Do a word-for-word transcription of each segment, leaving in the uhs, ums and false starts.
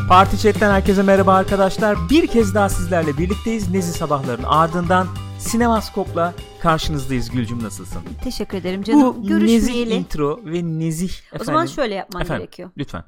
Parti Chat'ten herkese merhaba arkadaşlar. Bir kez daha sizlerle birlikteyiz. Nezih sabahların ardından Sinemaskop'la karşınızdayız. Gülcüm, nasılsın? Teşekkür ederim canım. Bu nezih intro ve nezih efendim. O zaman şöyle yapman efendim, gerekiyor. Lütfen.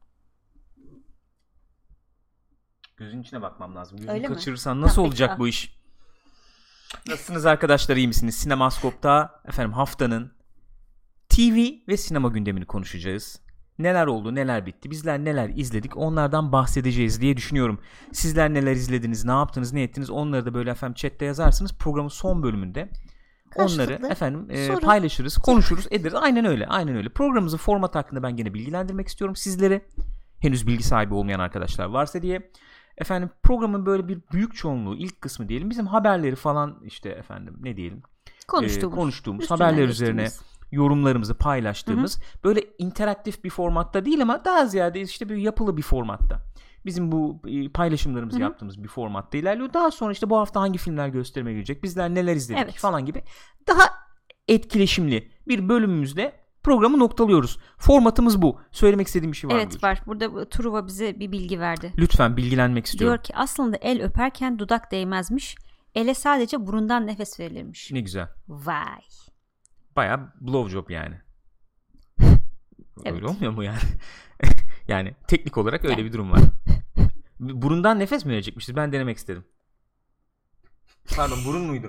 Gözün içine bakmam lazım. Gözünü Öyle kaçırırsan nasıl tamam, olacak peki, bu iş? Nasılsınız arkadaşlar, iyi misiniz? Sinemaskop'ta efendim haftanın T V ve sinema gündemini konuşacağız. Neler oldu, neler bitti, bizler neler izledik, onlardan bahsedeceğiz diye düşünüyorum. Sizler neler izlediniz, ne yaptınız, ne ettiniz, onları da böyle efendim chatte yazarsınız. Programın son bölümünde onları efendim e, paylaşırız, konuşuruz, ederiz. Aynen öyle, aynen öyle. Programımızın formatı hakkında ben gene bilgilendirmek istiyorum sizleri. Henüz bilgi sahibi olmayan arkadaşlar varsa diye. Efendim programın böyle bir büyük çoğunluğu, ilk kısmı diyelim, bizim haberleri falan işte efendim ne diyelim konuştuğumuz, e, konuştuğumuz haberler üzerine yorumlarımızı paylaştığımız, hı hı, böyle interaktif bir formatta değil ama daha ziyade işte bir yapılı bir formatta. Bizim bu paylaşımlarımızı, hı hı, yaptığımız bir formatta ilerliyor. Daha sonra işte bu hafta hangi filmler gösterime girecek, bizler neler izledik, evet, falan gibi daha etkileşimli bir bölümümüzde programı noktalıyoruz. Formatımız bu. Söylemek istediğim bir şey var mı? Evet, var. Burada Truva bize bir bilgi verdi. Lütfen, bilgilenmek istiyorum. Diyor ki aslında el öperken dudak değmezmiş. Ele sadece burundan nefes verilirmiş. Ne güzel. Vay. Bayağı blowjob yani. Evet. Öyle olmuyor mu yani? Yani teknik olarak öyle yani bir durum var. Burundan nefes mi verecekmişiz? Ben denemek istedim. Pardon, burun muydu?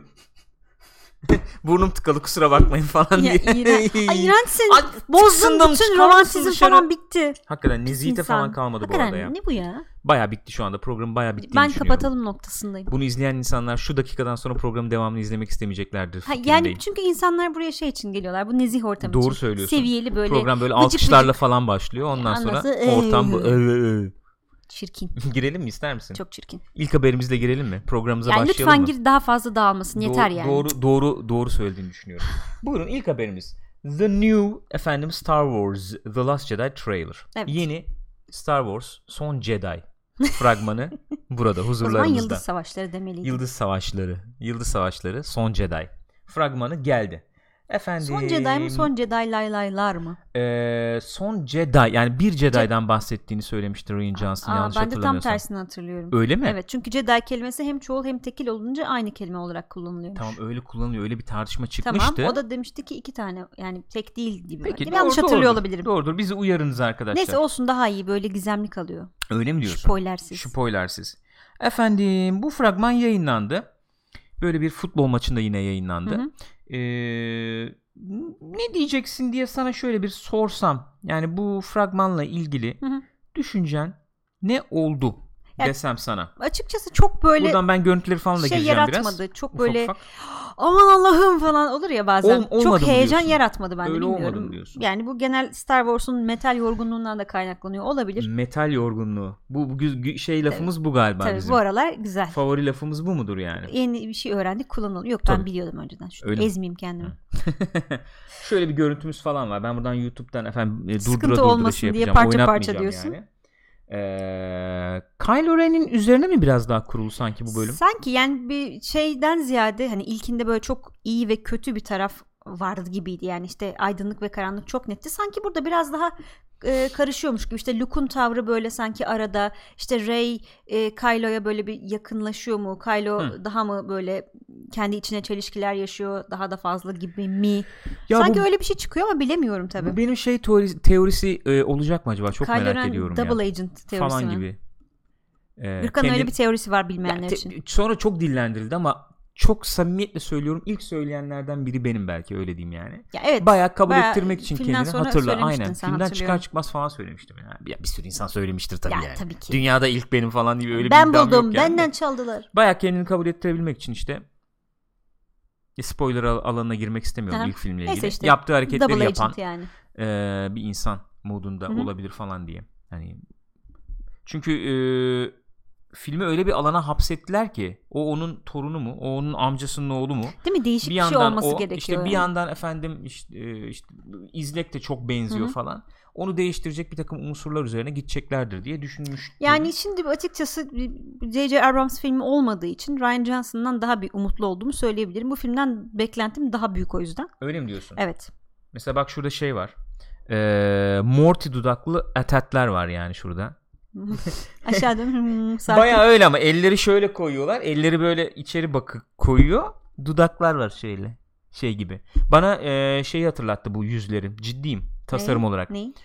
Burnum tıkalı, kusura bakmayın falan ya, diye. İğren. Ay iğrençsin. Bozdun, bütün romantizm falan bitti. Hakikaten nezihte falan kalmadı. Hakikaten, bu arada ya. Ne bu ya? Bayağı bitti şu anda. Program bayağı bittiğini ben düşünüyorum. Kapatalım noktasındayım. Bunu izleyen insanlar şu dakikadan sonra programın devamını izlemek istemeyeceklerdir. Ha, yani çünkü insanlar buraya şey için geliyorlar. Bu nezih ortam için. Doğru söylüyorsun. Seviyeli böyle. Program böyle alkışlarla falan başlıyor. Ondan ya, sonra ortam bu. Çirkin. Girelim mi, ister misin? Çok çirkin. İlk haberimizle girelim mi? Programımıza yani başlayalım mı? Lütfen gir, daha fazla dağılmasın. Do- yeter yani. Doğru doğru doğru söylediğini düşünüyorum. Buyurun, ilk haberimiz. The New efendim Star Wars The Last Jedi trailer. Evet. Yeni Star Wars Son Jedi fragmanı burada huzurlarımızda. O zaman Yıldız Savaşları demeliydi. Yıldız Savaşları. Yıldız Savaşları Son Jedi fragmanı geldi. Efendim, Son Jedi mi, Son Jedi laylaylar mı? E, son Jedi, yani bir Jedi'den Ce- bahsettiğini söylemişti Rian Johnson, Aa, yanlış ben hatırlamıyorsam. Ben de tam tersini hatırlıyorum. Öyle mi? Evet, çünkü Jedi kelimesi hem çoğul hem tekil olunca aynı kelime olarak kullanılıyormuş. Tamam, öyle kullanılıyor, öyle bir tartışma çıkmıştı. Tamam, o da demişti ki iki tane, yani tek değil gibi. Peki, doğru, yanlış hatırlıyor doğrudur, olabilirim. Doğrudur, bizi uyarınız arkadaşlar. Neyse, olsun, daha iyi, böyle gizemli kalıyor. Öyle mi diyorsun? Spoilersiz. Spoilersiz. Efendim, bu fragman yayınlandı. Böyle bir futbol maçında yine yayınlandı. Hı hı. Eee... Ne diyeceksin diye sana şöyle bir sorsam, yani bu fragmanla ilgili, hı hı, düşüncen ne oldu yani, desem sana. Açıkçası çok böyle buradan ben görüntüleri falan da şey gireceğim biraz. Yaratmadı. Çok böyle ufak ufak. Aman Allah'ım falan olur ya bazen. Ol, çok heyecan diyorsun. yaratmadı bende, öyle bilmiyorum. Diyorsun. Yani bu genel Star Wars'un metal yorgunluğundan da kaynaklanıyor olabilir. Metal yorgunluğu. Bu, bu şey lafımız tabii, bu galiba tabii, bizim. Bu aralar güzel. Favori lafımız bu mudur yani? Yeni bir şey öğrendik, kullanılıyor. Yok, tabii, ben biliyordum önceden. Şu ezmeyeyim kendimi. Şöyle bir görüntümüz falan var. Ben buradan YouTube'dan efendim durdura sıkıntı durdura olmasın şey diye yapacağım. parça parça diyorsun. Yani. Ee, Kylo Ren'in üzerine mi biraz daha kurulu sanki bu bölüm? Sanki yani bir şeyden ziyade, hani ilkinde böyle çok iyi ve kötü bir taraf vardı gibiydi. Yani işte aydınlık ve karanlık çok netti. Sanki burada biraz daha e, karışıyormuş gibi. İşte Luke'un tavrı böyle sanki arada. İşte Rey e, Kylo'ya böyle bir yakınlaşıyor mu? Kylo Hı. daha mı böyle kendi içine çelişkiler yaşıyor, daha da fazla gibi mi? Ya sanki bu, öyle bir şey çıkıyor ama bilemiyorum tabii. Bu benim şey teorisi, teorisi e, olacak mı acaba? Çok Kylo merak Ren ediyorum double ya. agent teorisi falan mi? gibi. Ee, Gürkan kendi... öyle bir teorisi var bilmeyenler te- için. Sonra çok dillendirildi ama çok samimiyetle söylüyorum, ilk söyleyenlerden biri benim, belki öyle diyeyim yani. Ya evet, bayağı kabul bayağı ettirmek için kendini hatırla. Aynen. Filmden çıkar çıkmaz çıkmaz falan söylemiştim yani. Ya bir sürü insan söylemiştir tabii ya, yani. Tabii ki. Dünyada ilk benim falan gibi öyle ben bir iddiam buldum, yok yani. benden çaldılar. Bayağı kendini kabul ettirebilmek için işte. Spoiler alanına girmek istemiyorum Aha. ilk filmle ilgili. Işte, yaptığı hareketleri yapan yani. e, bir insan modunda Hı-hı. olabilir falan diye. Yani çünkü e, filmi öyle bir alana hapsettiler ki, o onun torunu mu, o onun amcasının oğlu mu? Değil mi? Değişik bir, bir şey olması o, gerekiyor. İşte yani. bir yandan efendim işte, işte İzlek de çok benziyor Hı-hı. falan. Onu değiştirecek bir takım unsurlar üzerine gideceklerdir diye düşünmüş. Yani şimdi açıkçası J J Abrams filmi olmadığı için Rian Johnson'dan daha bir umutlu olduğumu söyleyebilirim. Bu filmden beklentim daha büyük o yüzden. Öyle mi diyorsun? Evet. Mesela bak şurada şey var. Ee, Morty dudaklı atatler var yani şurada. Aşağıda hmm, sakin. Bayağı öyle ama elleri şöyle koyuyorlar. Elleri böyle içeri bakıp koyuyor. Dudaklar var şöyle. Şey gibi. Bana e, şeyi hatırlattı bu yüzlerim. Ciddiyim. Tasarım ne? olarak. Ne?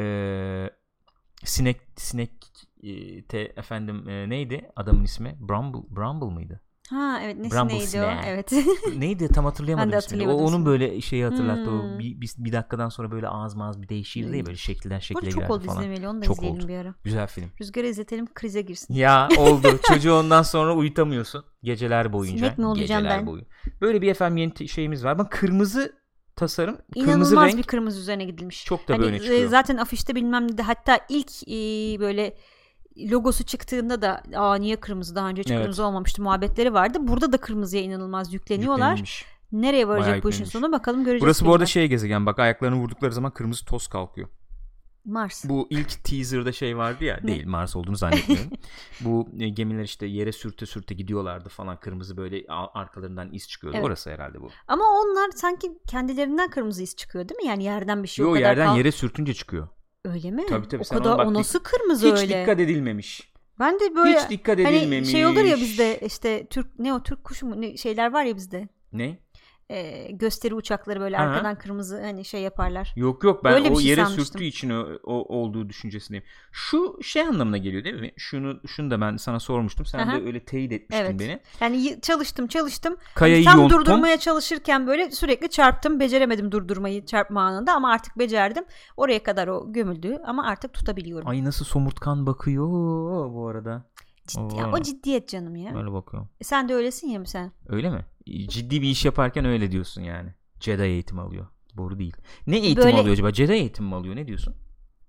Ee, sinek sinek e, te, efendim e, neydi adamın ismi? Brumble Brumble mıydı? Ha evet, nesi Brumble neydi Snack. o? Evet. Neydi tam hatırlayamadım Ben de ismini. O hatırlayamadım onun ismini. böyle şeyi hatırlattı. Hmm. O bir, bir, bir dakikadan sonra böyle ağız mağaz bir değişirdi Hmm. ya böyle şekilden şekile Burada çok girerdi oldu falan. izlemeli, onu da Çok izleyelim oldu. bir ara. Güzel film. Rüzgar'ı izletelim, krize girsin. Ya oldu. Çocuğu ondan sonra uyutamıyorsun. Geceler boyunca. Sinek mi olacağım Geceler ben? boyu. Böyle bir efendim yeni t- şeyimiz var. Bak kırmızı tasarım. İnanılmaz kırmızı renk. bir kırmızı üzerine gidilmiş. Çok da hani, böyle çıkıyor. Zaten afişte bilmem ne de, hatta ilk e, böyle logosu çıktığında da aa niye kırmızı, daha önce hiç Evet. kırmızı olmamıştı muhabbetleri vardı. Burada da kırmızıya inanılmaz yükleniyorlar. Yüklenilmiş. Nereye varacak Bayağı bu işin yüklenilmiş. sonu, bakalım göreceğiz. Burası bu arada filmde. şey gezegen, bak ayaklarını vurdukları zaman kırmızı toz kalkıyor. Mars. Bu ilk teaser'da şey vardı ya, Ne? değil Mars olduğunu zannetmiyorum. Bu e, gemiler işte yere sürte sürte gidiyorlardı falan, kırmızı böyle a- arkalarından iz çıkıyordu. Evet. Orası herhalde bu. Ama onlar sanki kendilerinden kırmızı iz çıkıyor değil mi? Yani yerden bir şey o Yo, kadar yerden kal- yere sürtünce çıkıyor. Öyle mi? Tabii, tabii. O Sen kadar ona bak, o nasıl kırmızı Hiç öyle? dikkat edilmemiş. Ben de böyle Hiç dikkat hani edilmemiş. şey olur ya bizde, işte Türk ne o Türk kuşu mu ne şeyler var ya bizde. Ne? Ee, gösteri uçakları böyle Ha. arkadan kırmızı hani şey yaparlar. Yok yok, ben Öyle bir o şey yere sanmıştım. sürttüğü için o, o olduğu düşüncesindeyim. Şu şey anlamına geliyor değil mi? Şunu şunu da ben sana sormuştum. Sen Aha. de öyle teyit etmiştin Evet. beni. Yani y- çalıştım çalıştım. Kayayı Tam yonttum. durdurmaya çalışırken böyle sürekli çarptım. Beceremedim durdurmayı çarpma anında ama artık becerdim. Oraya kadar o gömüldü ama artık tutabiliyorum. Ay nasıl somurtkan bakıyor bu arada. Ciddi, Oo. ya, o ciddiyet canım ya. Böyle bakıyorum. E sen de öylesin ya mı sen? Öyle mi? Ciddi bir iş yaparken öyle diyorsun yani. Jedi eğitimi alıyor. Doğru değil. Ne eğitim Böyle- alıyor acaba? Jedi eğitimi mi alıyor? Ne diyorsun?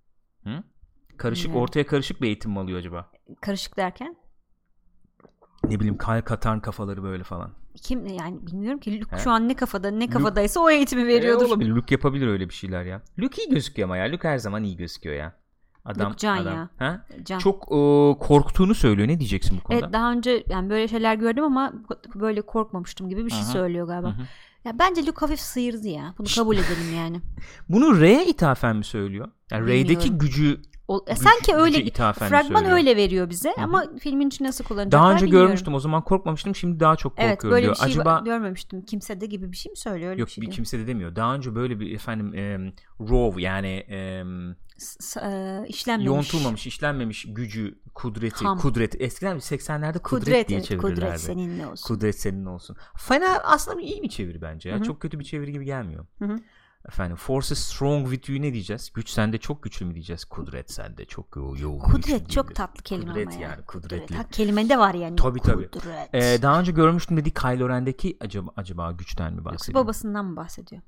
Hı? Karışık, Bilmiyorum. ortaya karışık bir eğitim mi alıyor acaba? Karışık derken? Ne bileyim, kal katan kafaları böyle falan. Kim yani bilmiyorum ki Luke He? şu an ne kafada ne kafadaysa o eğitimi veriyordur. E, olabilir. Luke yapabilir öyle bir şeyler ya. Luke iyi gözüküyor ama ya. Luke her zaman iyi gözüküyor ya. Adam, Luke can adam. ya. Ha? Can. Çok e, korktuğunu söylüyor. Ne diyeceksin bu konuda? Evet, daha önce yani böyle şeyler gördüm ama böyle korkmamıştım gibi bir şey Aha. söylüyor galiba. Hı hı. Ya bence Luke hafif sıyırdı ya. Bunu kabul edelim yani. Bunu Rey'e ithafen mi söylüyor? Yani Bilmiyorum. Rey'deki gücü O, e, güç- sanki öyle güce ithafen mi fragman söylüyor? öyle veriyor bize Hı hı. ama filmin içi nasıl kullanacaklar Daha önce bilmiyorum. görmüştüm, o zaman korkmamıştım, şimdi daha çok korkuyorum Evet, böyle diyor. bir şey Acaba görmemiştim. Kimse de gibi bir şey mi söylüyor? Öyle yok, bir şey bir diyor. kimse de demiyor. Daha önce böyle bir efendim e, raw yani e, S- s- e, işlenmemiş. yontulmamış, işlenmemiş gücü, kudreti, Ham. kudret. Eskiden seksenlerde kudret, Kudret, diye evet, çevirirlerdi. kudret seninle olsun. Kudret senin olsun. Fena, aslında iyi bir çeviri bence ya. Hı hı. Çok kötü bir çeviri gibi gelmiyor. Hı hı. Efendim, force is strong with you ne diyeceğiz? Güç sende çok güçlü mü diyeceğiz? Kudret sende çok yo- yoğun. güçlü Kudret çok diyebiliriz. tatlı kelime Kudret ama ya. yani, kudretli. Ha, kelimede var yani. Tabii, tabii. Kudret. Ee, daha önce görmüştüm dediği Kylo Ren'deki acaba, acaba güçten mi Yoksa bahsediyor? babasından mı bahsediyor?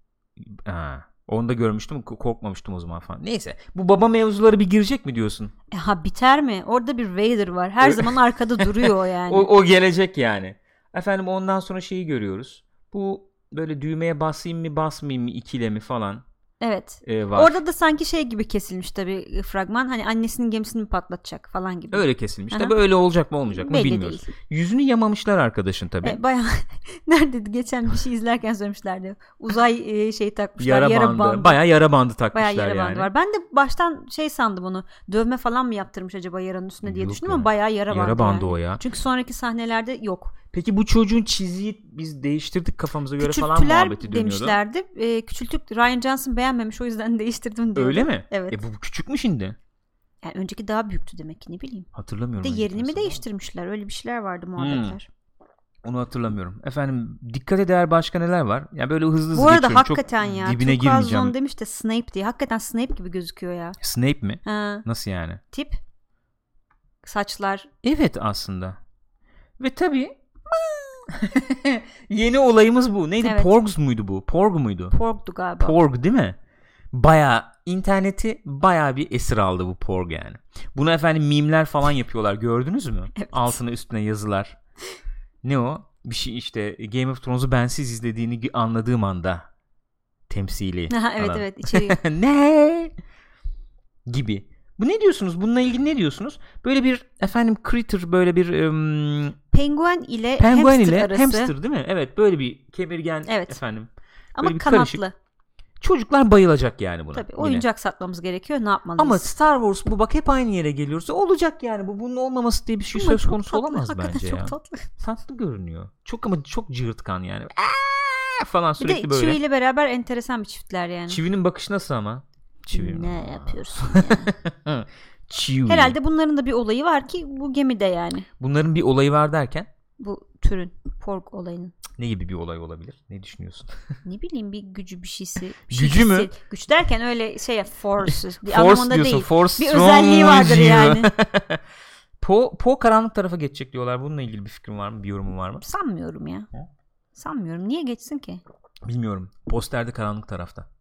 Ha, onu da görmüştüm, k- korkmamıştım o zaman falan. Neyse, bu baba mevzuları bir girecek mi diyorsun? E, ha biter mi? Orada bir Vader var. Her zaman arkada duruyor o yani. O, o gelecek yani. Efendim, ondan sonra şeyi görüyoruz. Bu böyle düğmeye basayım mı basmayayım mı ikilemi falan Evet. e, var. Orada da sanki şey gibi kesilmiş tabii fragman. Hani annesinin gemisini mi patlatacak falan gibi. Öyle kesilmiş. Aha. Tabii öyle olacak mı olmayacak mı Belli bilmiyoruz. değil. Yüzünü yamamışlar arkadaşın tabii. E, bayağı neredeydi? Geçen bir şey izlerken söylemişlerdi. Uzay e, şey takmışlar. Yara, Yara, bandı. bandı. Bayağı yara bandı takmışlar Bayağı yara yani. bandı var. Ben de baştan şey sandım onu. Dövme falan mı yaptırmış acaba yaranın üstüne diye Yok düşündüm ya. ama bayağı yara bandı. Yara bandı yani. o ya. Çünkü sonraki sahnelerde yok. Peki bu çocuğun çiziyi biz değiştirdik kafamıza göre falan Küçülttüler muhabbeti dönüyordu. demişlerdi. E, küçülttük. Ryan Johnson beğenmemiş, o yüzden değiştirdim diyordu. Öyle mi? Evet. E bu küçük mü şimdi? Yani önceki daha büyüktü demek ki, ne bileyim. Hatırlamıyorum. Bir de önceki yerini mi nasıl. değiştirmişler? Öyle bir şeyler vardı muhabbetler. Onu hatırlamıyorum. Efendim, dikkat değer başka neler var? Yani böyle hızlı hızlı Bu arada geçiyorum. hakikaten Çok ya. dibine Turkuaz girmeyeceğim. Zone demiş de Snape diye. Hakikaten Snape gibi gözüküyor ya. Snape mi? Ha, Nasıl yani? tip. Saçlar. Evet aslında. Ve tabii yeni olayımız bu. Neydi? Evet. Porgs muydu bu? Porg muydu? Porg'du galiba. Porg değil mi? Baya interneti baya bir esir aldı bu Porg yani. Bunu efendim mimler falan yapıyorlar, gördünüz mü? Evet. Altına üstüne yazılar. Ne o? Bir şey işte, Game of Thrones'u bensiz izlediğini anladığım anda temsili. Ha, evet falan. evet içeri. Ne? Gibi. Bu ne diyorsunuz? Bununla ilgili ne diyorsunuz? Böyle bir efendim critter, böyle bir um, Penguen ile penguen hamster ile arası. hamster değil mi? Evet, böyle bir kemirgen Evet. efendim. Ama böyle bir kanatlı. karışık. Çocuklar bayılacak yani buna. Tabii yine. oyuncak satmamız gerekiyor. Ne yapmalıyız? Ama Star Wars bu bak hep aynı yere geliyoruz. Olacak yani bu. Bunun olmaması diye bir şey ama söz çok konusu tatlı, olamaz hakikaten bence çok ya. tatlı. Tatlı görünüyor. Çok ama çok cırtkan yani. Aa! Falan Bir sürekli de böyle. Chewie ile beraber enteresan bir çiftler yani. Chewie'nin bakışı nasıl ama? Chewie. Ne yapıyorsun ya? Chewie. Herhalde bunların da bir olayı var ki bu gemide yani. Bunların bir olayı var derken? Bu türün pork olayının. Ne gibi bir olay olabilir? Ne düşünüyorsun? Ne bileyim bir gücü bir şeysi. Bir Gücü şeysi. mü? Güç derken öyle şey ya force. Bir Force anlamında diyorsun. değil. Force bir özelliği vardır yani. Po, Po karanlık tarafa geçecek diyorlar. Bununla ilgili bir fikrin var mı? Bir yorumun var mı? Sanmıyorum ya. Hı? Sanmıyorum. Niye geçsin ki? Bilmiyorum. Posterde karanlık tarafta.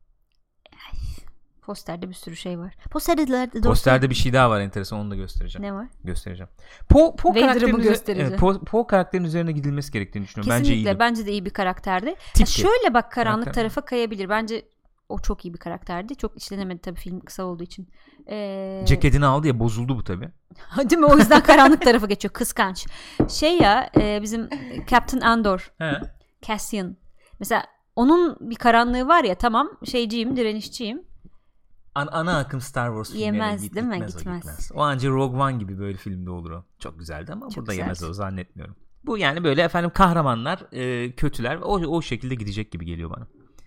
Posterde bir sürü şey var. Posterde, Posterde bir şey daha var enteresan, onu da göstereceğim. Ne var? Göstereceğim. Po, Po Vader'ı karakterin, mı üzeri- göstereceğim? evet, Po, Po karakterin üzerine gidilmesi gerektiğini düşünüyorum. Kesinlikle. Bence iyi. Bence de iyi bir karakterdi. Tip Ha, şöyle bak karanlık Karakter. tarafa kayabilir. Bence o çok iyi bir karakterdi. Çok işlenemedi tabii film kısa olduğu için. Ee... Ceketini aldı ya, bozuldu bu tabii. Değil mi? O yüzden karanlık tarafa geçiyor. Kıskanç. Şey ya e, bizim Captain Andor. He. Cassian. Mesela onun bir karanlığı var ya, tamam şeyciyim, direnişçiyim. An- ana akım Star Wars filmlerine Yemez, git, değil mi? gitmez, Gitmez. O, gitmez. O anca Rogue One gibi böyle filmde olur o. Çok güzeldi ama Çok burada güzeldi. yemez o, zannetmiyorum. Bu yani böyle efendim kahramanlar, e, kötüler o o şekilde gidecek gibi geliyor bana.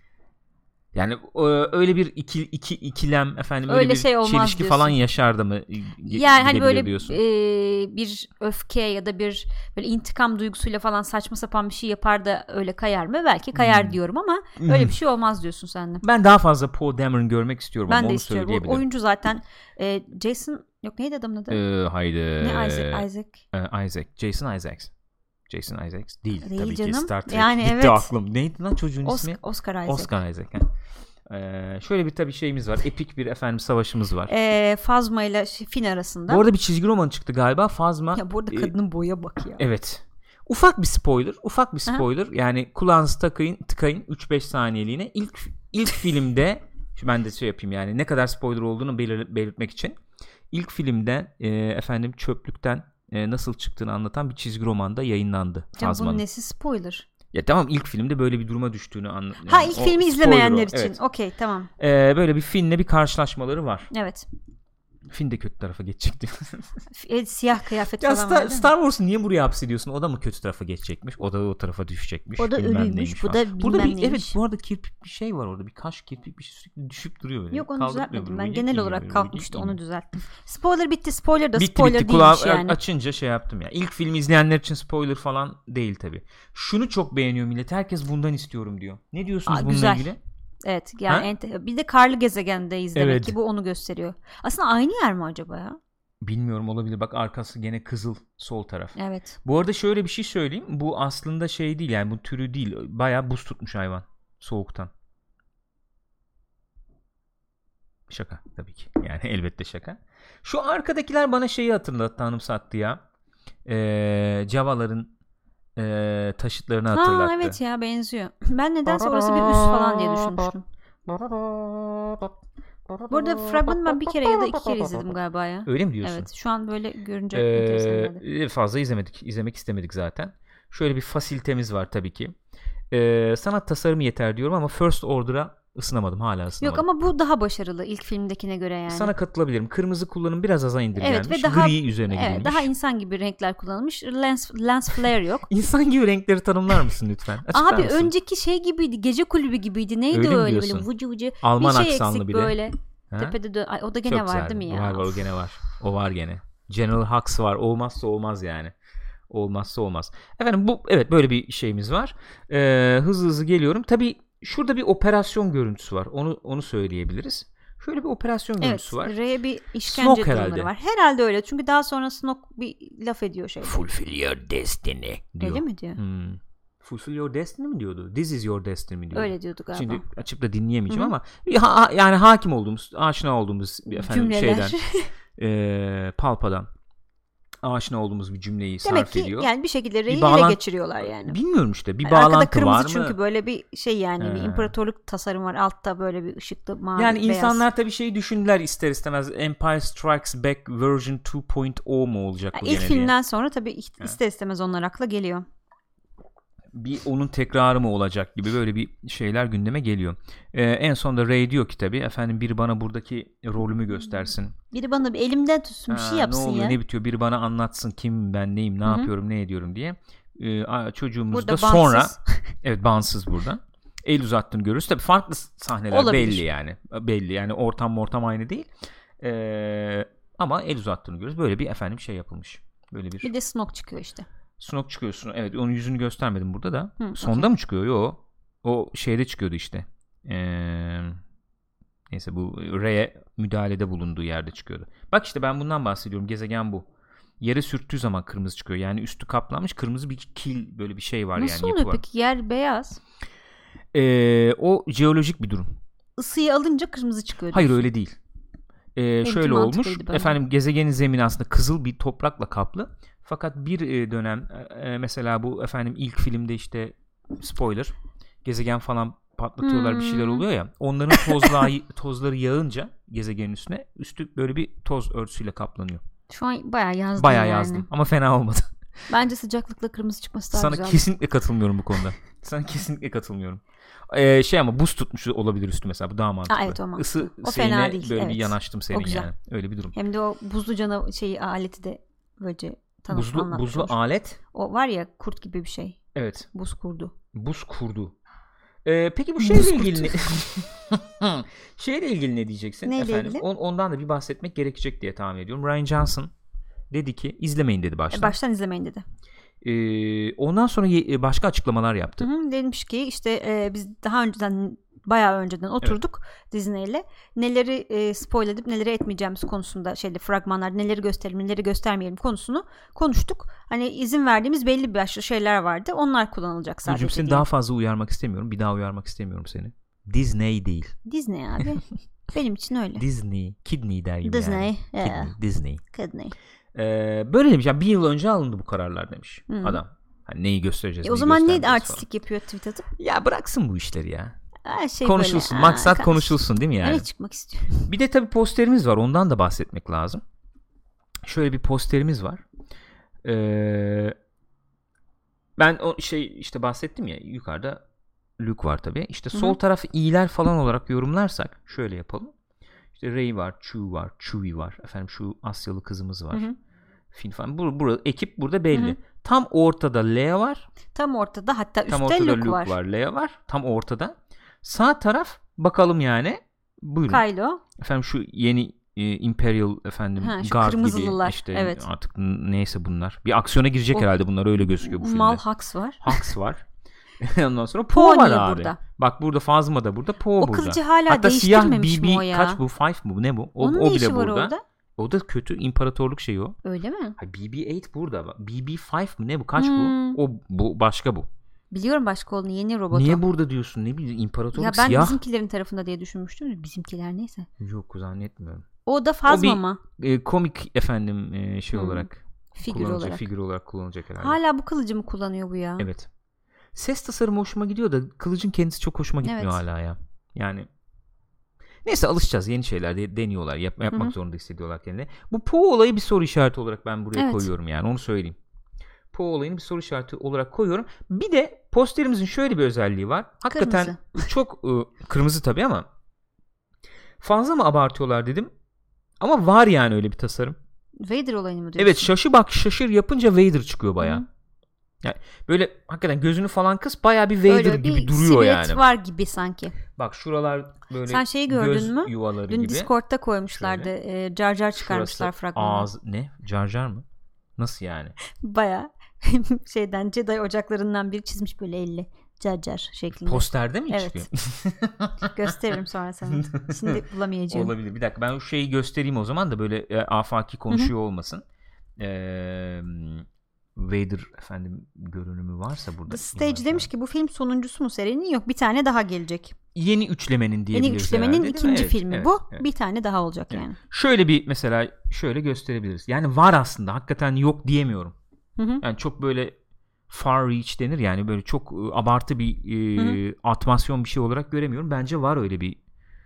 Yani e, öyle bir iki, iki ikilem efendim öyle, Öyle bir şey olmaz çelişki diyorsun. falan yaşardı mı? Yani hani böyle diyorsun. e, bir öfke ya da bir böyle intikam duygusuyla falan saçma sapan bir şey yapar da öyle kayar mı? Belki kayar Hmm. diyorum ama Hmm. öyle bir şey olmaz diyorsun sen de. Ben daha fazla Poe Dameron görmek istiyorum Ben ama de onu istiyorum. O söyleyebilirim. oyuncu zaten e, Jason yok neydi adamın adı? Ee, haydi. Ne Isaac? Isaac. Ee, Isaac. Jason Isaacs. Jason Isaacs değil, Değil tabii canım. ki Star Trek. Yani Gitti evet. aklım. Neydi lan çocuğun Oscar, ismi? Oscar Isaac. Oscar Isaac. he. Ee, şöyle bir tabii şeyimiz var. Epik bir efendim savaşımız var. E, Phasma ile Finn arasında. Bu arada bir çizgi roman çıktı galiba. Phasma. Ya bu arada e, kadının boya bak ya. Evet. Ufak bir spoiler. Ufak bir spoiler. Yani kulağınızı takayın, tıkayın üç beş saniyeliğine. İlk ilk filmde şu ben de şey yapayım yani ne kadar spoiler olduğunu belir- belirtmek için. İlk filmde e, efendim çöplükten e, nasıl çıktığını anlatan bir çizgi romanda yayınlandı. Canım Phasma'nın. bunun nesi spoiler? Ya tamam, ilk filmde böyle bir duruma düştüğünü anlatıyor. Ha ilk filmi izlemeyenler için. Evet. Okey tamam. Ee, böyle bir Finn'le bir karşılaşmaları var. Evet. Finn de kötü tarafa geçecekti. Evet, siyah kıyafet ya falan Star, var. Star Wars'u niye buraya hapsediyorsun? O da mı kötü tarafa geçecekmiş? O da o tarafa düşecekmiş. O da Bilmem ölüymüş, neymiş bu falan. da bilmem Burada bir, neymiş. evet bu arada kirpik bir şey var orada. Bir kaş kirpik bir şey sürekli düşüp duruyor böyle. Yok onu Kaldırmıyor düzeltmedim. böyle. Ben genel olarak Böyle kalkmıştı, böyle. onu düzelttim. Spoiler bitti. Spoiler da Bitti spoiler bitti, değilmiş kulağım yani. açınca şey yaptım ya. İlk filmi izleyenler için spoiler falan değil tabii. Şunu çok beğeniyor millet. Herkes bundan istiyorum diyor. Ne diyorsunuz Aa, bununla güzel. ilgili? Evet yani ente- bir de karlı gezegendeyiz demek Evet. ki, bu onu gösteriyor. Aslında aynı yer mi acaba ya? Bilmiyorum, olabilir. Bak arkası gene kızıl, sol taraf. Evet. Bu arada şöyle bir şey söyleyeyim. Bu aslında şey değil yani, bu türü değil. Bayağı buz tutmuş hayvan soğuktan. Şaka tabii ki. Yani elbette şaka. Şu arkadakiler bana şeyi hatırlattı, anımsattı ya. Ee, Javaların e, taşıtlarını hatırlattı. Ha evet ya, benziyor. Ben nedense orası bir üs falan diye düşünmüştüm. Bu arada fragmanı ben bir kere ya da iki kere izledim galiba ya. Öyle mi diyorsun? Evet, şu an böyle görünce enteresan geldi. Ee, fazla izlemedik. İzlemek istemedik zaten. Şöyle bir fasilitemiz var tabii ki. Ee, sanat tasarımı yeter diyorum ama First Order'a ısınamadım. Hala ısınamadım. Yok ama bu daha başarılı ilk filmdekine göre yani. Sana katılabilirim. Kırmızı kullanım biraz aza indirgenmiş. Evet ve daha gri üzerine evet, gidilmiş. daha insan gibi renkler kullanılmış. Lens lens flare yok. İnsan gibi renkleri tanımlar mısın lütfen? Açıklar Abi mısın? önceki şey gibiydi. Gece kulübü gibiydi. Neydi Öyle mi öyle diyorsun? böyle vıcı vıcı. Alman bir şey aksanlı eksik bir de. böyle. Ha? Tepede dö- Ay, o da gene Çok var güzeldi. değil mi ya? Var var, o gene var. O var gene. General Hux var. Olmazsa olmaz yani. Olmazsa olmaz. Efendim bu evet böyle bir şeyimiz var. Ee, hızlı hızlı geliyorum. Tabii şurada bir operasyon görüntüsü var. Onu onu söyleyebiliriz. Şöyle bir operasyon görüntüsü Evet, var. R'ye bir işkence Snoke durumları herhalde. var. Herhalde öyle. Çünkü daha sonra Snoke bir laf ediyor şey. Fulfill your destiny diyor. Öyle mi diyor? Hmm. Fulfill your destiny mi diyordu? This is your destiny mi diyordu? Öyle diyordu galiba. Şimdi açıp da dinleyemeyeceğim Hı-hı. ama bir ha- yani hakim olduğumuz, aşina olduğumuz bir efendim Cümleler. şeyden e, Palpa'dan aşina olduğumuz bir cümleyi Demek sarf ki ediyor. yani bir şekilde R'yi Bir bağlan- ele geçiriyorlar yani. Bilmiyorum işte. Bir Yani bağlantı arkada kırmızı var mı? çünkü böyle bir şey yani bir He. imparatorluk tasarım var. Altta böyle bir ışıklı mavi Yani beyaz. insanlar tabii şeyi düşündüler ister istemez. Empire Strikes Back version iki nokta sıfır mu olacak bu Yani ilk gene diye. filmden sonra tabii ister istemez onlar akla geliyor. bir onun tekrarı mı olacak gibi böyle bir şeyler gündeme geliyor. Ee, en sonunda Rey diyor ki tabii efendim biri bana buradaki rolümü göstersin. Biri bana bir elimden tutsun bir şey yapsın ya. Ne oluyor ya. ne bitiyor biri bana anlatsın kim ben neyim ne Hı-hı. yapıyorum ne ediyorum diye. Ee, çocuğumuz burada da bağımsız. sonra evet bağımsız burada. El uzattığını görürüz. Tabii farklı sahneler Olabilir. belli yani. Belli yani ortam ortam aynı değil. Ee, ama el uzattığını görürüz. Böyle bir efendim şey yapılmış. Böyle bir. Bir de Snoke çıkıyor işte. Snoke çıkıyorsun. Evet onun yüzünü göstermedim burada da. Hı, Sonda okay. mı çıkıyor? Yo. O şeyde çıkıyordu işte. Ee, neyse bu Rey'e müdahalede bulunduğu yerde çıkıyordu. Bak işte ben bundan bahsediyorum. Gezegen bu. Yere sürttüğü zaman kırmızı çıkıyor. Yani üstü kaplanmış kırmızı bir kil böyle bir şey var. Nasıl yani. Nasıl oluyor peki? Yer beyaz. Ee, o jeolojik bir durum. Isıyı alınca kırmızı çıkıyor. Hayır öyle değil. Ee, şöyle olmuş. Efendim gezegenin zemini aslında kızıl bir toprakla kaplı. Fakat bir e, dönem e, mesela bu efendim ilk filmde işte spoiler gezegen falan patlatıyorlar hmm. bir şeyler oluyor ya. Onların tozları tozları yağınca gezegenin üstüne üstü böyle bir toz örtüsüyle kaplanıyor. Şu an bayağı yazdım bayağı yani. yazdım ama fena olmadı. Bence sıcaklıkla kırmızı çıkması daha Sana güzel. Sana kesinlikle katılmıyorum bu konuda. Sana kesinlikle katılmıyorum. Ee, şey ama buz tutmuş olabilir üstü mesela bu daha mantıklı. Aa, evet, o mantıklı. Isı o fena değil. Böyle evet. bir yanaştım senin yani. Öyle bir durum. Hem de o buzlu cana şeyi aleti de böylece tanı- buzlu buzlu olmuş. Alet. O var ya kurt gibi bir şey. Evet. Buz kurdu. Buz kurdu. Ee, peki bu şeyle ilgili ne? şeyle ilgili ne diyeceksin Neyle efendim? ilgili? On, ondan da bir bahsetmek gerekecek diye tahmin ediyorum. Rian Johnson dedi ki izlemeyin dedi baştan. E, baştan izlemeyin dedi. Ee, ondan sonra ye- başka açıklamalar yaptı. Hı hı, demiş ki işte e, biz daha önceden bayağı önceden oturduk evet. Disney ile neleri e, spoil edip neleri etmeyeceğimiz konusunda şeyde fragmanlar neleri gösterelim neleri göstermeyelim konusunu konuştuk. Hani izin verdiğimiz belli başlı şeyler vardı. Onlar kullanılacak sadece. Hocam seni daha fazla uyarmak istemiyorum. Bir daha uyarmak istemiyorum seni. Disney değil. Disney abi. Benim için öyle. Disney. Kidney der gibi Disney. yani. Yeah. Kidney. Disney. Kidney. Ee, böyle demiş. Yani bir yıl önce alındı bu kararlar demiş hmm. adam. Hani neyi göstereceğiz? E o zaman ne artistlik yapıyor tweet atıp? Ya bıraksın bu işleri ya. Her şey konuşulsun. Böyle, maksat aa, konuşulsun değil mi yani? Öyle çıkmak istiyorum. Bir de tabii posterimiz var. Ondan da bahsetmek lazım. Şöyle bir posterimiz var. Ee, ben o şey işte bahsettim ya yukarıda Luke var tabii. İşte sol Hı-hı. tarafı iyiler falan olarak yorumlarsak şöyle yapalım. İşte Rey var, Chewie var, Chewie var. Efendim şu Asyalı kızımız var. Hı-hı. Fin falan. Bu, bu, ekip burada belli. Hı-hı. Tam ortada Leia var. Tam ortada hatta üstte Tam ortada Luke, Luke var. var. Leia var. Tam ortada. Sağ taraf bakalım yani. Buyurun. Kylo. Efendim şu yeni e, Imperial efendim ha, Guard gibi işte evet. artık neyse bunlar. Bir aksiyona girecek o, herhalde bunlar öyle gözüküyor bu filmde. Mal Hux var. Hux var. Ondan sonra Poe var abi. Burada. Bak burada Phasma da burada, Poe burada. O kılıcı hala hatta değiştirmemiş siyah B B mi o ya? Kaç bu? Five mu? Ne bu? O, Onun o ne bile işi var burada. orada? O da kötü imparatorluk şeyi o. Öyle mi? Ha, B B sekiz burada. B B beş mi? Ne bu? Kaç hmm. bu? O bu başka bu. Biliyorum başka olduğunu. Yeni robot. Niye burada diyorsun? Ne bileyim imparatorluk ya ben siyah. bizimkilerin tarafında diye düşünmüştüm. Bizimkiler neyse. Yok zannetmiyorum. O da Phasma mı? E, komik efendim e, şey hmm. olarak. Figür olarak. Figür olarak kullanılacak herhalde. Hala bu kılıcı mı kullanıyor bu ya? Evet. Ses tasarımı hoşuma gidiyor da kılıcın kendisi çok hoşuma gitmiyor evet. hala ya. Yani neyse alışacağız. Yeni şeyler de deniyorlar. Yap, yapmak Hı-hı. zorunda hissediyorlar kendini. Bu Poe olayı bir soru işareti olarak ben buraya evet. koyuyorum yani. Onu söyleyeyim. Poe olayını bir soru işareti olarak koyuyorum. Bir de posterimizin şöyle bir özelliği var. Hakikaten kırmızı. çok ıı, kırmızı tabii ama fazla mı abartıyorlar dedim. Ama var yani öyle bir tasarım. Vader olayını mı diyorsun? Evet şaşı bak şaşır yapınca Vader çıkıyor bayağı. Hı. Yani böyle hakikaten gözünü falan kıs bayağı bir Vader öyle gibi bir duruyor yani. Silüet var gibi sanki. Bak şuralar böyle sen şeyi gördün göz mü? yuvaları Dün gibi. Discord'da koymuşlardı. E, Jar Jar çıkarmışlar fragmanı. Ağız ne? Jar Jar mı? Nasıl yani? Bayağı şeyden Jedi ocaklarından biri çizmiş böyle elle. Jar Jar şeklinde. Posterde mi evet. çıkıyor? Gösteririm sonra sana. Şimdi bulamayacağım. Olabilir. Bir dakika ben şu şeyi göstereyim o zaman da böyle e, afaki konuşuyor Hı-hı. olmasın. Eee Vader efendim görünümü varsa burada. The Stage demiş ki bu film sonuncusu mu serinin? Yok bir tane daha gelecek. Yeni üçlemenin diyebiliriz. Yeni üçlemenin herhalde, ikinci evet, filmi evet, bu. Evet. Bir tane daha olacak evet. yani. Şöyle bir mesela şöyle gösterebiliriz. Yani var aslında hakikaten yok diyemiyorum. Hı hı. Yani çok böyle far reach denir yani böyle çok abartı bir e, atmasyon bir şey olarak göremiyorum. Bence var öyle bir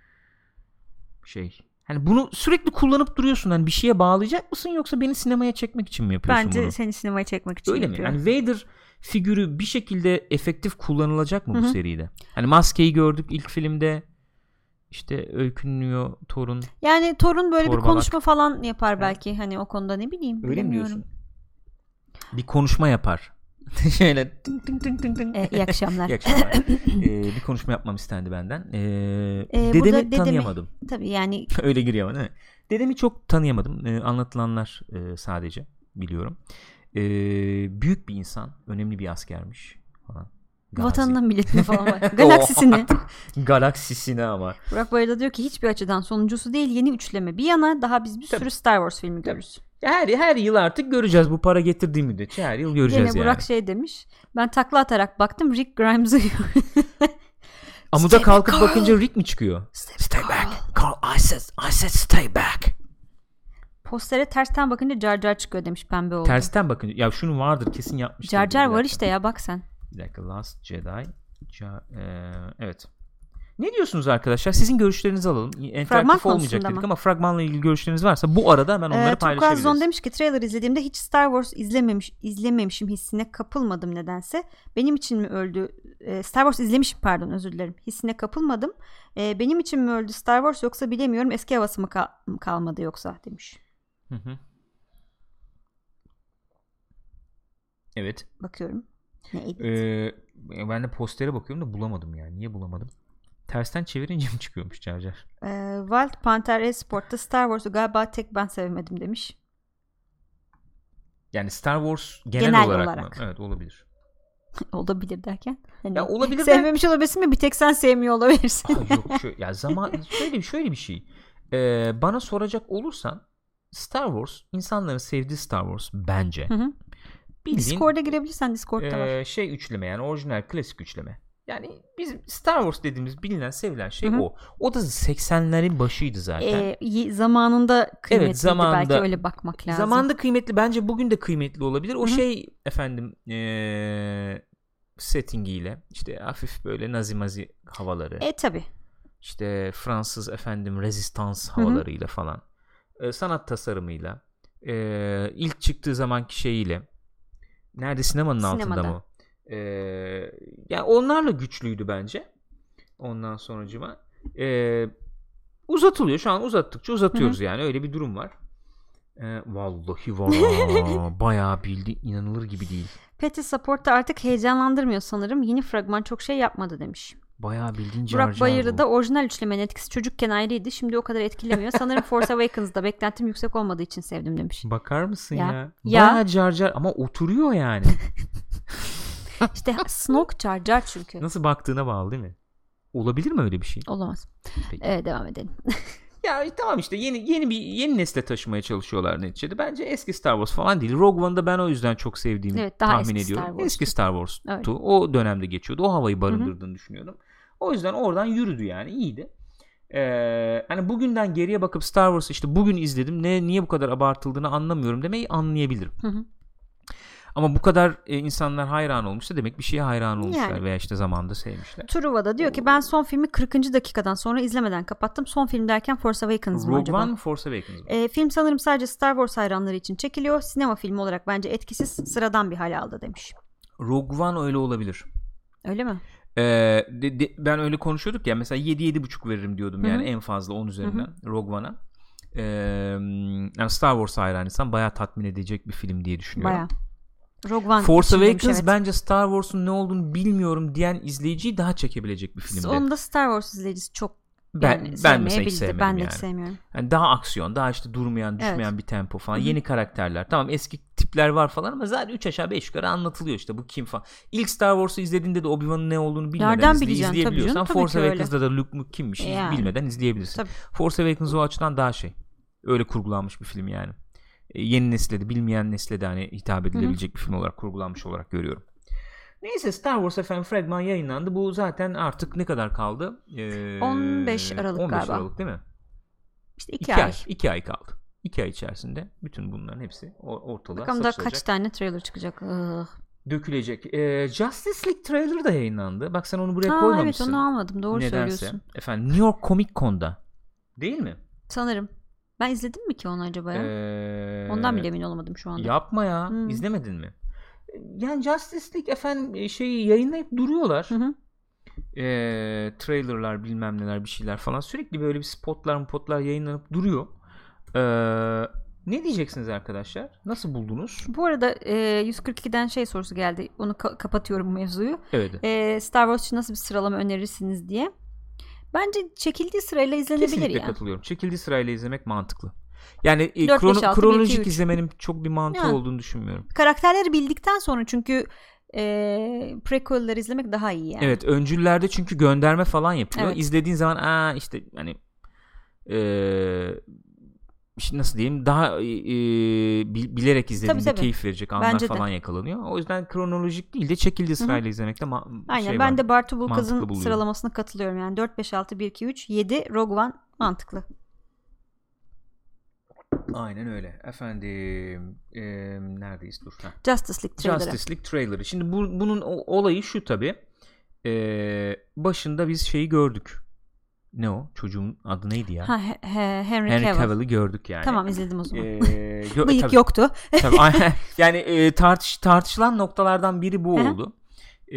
şey. Hani bunu sürekli kullanıp duruyorsun. Hani bir şeye bağlayacak mısın yoksa beni sinemaya çekmek için mi yapıyorsun Bence bunu? Bence seni sinemaya çekmek için öyle yapıyorum. mi? Yani Vader figürü bir şekilde efektif kullanılacak mı bu Hı-hı. seride? Hani maskeyi gördük ilk filmde. İşte öykünüyor torun. Yani torun böyle torbalak. bir konuşma falan yapar belki. Hani o konuda ne bileyim. Öyle mi diyorsun? Bir konuşma yapar. Şöyle tın tın tın tın tın. E, iyi akşamlar. İyi akşamlar. ee, bir konuşma yapmam istendi benden. Ee, Ee, dedemi dedemi- tanıyamadım. Tabii yani Öyle giriyor ama değil mi? Dedemi çok tanıyamadım. Ee, anlatılanlar e, sadece biliyorum. Ee, büyük bir insan. Önemli bir askermiş falan. Gazi. vatanına milletine falan var. Galaksisine. Galaksisine ama. Burak Bayır da diyor ki hiçbir açıdan sonuncusu değil yeni üçleme. Bir yana daha biz bir Tabii. sürü Star Wars filmi görürüz. Her, her yıl artık göreceğiz bu para getirdiği müddetçe. Her yıl göreceğiz Yine Burak yani. şey demiş. Ben takla atarak baktım Rick Grimes'ı. Amuda kalkıp bakınca Rick mi çıkıyor? Stay back. Carl, I said, I said stay back. Postere tersten bakınca Jar Jar çıkıyor demiş pembe oldu. Tersten bakınca. Ya şunu vardır kesin yapmıştır. Jar Jar Bir var dakika. işte ya bak sen. Bir dakika Last Jedi. Ja, e, evet. Ne diyorsunuz arkadaşlar? Sizin görüşlerinizi alalım. İnteraktif olmayacak dedik mı? ama fragmanla ilgili görüşleriniz varsa bu arada hemen onları Ee, paylaşabiliriz. Turkuaz Zone demiş ki trailer izlediğimde hiç Star Wars izlememiş izlememişim hissine kapılmadım nedense. Benim için mi öldü? Ee, Star Wars izlemişim pardon özür dilerim. Hissine kapılmadım. Ee, benim için mi öldü Star Wars yoksa bilemiyorum eski havası mı kal- kalmadı yoksa demiş. Hı hı. Evet. Bakıyorum. Ne edit? Ee, ben de postere bakıyorum da bulamadım yani. Niye bulamadım? Tersten çevirince mi çıkıyormuş Jar Jar? Ee, Wild Panther Esport'ta Star Wars'u galiba tek ben sevmedim demiş. Yani Star Wars genel, Genel olarak, olarak. mı? Evet olabilir. Olabilir derken. Hani Ya olabilir de- sevmemiş olabilirsin mi? Bir tek sen sevmiyor olabilirsin. Aa, yok şöyle, ya zaman şöyle şöyle bir şey. Ee, bana soracak olursan Star Wars insanların sevdiği Star Wars bence. Hı hı. Bildiğin Discord'a girebilirsen Discord'da var. e, şey üçleme yani orijinal klasik üçleme. Yani bizim Star Wars dediğimiz bilinen sevilen şey Hı hı. o. O da seksenlerin başıydı zaten. Ee, y- zamanında kıymetliydi Evet, zamanında- belki öyle bakmak lazım. Zamanında kıymetli bence bugün de kıymetli olabilir. O Hı hı. şey efendim e, settingiyle işte hafif böyle nazimazi havaları. E tabi. İşte Fransız efendim rezistans hı. havalarıyla falan. E, sanat tasarımıyla. E, ilk çıktığı zamanki şeyiyle. Nerede sinemanın altında Sinemada. mı? E, yani onlarla güçlüydü bence. Ondan sonracıma. E, uzatılıyor. Şu an uzattıkça uzatıyoruz Hı hı. yani. Öyle bir durum var. E, vallahi var. Bayağı bildi. İnanılır gibi değil. Petty Support'ta artık heyecanlandırmıyor sanırım. Yeni fragman çok şey yapmadı demiş. Bayağı bildiğin Jar Burak Jar Bayır'ı bu. da orijinal üçlemenin etkisi çocukken ayrıydı. Şimdi o kadar etkilemiyor. Sanırım Force Awakens'da beklentim yüksek olmadığı için sevdim demiş. Bakar mısın Ya. ya? Ya. Bayağı Jar Jar ama oturuyor yani. İşte Snoke Jar Jar çünkü. Nasıl baktığına bağlı değil mi? Olabilir mi öyle bir şey? Olamaz. Peki. Evet devam edelim. Ya tamam işte yeni yeni bir yeni nesle taşımaya çalışıyorlar neticede. Bence eski Star Wars falan değil. Rogue One'da ben o yüzden çok sevdiğimi Evet, daha tahmin eski ediyorum. Star Wars'tu. Eski Star Wars'tu. Öyle. O dönemde geçiyordu. O havayı barındırdığını düşünüyordum. O yüzden oradan yürüdü yani. İyiydi. Ee, hani bugünden geriye bakıp Star Wars işte bugün izledim. Ne niye bu kadar abartıldığını anlamıyorum demeyi anlayabilirim. Hı hı. Ama bu kadar e, insanlar hayran olmuşsa demek bir şeye hayran olmuşlar Yani. veya işte zamanında sevmişler. Truva da diyor ki ben son filmi kırkıncı dakikadan sonra izlemeden kapattım. Son film derken Force Awakens mı Rogue acaba? One mı Force Awakens mı? E, film sanırım sadece Star Wars hayranları için çekiliyor. Sinema filmi olarak bence etkisiz, sıradan bir hale aldı demiş. Rogue One öyle olabilir. Öyle mi? Ee, de, de, ben öyle konuşuyorduk ya mesela yedi yedi buçuk veririm diyordum Hı-hı. yani en fazla on üzerinden Hı-hı. Rogue One'a. Ee, yani Star Wars hayranıysan bayağı tatmin edecek bir film diye düşünüyorum. Bayağı. Rogue One Force için Awakens demiş, evet. bence Star Wars'un ne olduğunu bilmiyorum diyen izleyiciyi daha çekebilecek bir filmdi. Onda Star Wars izleyicisi çok ben, yani ben mesela hiç sevmeyebildi. sevmedim Ben de yani. hiç sevmiyorum. Yani daha aksiyon, daha işte durmayan, düşmeyen Evet. bir tempo falan. Hı-hı. Yeni karakterler. Tamam eski tipler var falan ama zaten üç aşağı beş yukarı anlatılıyor işte bu kim falan. İlk Star Wars'u izlediğinde de Obi-Wan'ın ne olduğunu bilmeden Nereden izle, bileceksin? izleyebiliyorsan Tabii canım, tabii Force ki öyle. Awakens'da da Luke Luke kimmiş Yani. bilmeden izleyebilirsin. Tabii. Force Awakens o açıdan daha şey. Öyle kurgulanmış bir film yani. E, yeni nesle de bilmeyen nesle de hani hitap edilebilecek Hı-hı. bir film olarak kurgulanmış olarak görüyorum. Neyse Star Wars efendim fragman yayınlandı. Bu zaten artık ne kadar kaldı? Ee, on beş Aralık on beş galiba. Aralık değil mi? İşte iki, iki ay. ay. iki ay kaldı. iki ay içerisinde bütün bunların hepsi ortalığa Bakalım da saçılacak. kaç tane trailer çıkacak. Ugh. Dökülecek. Ee, Justice League trailer da yayınlandı. Bak sen onu buraya Aa, koymamışsın. evet onu almadım. Doğru Nedense. söylüyorsun. Efendim New York Comic Con'da. Değil mi? Sanırım. Ben izledim mi ki onu acaba ya? Ee, Ondan bile emin olamadım şu anda. Yapma ya. Hmm. İzlemedin mi? Yani Justice League efendim şeyi yayınlayıp duruyorlar. Hı hı. E, trailerlar bilmem neler bir şeyler falan sürekli böyle bir spotlar potlar yayınlanıp duruyor. E, ne diyeceksiniz arkadaşlar? Nasıl buldunuz? Bu arada e, yüz kırk ikiden şey sorusu geldi. Onu ka- kapatıyorum bu mevzuyu. Evet. E, Star Wars için nasıl bir sıralama önerirsiniz diye. Bence çekildiği sırayla izlenebilir Kesinlikle ya. katılıyorum. Çekildiği sırayla izlemek mantıklı. Yani e, dört, krono- beş, altı, kronolojik bir, iki, üç. izlemenin çok bir mantığı Ha. olduğunu düşünmüyorum. Karakterleri bildikten sonra çünkü e, prequel'ları izlemek daha iyi yani. Evet, öncüllerde çünkü gönderme falan yapıyor. Evet. İzlediğin zaman aa işte hani eee işte nasıl diyeyim daha e, bilerek izlediğinde Tabii, tabii. keyif verecek anlar Bence de. falan yakalanıyor. O yüzden kronolojik değil de çekildiği sırayla izlemekte ma- Aynen şey ben var. de Bartu Bulkaz'ın Mantıklı buluyorum. sıralamasına katılıyorum. Yani dört, beş, altı, bir, iki, üç, yedi Rogue One mantıklı. Aynen öyle. Efendim e, neredeyiz? Dur. Ha. Justice League trailer'ı. Justice League trailer'ı. Şimdi bu, bunun o, olayı şu tabii. E, başında biz şeyi gördük. Ne o? Çocuğun adı neydi ya? Ha, he, he, Henry, Henry Cavill. Cavill'ı gördük yani. Tamam izledim o zaman. E, gö- Bıyık tabii, yoktu. tabii, aynen. Yani e, tartış tartışılan noktalardan biri bu Hı hı. oldu. E,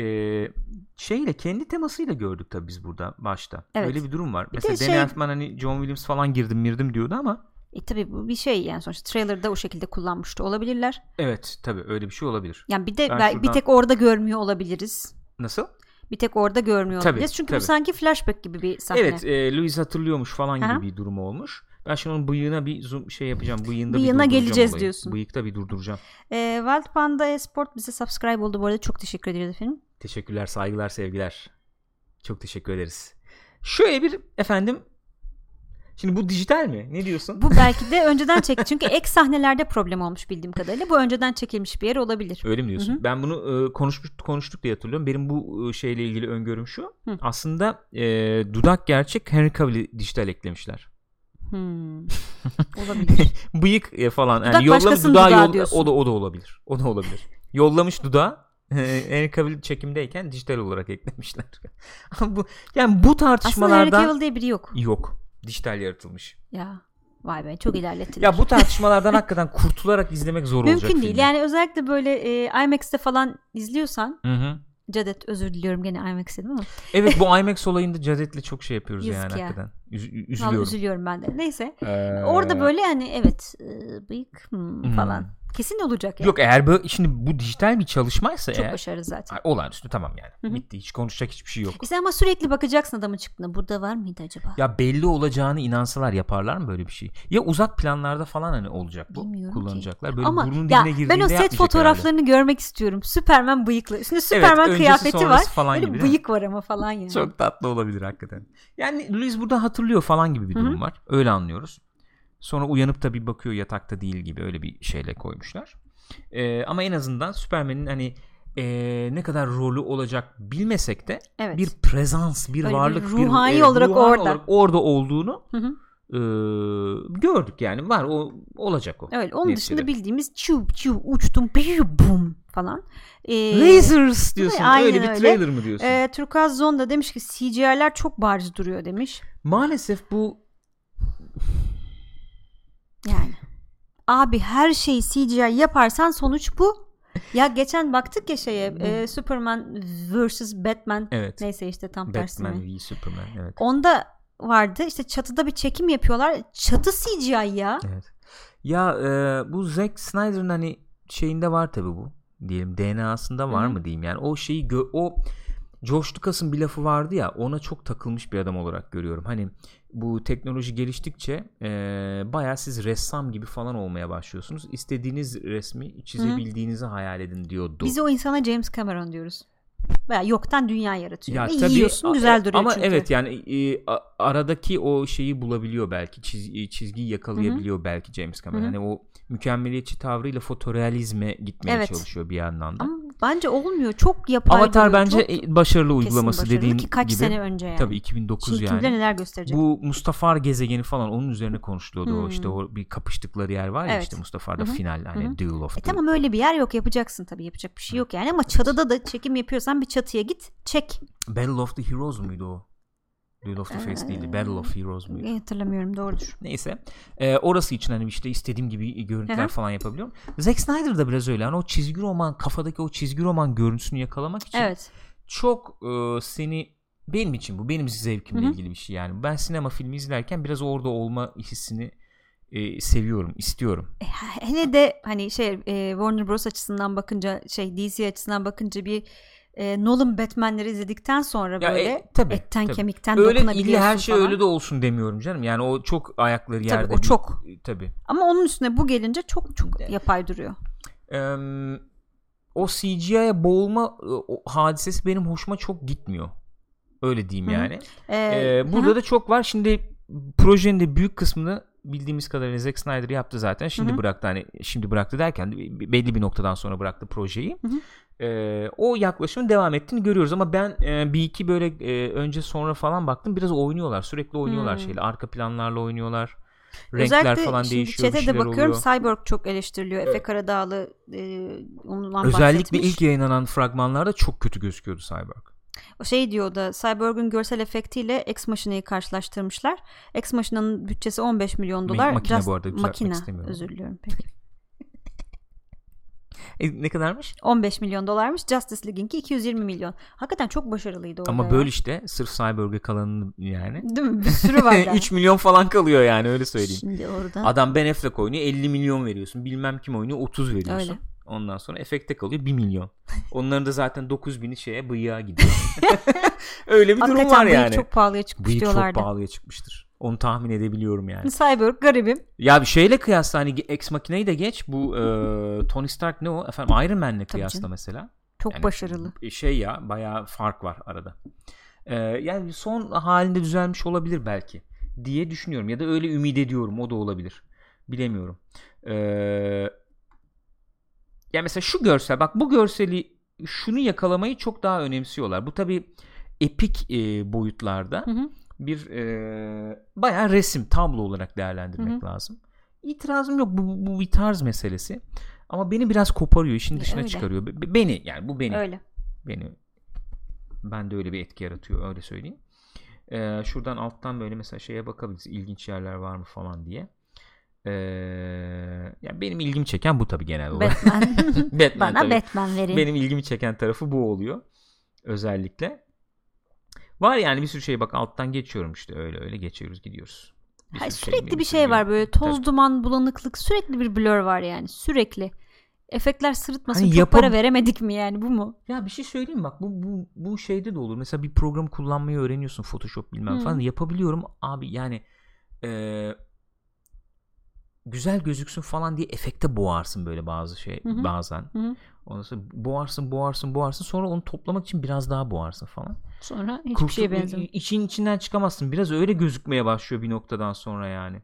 şeyle kendi temasıyla gördük tabii biz burada başta. Evet. Öyle bir durum var. Bir Mesela de Danny şey- Elfman hani John Williams falan girdim mirdim diyordu ama E tabii bu bir şey yani sonuçta trailer'da o şekilde kullanmıştı olabilirler. evet tabii öyle bir şey olabilir. Yani bir de Ben bel- şuradan- bir tek orada görmüyor olabiliriz. Nasıl? Bir tek orada görmüyor Tabii, olabiliriz. Çünkü tabii. bu sanki flashback gibi bir sahne. Evet, e, Louis hatırlıyormuş falan gibi Aha. bir durum olmuş. Ben şimdi onun bıyığına bir zoom şey yapacağım. Bıyığında Bıyığına bir durduracağım geleceğiz olayı. diyorsun. Bıyıkta bir durduracağım. E, Wild Panda Esport bize subscribe oldu bu arada. Çok teşekkür ederiz efendim. Teşekkürler, saygılar, sevgiler. Çok teşekkür ederiz. Şöyle bir efendim. Şimdi bu dijital mi? Ne diyorsun? Bu belki de önceden çekti. Çünkü ek sahnelerde problem olmuş bildiğim kadarıyla. Bu önceden çekilmiş bir yer olabilir. Öyle mi diyorsun? Hı hı. Ben bunu e, konuşmuş, konuştuk diye hatırlıyorum. Benim bu e, şeyle ilgili öngörüm şu. Hı. Aslında e, dudak gerçek, Henry Cavill'i dijital eklemişler. Hmm. Olabilir. Bıyık e, falan. Dudak Yani yollamış başkasının dudağı, dudağı yolla- diyorsun. o da o da olabilir. O da olabilir. Yollamış dudağı Henry Cavill çekimdeyken dijital olarak eklemişler. Ama bu yani bu Aslında Henry tartışmalardan Cavill diye biri yok. yok. Dijital yaratılmış. Ya vay be çok ilerlettiler. Ya bu tartışmalardan hakikaten kurtularak izlemek zor olacak. Mümkün değil. filmi. Yani özellikle böyle e, IMAX'te falan izliyorsan Hı hı. Cadet özür diliyorum gene IMAX dedim ama. Evet bu IMAX olayında Cadet'le çok şey yapıyoruz Yazık yani ya. hakikaten. Üz- Vallahi üzülüyorum. üzülüyorum ben de. Neyse. Ee, Orada böyle hani evet e, bıyık hmm, Hmm. falan. Kesin olacak yani. Yok eğer böyle şimdi bu dijital bir çalışmaysa Çok eğer başarılı zaten. Ay, olağanüstü tamam yani. Hı hı. Bitti. Hiç konuşacak hiçbir şey yok. İşte ama sürekli bakacaksın adamın çıktığına. Burada var mıydı acaba? Ya belli olacağını inansalar yaparlar mı böyle bir şey? Ya uzak planlarda falan hani olacak bu. Bilmiyorum kullanacaklar. Böyle Ama burnun ya dibine girdiğinde ben o set yapmayacak fotoğraflarını herhalde. görmek istiyorum. Süperman bıyıklı. Üstünde Süperman öncesi kıyafeti var. sonrası falan Böyle gibi, değil mi? bıyık var ama falan yani. Çok tatlı olabilir hakikaten. Yani Louis burada hatırlıyor falan gibi bir durum Hı hı. var. Öyle anlıyoruz. Sonra uyanıp da bir bakıyor yatakta değil gibi öyle bir şeyle koymuşlar. Ee, ama en azından Superman'in hani ee, ne kadar rolü olacak bilmesek de Evet. bir prezans, bir Böyle bir varlık, ruhani e, olarak ruhani orada. olarak orada olduğunu Hı hı. e, gördük yani. Var o olacak o. Evet, onun Neticede. dışında bildiğimiz çu çu uçtum piu bum falan. Ee, Lasers diyorsun. Aynen öyle bir öyle. trailer mı diyorsun? E, Turkuaz Zone da demiş ki C G I'ler çok bariz duruyor demiş. Maalesef bu Yani abi her şeyi C G I yaparsan sonuç bu. Ya geçen baktık ya şeye e, Superman versus Batman evet. neyse işte tam tersi Batman mi? v Superman evet. Onda vardı işte çatıda bir çekim yapıyorlar. Çatı C G I ya. Evet. Ya e, bu Zack Snyder'ın hani şeyinde var tabii bu. Diyelim D N A'sında var Hı-hı. mı diyeyim yani. O şeyi gö- o George Lucas'ın bir lafı vardı ya, ona çok takılmış bir adam olarak görüyorum. Hani bu teknoloji geliştikçe e, bayağı siz ressam gibi falan olmaya başlıyorsunuz. İstediğiniz resmi çizebildiğinizi Hı-hı. hayal edin diyordu. Biz o insana James Cameron diyoruz. Veya yoktan dünya yaratıyor. Ya Ve tabii, yiyorsun güzel duruyor ama çünkü. evet yani e, a, aradaki o şeyi bulabiliyor belki. Çiz, çizgiyi yakalayabiliyor Hı-hı. belki James Cameron. Hı-hı. Hani o mükemmeliyetçi tavrıyla fotorealizme gitmeye evet. çalışıyor bir yandan da. Ama bence olmuyor. Çok yapay Avatar duruyor. bence çok başarılı uygulaması başarılı dediğin ki kaç gibi. sene önce yani. Tabii iki bin dokuz Şimdi yani. kimde neler gösterecek. Bu Mustafar gezegeni falan onun üzerine konuşuluyordu. Hmm. O işte o bir kapıştıkları yer var ya evet. işte Mustafar'da Hı-hı. final hani Hı-hı. Duel of e the... Tamam öyle bir yer yok, yapacaksın tabii, yapacak bir şey yok yani ama çatıda da çekim yapıyorsan bir çatıya git çek. Battle of the Heroes muydu o? Duel of the Fates ee, değildi. Battle of Heroes muydu? Hatırlamıyorum, doğrudur. Neyse. E, orası için hani işte istediğim gibi görüntüler Hı-hı. falan yapabiliyorum. Zack Snyder da biraz öyle. Hani o çizgi roman, kafadaki o çizgi roman görüntüsünü yakalamak için evet. çok e, seni, benim için bu benim zevkimle Hı-hı. ilgili bir şey yani. Ben sinema filmi izlerken biraz orada olma hissini e, seviyorum, istiyorum. E, hele de hani şey e, Warner Bros açısından bakınca, şey D C açısından bakınca bir e, Nolan Batman'leri izledikten sonra ya böyle e, tabii, etten tabii. kemikten öyle dokunabiliyorsun öyle her şey falan. Öyle de olsun demiyorum canım. Yani o çok ayakları yerde. Tabii o çok. Bir, tabii. Ama onun üstüne bu gelince çok çok de. yapay duruyor. Ee, o C G I'ye boğulma o hadisesi benim hoşuma çok gitmiyor. Öyle diyeyim Hı-hı. yani. Ee, ee, burada Hı-hı. da çok var. Şimdi projenin de büyük kısmını bildiğimiz kadarıyla Zack Snyder yaptı zaten. Şimdi Hı-hı. bıraktı, hani şimdi bıraktı derken belli bir noktadan sonra bıraktı projeyi. Ee, o yaklaşımın devam ettiğini görüyoruz ama ben e, bir iki böyle e, önce sonra falan baktım, biraz oynuyorlar. Sürekli oynuyorlar hmm. şeyle. Arka planlarla oynuyorlar. Renkler özellikle falan değişiyor. Özellikle chat'e de bakıyorum, oluyor. Cyborg çok eleştiriliyor. Evet. Efe Karadağlı e, ondan özellikle bahsetmiş. ilk yayınlanan fragmanlarda çok kötü gözüküyordu Cyborg. O şey diyor da, Cyborg'un görsel efektiyle Ex Machina'yı karşılaştırmışlar. Ex Machina'nın bütçesi on beş milyon dolar. Makine Just, bu arada makine. Özür diliyorum. Peki. E, ne kadarmış? on beş milyon dolarmış. Justice League'inki iki yüz yirmi milyon. Hakikaten çok başarılıydı orada. Ama ya. böyle işte sırf Cyborg'a kalanın yani. Değil mi? Bir sürü var yani. üç milyon falan kalıyor yani, öyle söyleyeyim. Şimdi orada. Adam Ben Affleck oynuyor, elli milyon veriyorsun. Bilmem kim oynuyor, otuz veriyorsun. Öyle. Ondan sonra efekte kalıyor bir milyon. Onların da zaten dokuz bini şeye, bıyığa gidiyor. Öyle bir durum hakikaten var yani. Hakikaten bıyık çok pahalıya çıkmış bıyık diyorlardı. Bıyık çok pahalıya çıkmıştır. Onu tahmin edebiliyorum yani. Cyborg garibim. Ya bir şeyle kıyasla, hani Ex Machina'yı da geç. Bu e, Tony Stark ne o? Efendim Iron Man'le kıyasla canım. Mesela. Çok yani başarılı. Şey ya, bayağı fark var arada. E, yani son halinde düzelmiş olabilir belki diye düşünüyorum. Ya da öyle ümit ediyorum. O da olabilir. Bilemiyorum. Eee Ya mesela şu görsel, bak bu görseli, şunu yakalamayı çok daha önemsiyorlar. Bu tabii epik e, boyutlarda hı hı. bir e, bayağı resim, tablo olarak değerlendirmek hı hı. lazım. İtirazım yok, bu, bu bir tarz meselesi. Ama beni biraz koparıyor, işin dışına öyle. çıkarıyor. Beni yani bu beni. Öyle. Beni. Bende öyle bir etki yaratıyor, öyle söyleyeyim. Ee, şuradan alttan böyle mesela şeye bakabiliriz, ilginç yerler var mı falan diye. Ee, yani benim ilgimi çeken bu tabii genel olarak. Batman. Batman Bana tabii. Batman verin. Benim ilgimi çeken tarafı bu oluyor. Özellikle. Var yani bir sürü şey, bak alttan geçiyorum işte, öyle öyle geçiyoruz, gidiyoruz. Bir Hayır, sürekli şey, bir şey var böyle toz tabii. duman, bulanıklık, sürekli bir blur var yani, sürekli. Efektler sırıtmasın, hani çok yapab- para veremedik mi yani, bu mu? Ya bir şey söyleyeyim bak, bu bu bu şeyde de olur. Mesela bir program kullanmayı öğreniyorsun, Photoshop bilmem hmm. falan, yapabiliyorum abi yani eee güzel gözüksün falan diye efekte boğarsın böyle bazı şey, hı-hı. bazen. Hı-hı. Ondan sonra boğarsın boğarsın boğarsın sonra onu toplamak için biraz daha boğarsın falan. Sonra hiçbir Kurtu, şeye benzemiyor. İçin içinden çıkamazsın. Biraz öyle gözükmeye başlıyor bir noktadan sonra yani.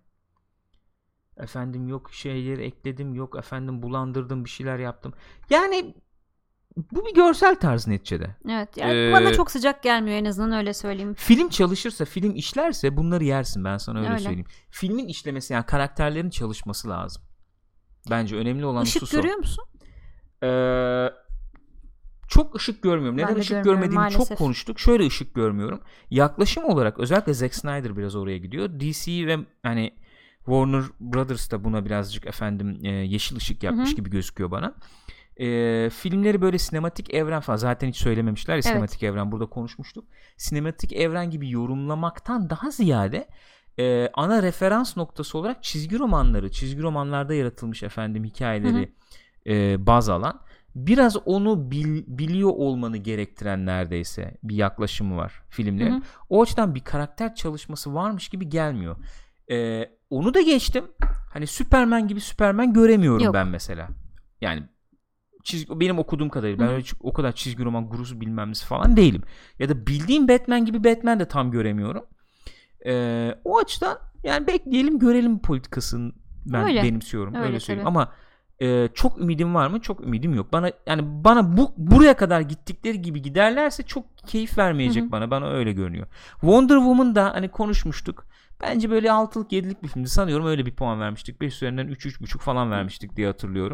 Efendim yok şeyleri ekledim, yok efendim bulandırdım, bir şeyler yaptım. Yani bu bir görsel tarz neticede. Evet yani ee, bana çok sıcak gelmiyor, en azından öyle söyleyeyim. Film çalışırsa, film işlerse bunları yersin, ben sana öyle, öyle. söyleyeyim. Filmin işlemesi, yani karakterlerin çalışması lazım. Bence önemli olan Işık husus o. görüyor musun? Ee, çok ışık görmüyorum. Neden ışık görmediğimi maalesef. çok konuştuk. Şöyle ışık görmüyorum. Yaklaşım olarak özellikle Zack Snyder biraz oraya gidiyor. D C ve hani Warner Brothers da buna birazcık efendim e, yeşil ışık yapmış Hı-hı. gibi gözüküyor bana. E, filmleri böyle sinematik evren falan, zaten hiç söylememişler ya, evet. sinematik evren, burada konuşmuştuk. Sinematik evren gibi yorumlamaktan daha ziyade e, ana referans noktası olarak çizgi romanları, çizgi romanlarda yaratılmış efendim hikayeleri e, baz alan, biraz onu bil, biliyor olmanı gerektiren neredeyse bir yaklaşımı var filmlerin. Hı hı. O açıdan bir karakter çalışması varmış gibi gelmiyor. E, onu da geçtim. Hani Superman gibi Superman göremiyorum Yok. ben mesela. Yani çizgi, benim okuduğum kadarıyla ben öyle o kadar çizgi roman gurusu bilmem nesi falan değilim. Ya da bildiğim Batman gibi Batman de tam göremiyorum. Ee, o açıdan yani bekleyelim görelim politikasını ben öyle. benimsiyorum. Öyle, öyle söyleyeyim. Tabii. Ama e, çok ümidim var mı? Çok ümidim yok. Bana yani bana bu buraya kadar gittikleri gibi giderlerse çok keyif vermeyecek Hı-hı. bana. Bana öyle görünüyor. Wonder Woman da hani konuşmuştuk. Bence böyle altılık yedilik bir filmdi. Sanıyorum öyle bir puan vermiştik. beş üzerinden üç üç buçuk falan vermiştik diye hatırlıyorum.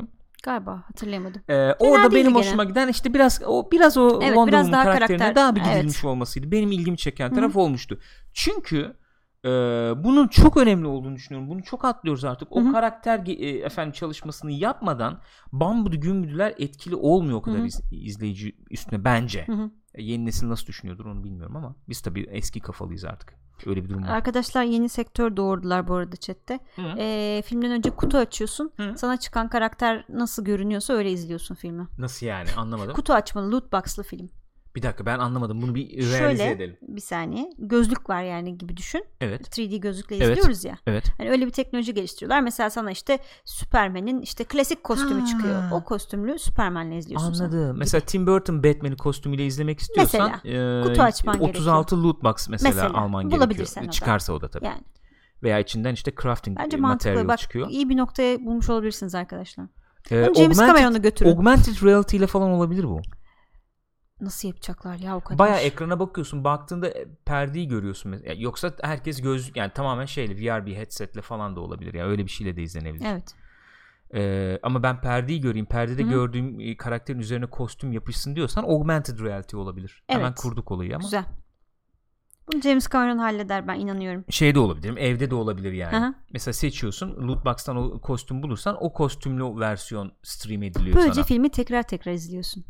Galiba hatırlayamadım. Ee, orada benim hoşuma gene. giden işte biraz o biraz o evet, Wonder biraz Woman daha karakterine karakter. daha bir gidilmiş evet. olmasıydı. Benim ilgimi çeken taraf Hı-hı. olmuştu. Çünkü e, bunun çok önemli olduğunu düşünüyorum. Bunu çok atlıyoruz artık. O Hı-hı. karakter e, efendim çalışmasını yapmadan bambudu gümbüdüler etkili olmuyor o kadar iz, izleyici üstüne bence. Hı-hı. Yeni nesil nasıl düşünüyordur onu bilmiyorum ama biz tabii eski kafalıyız artık. Öyle bir durum var. Arkadaşlar yeni sektör doğurdular bu arada chatte. Ee, filmden önce kutu açıyorsun. Hı. Sana çıkan karakter nasıl görünüyorsa öyle izliyorsun filmi. Nasıl yani? Anlamadım. Kutu açmalı, loot box'lı film. Bir dakika ben anlamadım. Bunu bir realize Şöyle, edelim. Bir saniye. Gözlük var yani gibi düşün. Evet. üç D gözlükle izliyoruz evet. ya. Evet. Yani öyle bir teknoloji geliştiriyorlar. Mesela sana işte Superman'in işte klasik kostümü ha. çıkıyor. O kostümlü Superman'le izliyorsun. Anladım. Sen. Mesela Tim Burton Batman'i kostümüyle izlemek istiyorsan mesela, e, kutu açman otuz altı gerekiyor. loot box mesela, mesela alman gerekiyor. Çıkarsa o da tabii. Yani. Veya içinden işte crafting bence materyal Bak, çıkıyor. İyi bir noktaya bulmuş olabilirsiniz arkadaşlar. Ee, James Cameron'u götürün. Augmented reality ile falan olabilir bu. Nasıl yapacaklar ya o kadar? Bayağı ekrana bakıyorsun, baktığında perdeyi görüyorsun mesela. Yoksa herkes göz yani tamamen şeyle V R bir headsetle falan da olabilir ya. Yani öyle bir şeyle de izlenebilir. Evet. Ee, ama ben perdeyi göreyim, perdede Hı-hı. gördüğüm karakterin üzerine kostüm yapışsın diyorsan augmented reality olabilir. Evet. Hemen kurduk olayı ama. Güzel. Bunu James Cameron halleder, ben inanıyorum. Şey de olabilir, evde de olabilir yani. Hı-hı. Mesela seçiyorsun, lootbox'tan o kostüm bulursan o kostümlü versiyon stream ediliyor Böylece sana. filmi tekrar tekrar izliyorsun.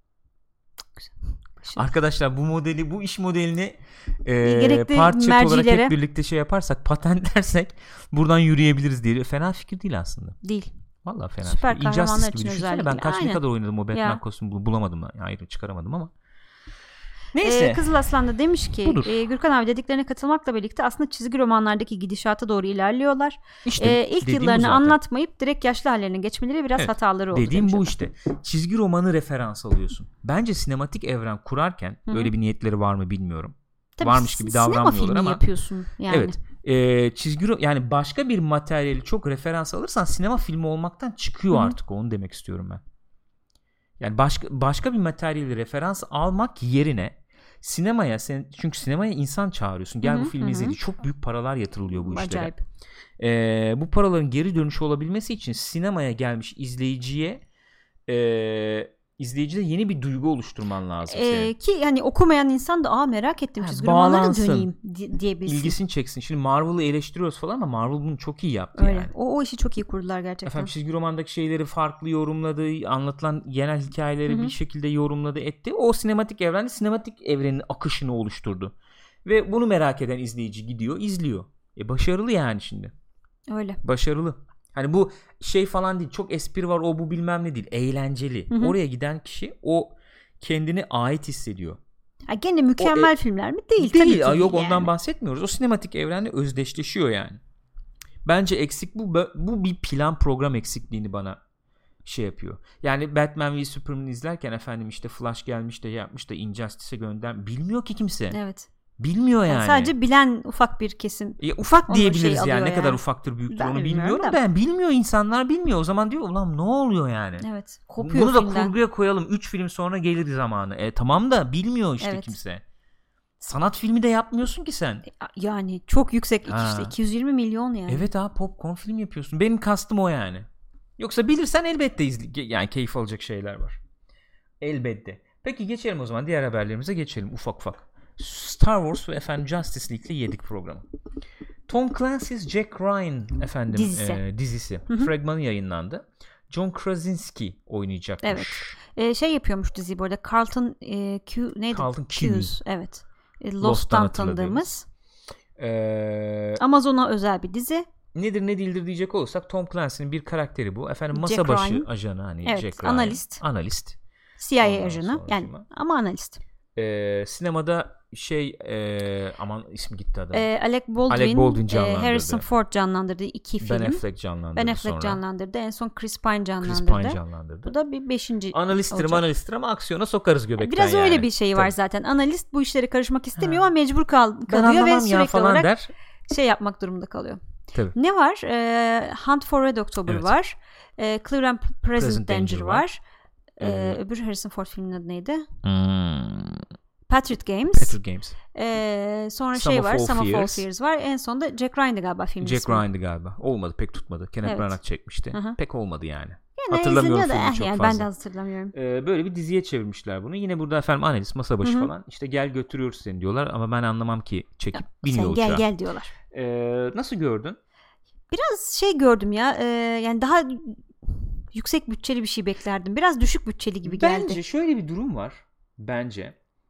Güzel. Arkadaşlar bu modeli, bu iş modelini e, parça olarak hep birlikte şey yaparsak, patentlersek buradan yürüyebiliriz diye. Fena fikir değil aslında. Değil. Vallahi fena Süper fikir. Injustice gibi düşünsene. Ben kaç Aynen. ne kadar oynadım o Batman ya. kostümü bulamadım. Hayır çıkaramadım ama. Neyse. Ee, Kızıl Aslan da demiş ki e, Gürkan abi dediklerine katılmakla birlikte aslında çizgi romanlardaki gidişata doğru ilerliyorlar. İşte ee, ilk yıllarını anlatmayıp direkt yaşlı hallerine geçmeleri biraz evet, hataları oldu. Dediğim bu adam. işte. Çizgi romanı referans alıyorsun. Bence sinematik evren kurarken Hı-hı. öyle bir niyetleri var mı bilmiyorum. Tabii Varmış gibi davranmıyorlar ama. Sinema filmi yapıyorsun yani. Evet. E, çizgi ro- yani başka bir materyali çok referans alırsan sinema filmi olmaktan çıkıyor Hı-hı. artık. Onu demek istiyorum ben. Yani başka başka bir materyali referans almak yerine sinemaya sen çünkü sinemaya insan çağırıyorsun. Gel Hı-hı, bu filmi izle. Çok büyük paralar yatırılıyor bu işlere. Acayip. Ee, bu paraların geri dönüşü olabilmesi için sinemaya gelmiş izleyiciye e, izleyicide yeni bir duygu oluşturman lazım. Ee, ki yani okumayan insan da aa merak ettim ha, çizgi romanlara döneyim di- diyebilsin. İlgisini çeksin. Şimdi Marvel'ı eleştiriyoruz falan ama Marvel bunu çok iyi yaptı Öyle. yani. O, o işi çok iyi kurdular gerçekten. Efendim çizgi romandaki şeyleri farklı yorumladı. Anlatılan genel hikayeleri Hı-hı. bir şekilde yorumladı etti. O sinematik evrende sinematik evrenin akışını oluşturdu. Ve bunu merak eden izleyici gidiyor izliyor. E başarılı yani şimdi. Öyle. Başarılı. Hani bu şey falan değil. Çok espri var o bu bilmem ne değil. Eğlenceli. Hı hı. Oraya giden kişi o kendine ait hissediyor. Ha, gene mükemmel e, filmler mi? Değil. Değil. Tabii ki yok yani. Ondan bahsetmiyoruz. O sinematik evrenle özdeşleşiyor yani. Bence eksik bu. Bu bir plan program eksikliğini bana şey yapıyor. Yani Batman v Superman izlerken efendim işte Flash gelmiş de yapmış da Injustice'e gönder. Bilmiyor ki kimse. Evet. Bilmiyor yani. yani. Sadece bilen ufak bir kesim. Ya ufak diyebiliriz şey yani. Ne yani. kadar ufaktır büyüktür ben onu bilmiyorum da. Ben bilmiyor insanlar bilmiyor. O zaman diyor ulan ne oluyor yani? Evet. Kopuyor Bunu filmden. da kurguya koyalım. üç film sonra gelir zamanı. E tamam da bilmiyor işte evet. kimse. Sanat filmi de yapmıyorsun ki sen. Yani çok yüksek ha. işte iki yüz yirmi milyon yani. Evet ha popcorn film yapıyorsun. Benim kastım o yani. Yoksa bilirsen elbette izle yani keyif alacak şeyler var. Elbette. Peki geçelim o zaman diğer haberlerimize geçelim ufak ufak. Star Wars ve efendim Justice League'le yedik programı. Tom Clancy's Jack Ryan efendim dizisi, e, dizisi. fragmanı yayınlandı. John Krasinski oynayacakmış. Evet. E, şey yapıyormuş dizi bu arada. Carlton e, Q neydi? Carlton Cuse. Evet. E, Lost'tan tanıdığımız. Ee, Amazon'a özel bir dizi. Nedir ne değildir diyecek olursak Tom Clancy'nin bir karakteri bu. Efendim masa Jack başı Ryan. ajanı hani evet, Jack Ryan. Analist. Analist. C I A ajanı yani ama analist. Ee, sinemada şey e, aman ismi gitti adam. Ee, Alec Baldwin, Alec Baldwin canlandırdı. E, Harrison Ford canlandırdı iki film. Ben Affleck canlandırdı Ben Affleck sonra. canlandırdı. En son Chris Pine canlandırdı. Chris Pine canlandırdı. Bu da bir beşinci analisttir analisttir ama aksiyona sokarız göbekten biraz yani. Biraz öyle bir şey var Tabii. zaten. Analist bu işlere karışmak istemiyor ha. ama mecbur kal- kalıyor ve sürekli olarak der. şey yapmak durumunda kalıyor. Tabii. Ne var? Ee, Hunt for Red October evet. var. Ee, Clear and Present, Present Danger, Danger var. var. Ee, ee, öbür Harrison Ford filminin adı neydi? Hmm. Patriot Games. Patriot Games. Ee, sonra Some şey var. Some of All Fears var. En sonunda Jack Ryan'dı galiba filmin Jack ismi. Ryan'dı galiba. Olmadı pek tutmadı. Kenneth evet. Branagh çekmişti. Hı-hı. Pek olmadı yani. Yine Hatırlamıyorum izleniyor da filmi eh, çok yani fazla. ben de hatırlamıyorum. Ee, böyle bir diziye çevirmişler bunu. Yine burada efendim analist, masa başı Hı hı. falan. İşte gel götürüyoruz seni diyorlar ama ben anlamam ki çekip Ya, biniyor sen uçağa. gel gel diyorlar. Ee, nasıl gördün? Biraz şey gördüm ya, e, yani daha yüksek bütçeli bir şey beklerdim. Biraz düşük bütçeli gibi geldi. Bence şöyle bir durum var. Bence.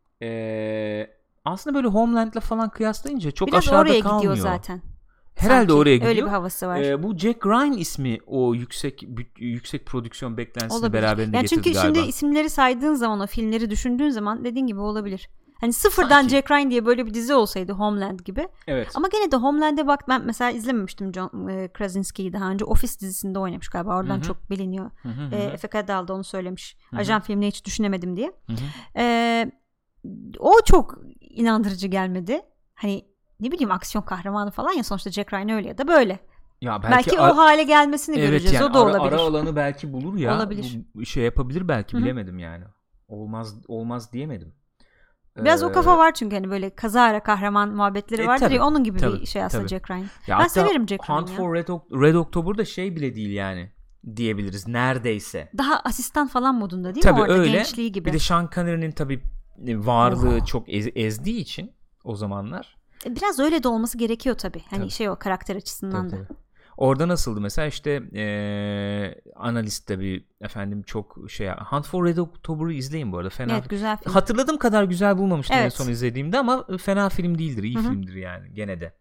Ee, aslında böyle Homeland'la falan kıyaslayınca çok Biraz aşağıda oraya kalmıyor. gidiyor zaten. Herhalde Sanki. oraya gidiyor. Öyle bir havası var. Ee, bu Jack Ryan ismi o yüksek büt- yüksek prodüksiyon beklentisini Olabilir. beraberinde Yani getirdi çünkü galiba. şimdi isimleri saydığın zaman, o filmleri düşündüğün zaman dediğin gibi olabilir. Hani sıfırdan Sanki. Jack Ryan diye böyle bir dizi olsaydı, Homeland gibi. Evet. Ama gene de Homeland'e bak, ben mesela izlememiştim John e, Krasinski'yi daha önce. Office dizisinde oynamış galiba. Oradan Hı hı. çok biliniyor. Hı hı hı. E, Efe Kadal da onu söylemiş. Hı hı. Ajan filmini hiç düşünemedim diye. Hı hı. E, o çok inandırıcı gelmedi. Hani ne bileyim, aksiyon kahramanı falan ya sonuçta, Jack Ryan öyle ya da böyle. Ya Belki, belki, o ar- hale gelmesini evet göreceğiz. yani O da ara, olabilir. ara alanı belki bulur ya. Olabilir. Bu şey yapabilir belki, Hı hı. bilemedim yani. Olmaz olmaz diyemedim. Biraz Ee, o kafa var çünkü hani böyle kazara kahraman muhabbetleri E, vardır tabii, ya, onun gibi tabii, bir şey aslında tabii. Jack Ryan. Ya Ben hatta severim Jack Hunt Ryan'ı for Red, Ok- Red October'da şey bile değil yani diyebiliriz neredeyse. Daha asistan falan modunda değil Tabii mi orada, öyle. gençliği gibi. Bir de Sean Connery'nin tabii varlığı Oh. çok ez- ezdiği için o zamanlar. Biraz öyle de olması gerekiyor tabii. Hani Tabii. şey, o karakter açısından Tabii, da. tabii. Orada nasıldı mesela işte ee, analist tabii efendim çok şey. Hunt for Red October'ı izleyin bu arada, fena. Evet, güzel film. Hatırladığım kadar güzel bulmamıştım Evet. en son izlediğimde ama fena film değildir, iyi Hı hı. filmdir yani gene de.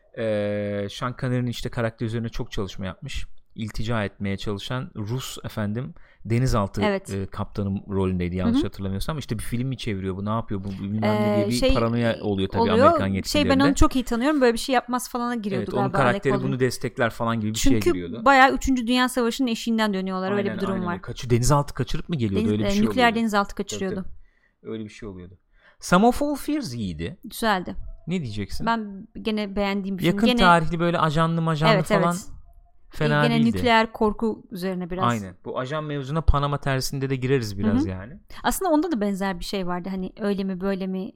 Ee, Sean Connery'nin işte karakter üzerine çok çalışma yapmış. İltica etmeye çalışan Rus efendim denizaltı Evet. e, kaptanı rolündeydi yanlış Hı hı. hatırlamıyorsam. İşte bir film mi çeviriyor, bu ne yapıyor, bu bilmem ne Ee, diye bir şey paranoya oluyor tabii oluyor. Amerikan Şey, yetkililerinde. ben onu çok iyi tanıyorum. Böyle bir şey yapmaz falana giriyordu Evet, onun galiba Alec karakteri Baldwin. bunu destekler falan gibi bir şeye Çünkü giriyordu. bayağı üçüncü. Dünya Savaşı'nın eşiğinden dönüyorlar. Aynen, öyle bir durum aynen. var. Kaçı, denizaltı kaçırıp mı geliyordu? Deniz, öyle bir e, şey nükleer oluyordu. denizaltı Tabii, kaçırıyordu. tabii. Öyle bir şey oluyordu. Sum of All Fears iyiydi. Güzeldi. Ne diyeceksin? Ben gene beğendiğim bir Yakın film. Gene, tarihli böyle ajanlı majanlı evet, falan evet. fena Gene değildi. nükleer korku üzerine biraz. Aynen. Bu ajan mevzuna Panama tersinde de gireriz biraz Hı hı. yani. Aslında onda da benzer bir şey vardı. Hani öyle mi böyle mi,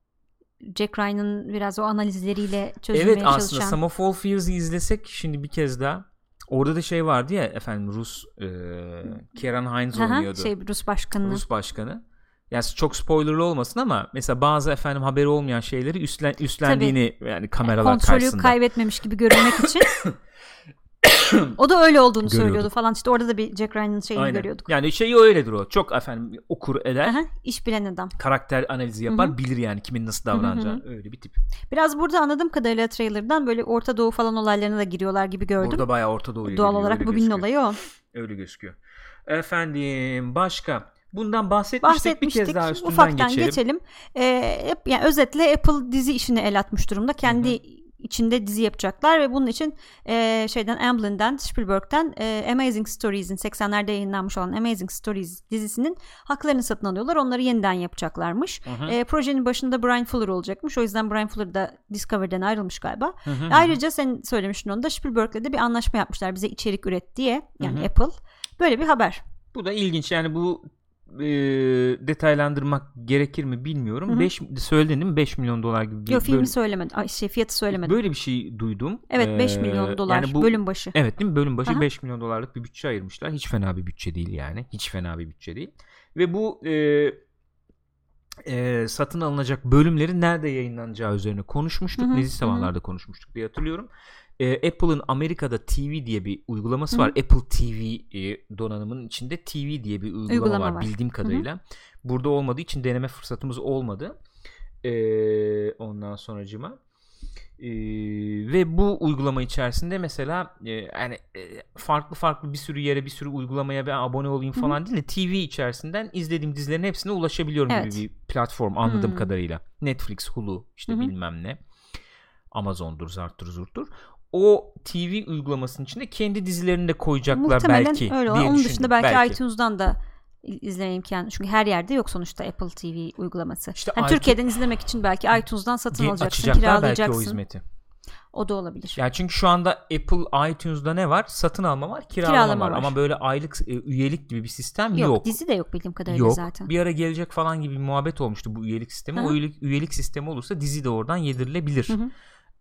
Jack Ryan'ın biraz o analizleriyle çözülmeye Evet, çalışan. aslında Sum of All Fears'ı izlesek şimdi bir kez daha. Orada da şey vardı ya efendim, Rus e, Kieran Hines Aha, oynuyordu. şey, Rus başkanı. Rus başkanı. Yani çok spoilerlı olmasın ama mesela bazı efendim haberi olmayan şeyleri üstlen, üstlendiğini yani kameralar Kontrolü karşısında. kaybetmemiş gibi görünmek için. O da öyle olduğunu Görüyorduk. söylüyordu falan. İşte orada da bir Jack Ryan'ın şeyini Aynen. görüyorduk. Yani şeyi öyledir o. Çok efendim okur eder. Aha, iş bilen adam. Karakter analizi yapar. Hı hı. Bilir yani kimin nasıl davranacağını. Öyle bir tip. Biraz burada anladığım kadarıyla trailer'dan böyle Orta Doğu falan olaylarına da giriyorlar gibi gördüm. Burada bayağı Orta Doğu'ya Doğal geliyor, olarak öyle bugünün gözüküyor. olayı o. Öyle gözüküyor. Efendim başka. Bundan bahsetmiştik. Bahsetmiştik. Bir kez daha üstünden Ufaktan geçelim. geçelim. Ee, hep- yani özetle Apple dizi işine el atmış durumda. Kendi Hı hı. içinde dizi yapacaklar ve bunun için e, şeyden Amblin'den, Spielberg'den e, Amazing Stories'in seksenlerde yayınlanmış olan Amazing Stories dizisinin haklarını satın alıyorlar. Onları yeniden yapacaklarmış. Hı hı. E, projenin başında Brian Fuller olacakmış. O yüzden Brian Fuller da Discovery'den ayrılmış galiba. Hı hı. Ayrıca sen söylemiştin onu da, Spielberg'le de bir anlaşma yapmışlar. Bize içerik üret diye. Yani Hı hı. Apple. Böyle bir haber. Bu da ilginç yani, bu e, detaylandırmak gerekir mi bilmiyorum. Hı hı. beş söyledin değil mi? beş milyon dolar gibi bir Yok, filmi böyle, söylemedim. Ay, şey, fiyatı söylemedim. böyle bir şey duydum. Evet, beş Ee, milyon dolar yani bu, bölüm başı. Evet değil mi? Bölüm başı Aha. beş milyon dolarlık bir bütçe ayırmışlar. Hiç fena bir bütçe değil yani. Hiç fena bir bütçe değil. Ve bu e, e, satın alınacak bölümlerin nerede yayınlanacağı üzerine konuşmuştuk. Hı hı, Nezih hı. zamanlarda konuşmuştuk diye hatırlıyorum. E, Apple'ın Amerika'da T V diye bir uygulaması Hı hı. var. Apple T V e, donanımının içinde T V diye bir uygulama, Uygulama var, var. bildiğim kadarıyla. Hı hı. Burada olmadığı için deneme fırsatımız olmadı. E, ondan sonracıma. Ee, ve bu uygulama içerisinde mesela e, yani e, farklı farklı bir sürü yere, bir sürü uygulamaya ben abone olayım falan Hı-hı. değil de T V içerisinden izlediğim dizilerin hepsine ulaşabiliyorum Evet. gibi bir platform anladığım Hı-hı. kadarıyla. Netflix, Hulu, işte Hı-hı. bilmem ne, Amazon'dur, zarttır, zurttur. O T V uygulamasının içinde kendi dizilerini de koyacaklar Muhtemelen belki. öyle. Diye Onun düşündüm. dışında belki, belki iTunes'dan da izleme imkanı. Çünkü her yerde yok sonuçta Apple T V uygulaması. İşte hani iTunes... Türkiye'den izlemek için belki iTunes'dan satın Ge- alacaksın, açacaklar kiralayacaksın. belki o hizmeti. O da olabilir. Ya çünkü şu anda Apple iTunes'da ne var? Satın alma var, kiralama, kiralama var. var. Ama böyle aylık e, üyelik gibi bir sistem yok. Yok, dizi de yok bildiğim kadarıyla yok. zaten. Bir ara gelecek falan gibi bir muhabbet olmuştu bu üyelik sistemi. Hı-hı. O üyelik, üyelik sistemi olursa dizi de oradan yedirilebilir.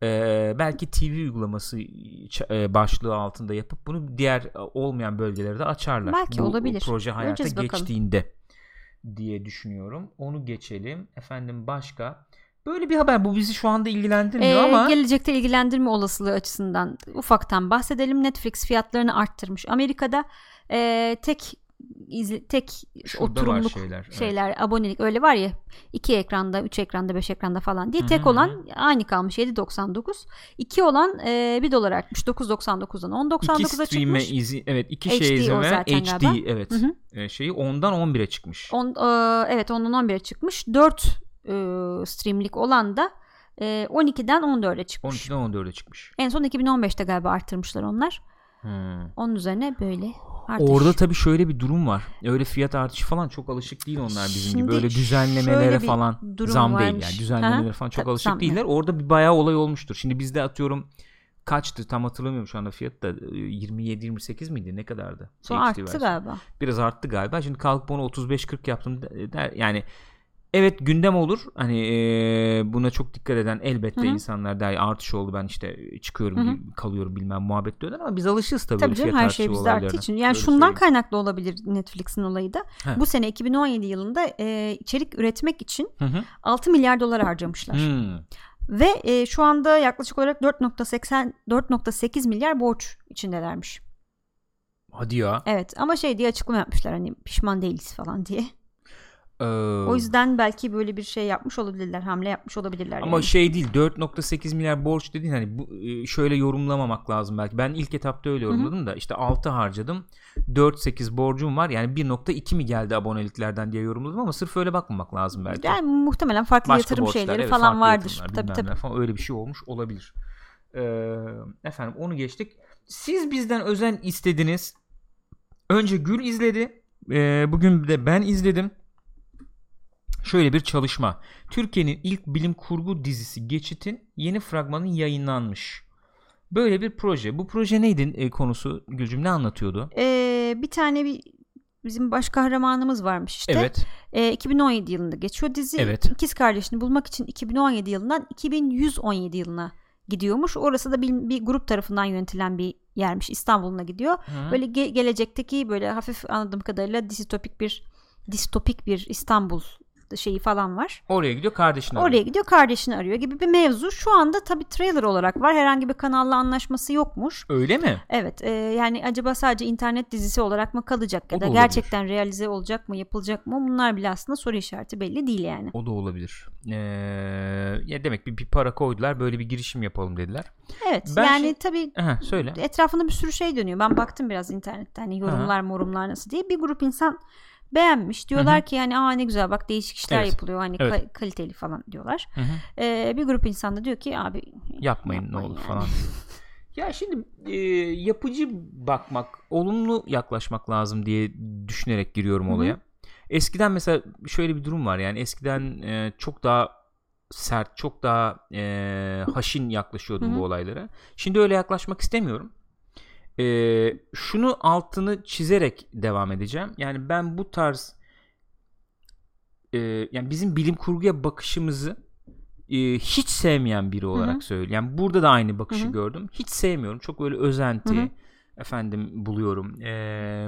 Ee, belki T V uygulaması e, başlığı altında yapıp bunu diğer olmayan bölgelerde de açarlar. Belki bu, olabilir. Bu proje hayata Göreceğiz geçtiğinde bakalım diye düşünüyorum. Onu geçelim. Efendim başka? Böyle bir haber, bu bizi şu anda ilgilendirmiyor ee, ama gelecekte ilgilendirme olasılığı açısından ufaktan bahsedelim. Netflix fiyatlarını arttırmış. Amerika'da e, tek izle, tek şurada oturumluk şeyler, şeyler evet. abonelik öyle var ya, iki ekranda, üç ekranda, beş ekranda falan diye. Hı-hı. Tek olan aynı kalmış yedi doksan dokuz. İki olan e, bir dolar artmış, dokuz doksan dokuzdan on doksan dokuza çıkmış. Izi, evet iki şey izleme H D galiba. Evet e, şeyi ondan on bire çıkmış. On, e, evet ondan on bire çıkmış. dört e, streamlik olan da e, on ikiden on dörde çıkmış. on ikiden on dörde çıkmış. En son iki bin on beşte galiba arttırmışlar onlar. Hmm. Onun üzerine böyle artış. Orada tabii şöyle bir durum var. Öyle fiyat artışı falan çok alışık değil onlar bizim Şimdi gibi. Böyle düzenlemelere falan zam varmış. Değil yani. Düzenlemelere ha? falan çok tabii, alışık zam değiller. Ne? Orada bir bayağı olay olmuştur. Şimdi bizde atıyorum kaçtı tam hatırlamıyorum şu anda fiyat da yirmi yedi yirmi sekiz miydi ne kadardı? Sonra arttı versiyon. Galiba. Biraz arttı galiba. Şimdi kalkıp onu otuz beş kırk yaptım der. Yani evet gündem olur. Hani e, buna çok dikkat eden elbette Hı-hı. insanlar der artış oldu ben işte çıkıyorum Hı-hı. kalıyorum bilmem muhabbet diyorlar ama biz alışırız tabii. Tabii canım her şey bizde arttığı için. Yani Öyle şundan söyleyeyim. kaynaklı olabilir Netflix'in olayı da. He. Bu sene iki bin on yedi yılında e, içerik üretmek için Hı-hı. altı milyar dolar harcamışlar. Hı. Ve e, şu anda yaklaşık olarak dört nokta sekiz milyar borç içindelermiş. Hadi ya. Evet ama şey diye açıklama yapmışlar hani pişman değiliz falan diye. O yüzden belki böyle bir şey yapmış olabilirler, hamle yapmış olabilirler. Ama yani. şey değil, dört nokta sekiz milyar borç dediğin hani bu şöyle yorumlamamak lazım belki. Ben ilk etapta öyle yorumladım Hı-hı. da işte altı harcadım, dört sekiz borcum var. Yani bir nokta iki mi geldi aboneliklerden diye yorumladım ama sırf öyle bakmamak lazım belki. Yani muhtemelen farklı Başka yatırım borçlar, şeyleri evet, falan vardır. Tabii tabii. Falan, öyle bir şey olmuş olabilir. Ee, efendim onu geçtik. Siz bizden özen istediniz. Önce Gül izledi. Ee, bugün de ben izledim. Şöyle bir çalışma. Türkiye'nin ilk bilim kurgu dizisi Geçit'in yeni fragmanı yayınlanmış. Böyle bir proje. Bu proje neydi e, konusu Gülcüm, ne anlatıyordu? Ee, bir tane bir bizim baş kahramanımız varmış işte. Evet. Ee, iki bin on yedi yılında geçiyor dizi. Evet. İkiz kardeşini bulmak için iki bin on yedi yılından iki bin yüz on yedi yılına gidiyormuş. Orası da bir, bir grup tarafından yönetilen bir yermiş. İstanbul'una gidiyor. Hı. Böyle ge- gelecekteki böyle hafif anladığım kadarıyla distopik bir distopik bir İstanbul şeyi falan var. Oraya gidiyor kardeşini arıyor. Oraya gidiyor kardeşini arıyor gibi bir mevzu. Şu anda tabii trailer olarak var. Herhangi bir kanalla anlaşması yokmuş. Öyle mi? Evet. E, yani acaba sadece internet dizisi olarak mı kalacak ya o da, da gerçekten realize olacak mı, yapılacak mı? Bunlar bile aslında soru işareti, belli değil yani. O da olabilir. Ee, ya demek bir, bir para koydular. Böyle bir girişim yapalım dediler. Evet. Ben yani şey... tabii Aha, söyle. Etrafında bir sürü şey dönüyor. Ben baktım biraz internette hani yorumlar Aha. morumlar nasıl diye. Bir grup insan beğenmiş. Diyorlar Hı-hı. ki yani aa ne güzel bak değişik işler evet. yapılıyor. Hani evet. ka- kaliteli falan diyorlar. Ee, bir grup insan da diyor ki abi yapmayın, yapmayın ne olur yani. falan. Ya şimdi e, yapıcı bakmak, olumlu yaklaşmak lazım diye düşünerek giriyorum Hı-hı. olaya. Eskiden mesela şöyle bir durum var. Yani eskiden e, çok daha sert, çok daha e, haşin yaklaşıyordum Hı-hı. bu olaylara. Şimdi öyle yaklaşmak istemiyorum. Ee, şunu altını çizerek devam edeceğim. Yani ben bu tarz e, yani bizim bilim kurguya bakışımızı e, hiç sevmeyen biri olarak Hı-hı. söylüyorum. Yani burada da aynı bakışı Hı-hı. gördüm. Hiç sevmiyorum. Çok öyle özenti Hı-hı. efendim buluyorum. Ee,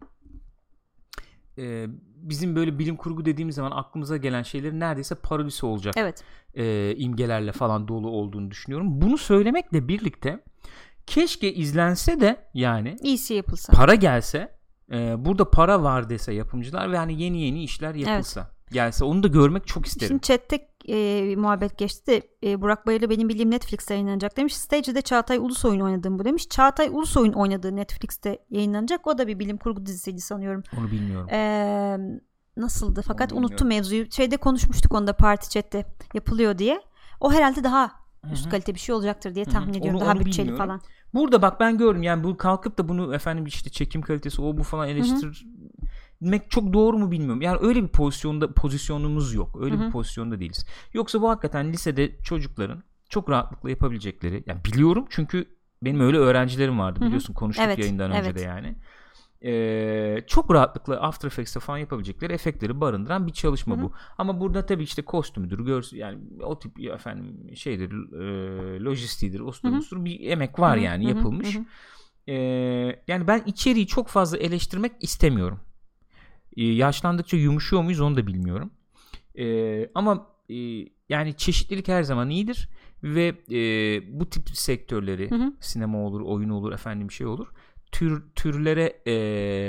e, bizim böyle bilim kurgu dediğimiz zaman aklımıza gelen şeylerin neredeyse parodisi olacak. Evet. E, imgelerle falan dolu olduğunu düşünüyorum. Bunu söylemekle birlikte keşke izlense de yani iyisi yapılsa. Para gelse, e, burada para var dese yapımcılar ve yani yeni yeni işler yapılsa. Evet. Gelse onu da görmek çok isterim. Şimdi chatte e, muhabbet geçti de e, Burak Bayır'la benim bildiğim Netflix'te yayınlanacak demiş. Stage'de Çağatay Ulusoy'un oynadığım bu demiş. Çağatay Ulusoy'un oynadığı Netflix'te yayınlanacak. O da bir bilim kurgu dizisiydi sanıyorum. Onu bilmiyorum. Eee nasıldı fakat unuttum mevzuyu. Şeyde konuşmuştuk onda parti chatte yapılıyor diye. O herhalde daha üst Hı-hı. kalite bir şey olacaktır diye tahmin Hı-hı. ediyorum. Onu, daha onu bütçeli bilmiyorum. falan. Burada bak ben gördüm yani bu kalkıp da bunu efendim işte çekim kalitesi o bu falan eleştirmek çok doğru mu bilmiyorum. Yani öyle bir pozisyonda pozisyonumuz yok. Öyle Hı-hı. bir pozisyonda değiliz. Yoksa bu hakikaten lisede çocukların çok rahatlıkla yapabilecekleri. Yani biliyorum çünkü benim öyle öğrencilerim vardı. Hı-hı. Biliyorsun konuştuk evet, yayından önce evet. de yani. Ee, çok rahatlıkla After Effects'te falan yapabilecekleri efektleri barındıran bir çalışma Hı-hı. bu. Ama burada tabii işte kostümüdür, görsel yani o tip efendim şeydir, e, lojistiğidir, ostur ostur bir emek var Hı-hı. yani Hı-hı. yapılmış. Hı-hı. Ee, yani ben içeriği çok fazla eleştirmek istemiyorum. Ee, yaşlandıkça yumuşuyor muyuz onu da bilmiyorum. Ee, ama e, yani çeşitlilik her zaman iyidir ve e, bu tip sektörleri, Hı-hı. sinema olur, oyun olur, efendim şey olur. Tür türlere e,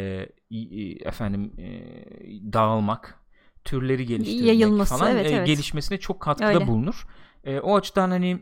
efendim e, dağılmak, türleri geliştirmek Yayılması, falan evet, e, evet. gelişmesine çok katkıda Öyle. bulunur. E, o açıdan hani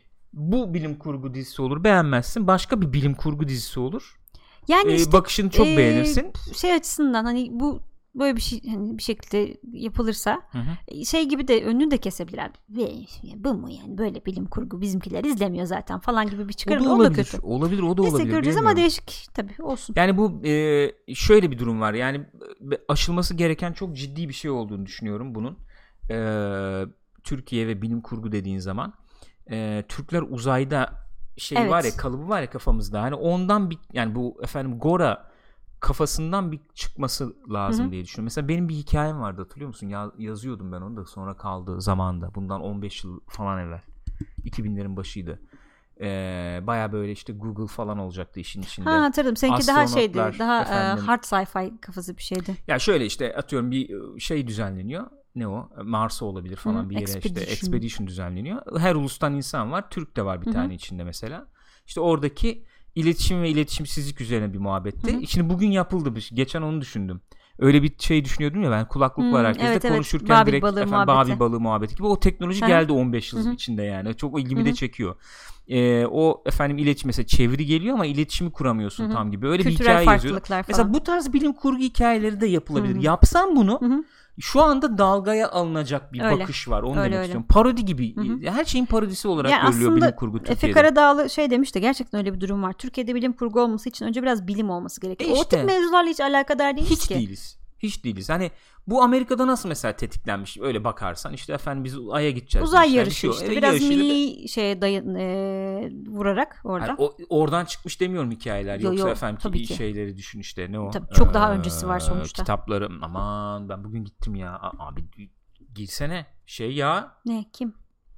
bu bilim kurgu dizisi olur, beğenmezsin. Başka bir bilim kurgu dizisi olur. Yani işte, e, bakışını çok e, beğenirsin. Şey açısından hani bu böyle bir şey hani bir şekilde yapılırsa hı hı. şey gibi de önünü de kesebilirler. Ve bu mu yani böyle bilim kurgu bizimkiler izlemiyor zaten falan gibi bir çıkarım. O da, o da kötü. Olabilir, o da Neyse, olabilir. Göreceğiz ama değişik tabii olsun. Yani bu e, şöyle bir durum var. Yani aşılması gereken çok ciddi bir şey olduğunu düşünüyorum bunun. E, Türkiye ve bilim kurgu dediğin zaman e, Türkler uzayda şey evet. var ya, kalıbı var ya kafamızda. Hani ondan bir yani bu efendim Gora kafasından bir çıkması lazım Hı-hı. diye düşünüyorum. Mesela benim bir hikayem vardı, hatırlıyor musun? Ya, yazıyordum ben onu da, sonra kaldı zamanda. Bundan on beş yıl falan evvel. iki binlerin başıydı. Ee, baya böyle işte Google falan olacaktı işin içinde. Ha hatırladım. Seninki daha şeydi. Daha efendim, hard sci-fi kafası bir şeydi. Ya şöyle işte atıyorum bir şey düzenleniyor. Ne o? Mars'a olabilir falan Hı, bir yere Expedition. işte Expedition düzenleniyor. Her ulustan insan var. Türk de var bir Hı-hı. tane içinde mesela. İşte oradaki iletişim ve iletişimsizlik üzerine bir muhabbetti. Hı-hı. Şimdi bugün yapıldı bir şey. Geçen onu düşündüm. Öyle bir şey düşünüyordum ya ben, kulaklık hmm, var herkeste evet, konuşurken evet. direkt balığı efendim, babi balığı muhabbeti gibi. O teknoloji Hı-hı. geldi on beş yıl Hı-hı. içinde yani. Çok ilgimi Hı-hı. de çekiyor. Ee, o efendim iletişim mesela çeviri geliyor ama iletişimi kuramıyorsun Hı-hı. tam gibi. Öyle Kültürel bir hikaye yazıyor. Mesela bu tarz bilim kurgu hikayeleri de yapılabilir. Hı-hı. Yapsan bunu Hı-hı. şu anda dalgaya alınacak bir öyle. bakış var. Onu öyle, demek öyle. istiyorum. Parodi gibi. Hı-hı. Her şeyin parodisi olarak yani görülüyor bilim kurgu Türkiye'de. Efe Karadağlı şey demişti. Gerçekten öyle bir durum var. Türkiye'de bilim kurgu olması için önce biraz bilim olması gerekiyor. E işte, o tip mevzularla hiç alakadar değiliz hiç ki. Hiç değiliz. Hiç değiliz. Hani bu Amerika'da nasıl mesela tetiklenmiş öyle bakarsan, işte efendim biz Ay'a gideceğiz. Uzay yarışı şey işte. Evet, biraz milli de... şeye dayın e, vurarak orada. Yani o, oradan çıkmış demiyorum hikayeler. Yo, Yoksa yo, efendim ki, şeyleri düşün işte ne o? Tabii, çok ee, daha öncesi var sonuçta. Kitapları aman ben bugün gittim ya. Abi girsene şey ya. Ne kim?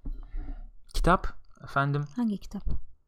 Kitap efendim. Hangi kitap?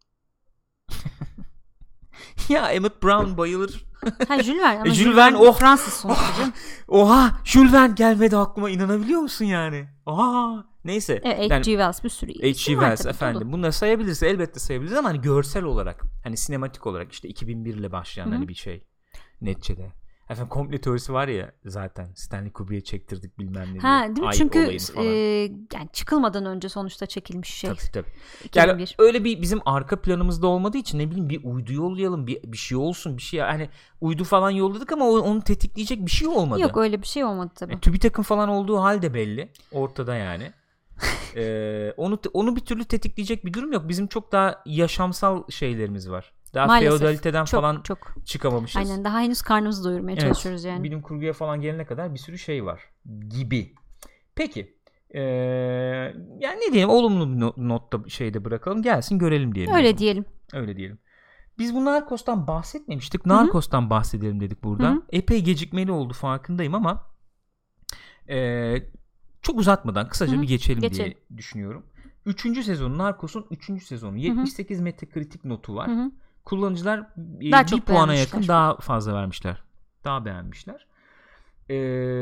Ya Emmett Brown bayılır. Ha Jules Verne. E, Jules Verne oh. Fransız sonuçta. Oha Jules Verne gelmedi aklıma, inanabiliyor musun yani? Oha neyse. Evet, H G. Yani, Wells bir sürü. H G. Wells efendim. Dolu. Bunları sayabiliriz, elbette sayabiliriz ama hani görsel olarak, hani sinematik olarak işte iki bin bir ile başlayan Hı-hı. hani bir şey neticede. Efendim komple teorisi var ya zaten, Stanley Kubrick'e çektirdik bilmem ne. Ha değil mi? Ay, çünkü e, yani çıkılmadan önce sonuçta çekilmiş şey. Tabii tabii. Yani öyle bir bizim arka planımızda olmadığı için ne bileyim bir uydu yollayalım, bir bir şey olsun, bir şey hani uydu falan yolladık ama onu tetikleyecek bir şey olmadı. Yok öyle bir şey olmadı tabii. E, TÜBİTAK'ın falan olduğu halde belli ortada yani. ee, onu onu bir türlü tetikleyecek bir durum yok. Bizim çok daha yaşamsal şeylerimiz var. Daha Maalesef. feodaliteden çok, falan çok. çıkamamışız. Aynen, daha henüz karnımızı doyurmaya evet, çalışıyoruz yani. Bilim kurguya falan gelene kadar bir sürü şey var gibi. Peki. Ee, yani ne diyelim, olumlu bir notta şeyde bırakalım, gelsin görelim diyelim. Öyle diyelim. Öyle diyelim. Biz bu Narcos'tan bahsetmemiştik. Hı-hı. Narcos'tan bahsedelim dedik burada. Hı-hı. Epey gecikmeli oldu farkındayım ama e, çok uzatmadan kısaca Hı-hı. bir geçelim, geçelim diye düşünüyorum. Üçüncü sezonu, Narcos'un üçüncü sezonu. yetmiş sekiz Hı-hı. Metacritic notu var. Hı-hı. Kullanıcılar daha bir puana yakın daha fazla vermişler. Daha beğenmişler. Ee,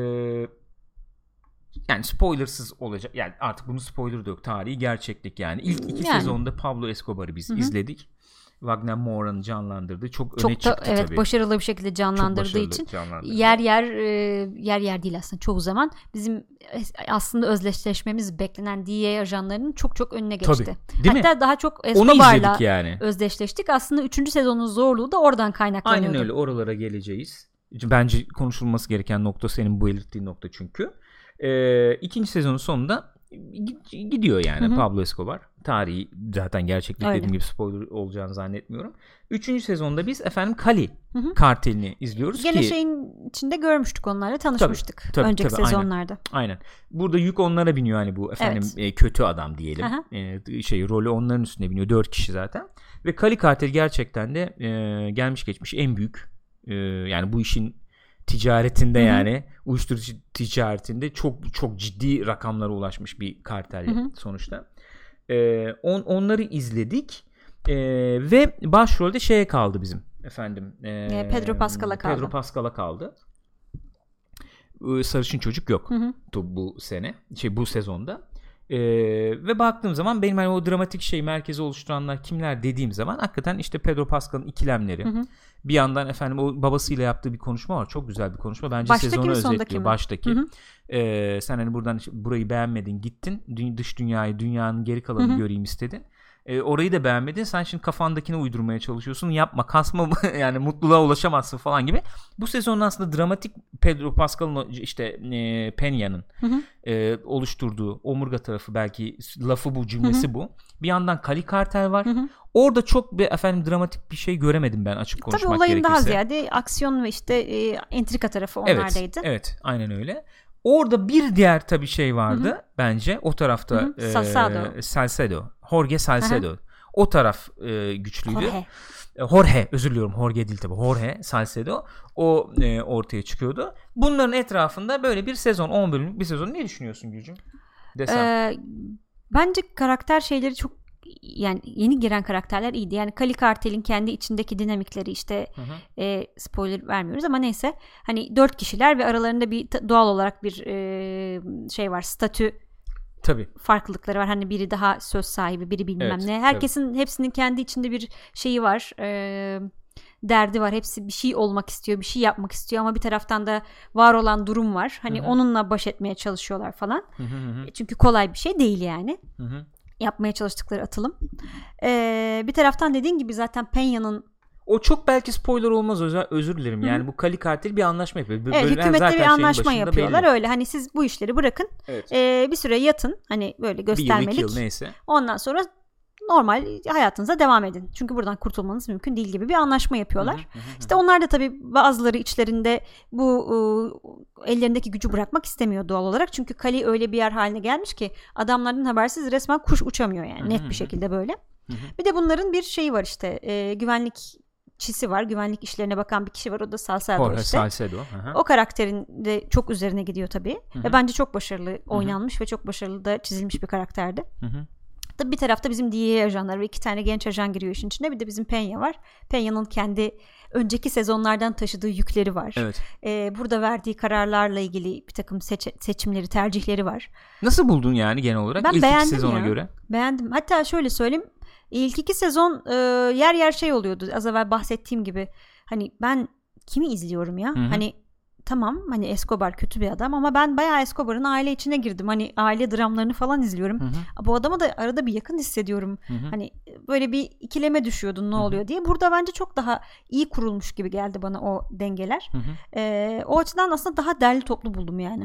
yani spoilersız olacak. Yani artık bunun spoiler da yok. Tarihi gerçeklik yani. İlk iki yani. sezonda Pablo Escobar'ı biz Hı-hı. izledik. Wagner Moura'nın canlandırdığı çok, çok öne çıktı da, evet, tabii. Başarılı bir şekilde canlandırdığı için yer yer e, yer yer değil aslında çoğu zaman bizim aslında özdeşleşmemiz beklenen D E A ajanlarının çok çok önüne geçti. Tabii, değil Hatta mi? daha çok Escobar'la yani. özdeşleştik. Aslında üçüncü sezonun zorluğu da oradan kaynaklanıyordu. Aynen öyle, oralara geleceğiz. Bence konuşulması gereken nokta senin bu belirttiğin nokta çünkü. Ee, ikinci sezonun sonunda gidiyor yani Hı-hı. Pablo Escobar. Tarihi zaten gerçeklik Öyle. dediğim gibi spoiler olacağını zannetmiyorum. Üçüncü sezonda biz efendim Cali Hı-hı. kartelini izliyoruz Gene ki. Gene şeyin içinde görmüştük, onlarla tanışmıştık. Tabii, tabii, önceki tabii, sezonlarda. Aynen. aynen. Burada yük onlara biniyor hani bu efendim evet. e, kötü adam diyelim. E, şey rolü onların üstüne biniyor. Dört kişi zaten. Ve Cali karteli gerçekten de e, gelmiş geçmiş en büyük Ee, yani bu işin ticaretinde, hı-hı, yani uyuşturucu ticaretinde çok çok ciddi rakamlara ulaşmış bir kartel, hı-hı, sonuçta. Ee, on, onları izledik ee, ve başrolde şeye kaldı bizim efendim. Ee, Pedro Pascal'a kaldı. Pedro Pascal'a kaldı. Sarışın çocuk yok, hı hı, bu sene, şey bu sezonda. Ee, ve baktığım zaman benim hani o dramatik şey merkezi oluşturanlar kimler dediğim zaman hakikaten işte Pedro Pascal'ın ikilemleri. Hı hı. Bir yandan efendim o babasıyla yaptığı bir konuşma var. Çok güzel bir konuşma. Bence baştaki sezonu özetliyor. Baştaki. Hı hı. Ee, sen hani buradan burayı beğenmedin, gittin. Dış dünyayı, dünyanın geri kalanını, hı hı, göreyim istedin. E, orayı da beğenmedin. Sen şimdi kafandakine uydurmaya çalışıyorsun. Yapma, kasma, yani mutluluğa ulaşamazsın falan gibi. Bu sezonun aslında dramatik Pedro Pascal'ın işte e, Peña'nın, hı hı, e, oluşturduğu omurga tarafı, belki lafı bu, cümlesi, hı hı, bu. Bir yandan Kali Kartel var. Hı hı. Orada çok bir efendim dramatik bir şey göremedim ben, açık konuşmak gerekirse. Tabii olayın gerekirse. daha ziyade aksiyon ve işte e, entrika tarafı onlardaydı. Evet, evet, aynen öyle. Orada bir diğer tabii şey vardı, hı hı, bence o tarafta, hı hı, Salcedo. E, Salcedo. Jorge Salcedo. Hı hı. O taraf e, güçlüydü. Jorge. Jorge, özür diliyorum. Jorge değil tabii. Jorge Salcedo. O e, ortaya çıkıyordu. Bunların etrafında böyle bir sezon, on bölümlük bir sezon. Ne düşünüyorsun Gülcüm? Desem. Ee, bence karakter şeyleri çok, yani yeni giren karakterler iyiydi. Yani Kali Kartel'in kendi içindeki dinamikleri işte, hı hı, e, spoiler vermiyoruz ama neyse. Hani dört kişiler ve aralarında bir doğal olarak bir e, şey var. Statü, tabii, farklılıkları var. Hani biri daha söz sahibi, biri bilmem, evet, ne. Herkesin, tabii, hepsinin kendi içinde bir şeyi var. E, derdi var. Hepsi bir şey olmak istiyor, bir şey yapmak istiyor ama bir taraftan da var olan durum var. Hani, hı hı, onunla baş etmeye çalışıyorlar falan. Hı hı hı. Çünkü kolay bir şey değil yani. Hı hı. Yapmaya çalıştıkları atılım. Ee, bir taraftan dediğin gibi zaten Peña'nın, o çok belki spoiler olmaz, özür, özür dilerim. Hı-hı. Yani bu Kali Kartel bir anlaşma yapıyor. Evet, böyle hükümetle bir anlaşma yapıyorlar. Belli. Öyle hani siz bu işleri bırakın. Evet. E, bir süre yatın. Hani böyle göstermelik. Bir yıl, iki yıl neyse. Ondan sonra normal hayatınıza devam edin. Çünkü buradan kurtulmanız mümkün değil gibi bir anlaşma yapıyorlar. Hı hı hı. İşte onlar da tabii bazıları içlerinde bu e, ellerindeki gücü bırakmak istemiyor doğal olarak. Çünkü Kali öyle bir yer haline gelmiş ki adamlardan habersiz resmen kuş uçamıyor yani, hı hı, net bir şekilde böyle. Hı hı. Bir de bunların bir şeyi var işte, e, güvenlikçisi var. Güvenlik işlerine bakan bir kişi var. O da Salcedo Jorge işte. Salcedo. Hı hı. O karakterin de çok üzerine gidiyor tabii. Hı hı. Ve bence çok başarılı oynanmış, hı hı, ve çok başarılı da çizilmiş bir karakterdi. Hı hı. Tabii bir tarafta bizim D E A ajanları ve iki tane genç ajan giriyor işin içine. Bir de bizim Peña var. Peña'nın kendi önceki sezonlardan taşıdığı yükleri var. Evet. Ee, burada verdiği kararlarla ilgili bir takım seç- seçimleri, tercihleri var. Nasıl buldun yani genel olarak? Ben İlk beğendim iki sezona ya. göre. Beğendim. Hatta şöyle söyleyeyim. İlk iki sezon e, yer yer şey oluyordu. Az evvel bahsettiğim gibi. Hani ben kimi izliyorum ya? Hı-hı. Hani tamam, hani Escobar kötü bir adam ama ben bayağı Escobar'ın aile içine girdim. Hani aile dramlarını falan izliyorum. Hı hı. Bu adama da arada bir yakın hissediyorum. Hı hı. Hani böyle bir ikileme düşüyordun ne hı hı. oluyor diye. Burada bence çok daha iyi kurulmuş gibi geldi bana o dengeler. Hı hı. Ee, o açıdan aslında daha derli toplu buldum yani.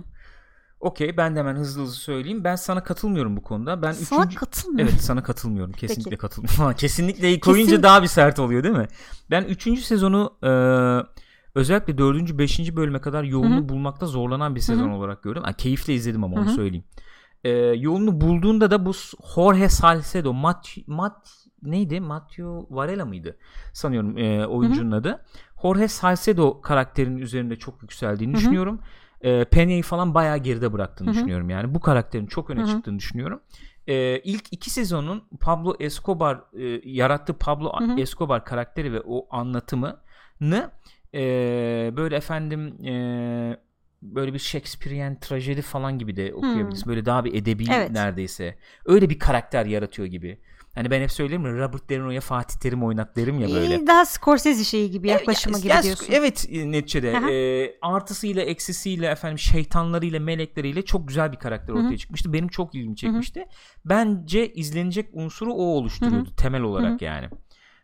Okey, ben de hemen hızlı hızlı söyleyeyim. Ben sana katılmıyorum bu konuda. Ben sana üçüncü... katılmıyorum. Evet, sana katılmıyorum. Kesinlikle katılmıyorum. Kesinlikle koyunca Kesin... daha bir sert oluyor değil mi? Ben üçüncü sezonu e, özellikle dördüncü, beşinci bölüme kadar yolunu Hı-hı. bulmakta zorlanan bir sezon Hı-hı. olarak gördüm. Yani keyifle izledim ama Hı-hı. onu söyleyeyim. E, yolunu bulduğunda da bu Jorge Salcedo, Mat, Mat neydi? Matthew Varela mıydı? Sanıyorum e, oyuncunun Hı-hı. adı. Jorge Salcedo karakterinin üzerinde çok yükseldiğini Hı-hı. düşünüyorum. E, Peña'yı falan bayağı geride bıraktığını Hı-hı. düşünüyorum yani. Bu karakterin çok öne Hı-hı. çıktığını düşünüyorum. E, ilk iki sezonun Pablo Escobar e, yarattığı Pablo Hı-hı. Escobar karakteri ve o anlatımını e, böyle efendim e, böyle bir Shakespearean trajedi falan gibi de okuyabiliriz. Hı-hı. Böyle daha bir edebi evet. neredeyse. Öyle bir karakter yaratıyor gibi. Hani ben hep söylerim ya, Robert De Niro'ya Fatih Terim oynat derim ya böyle. Ee, daha Scorsese şeyi gibi, yaklaşımı ya, gibi ya, diyorsun. Evet, neticede e, artısıyla eksisiyle efendim şeytanlarıyla melekleriyle çok güzel bir karakter ortaya Hı-hı. çıkmıştı. Benim çok ilgimi çekmişti. Hı-hı. Bence izlenecek unsuru o oluşturuyordu Hı-hı. temel olarak Hı-hı. yani.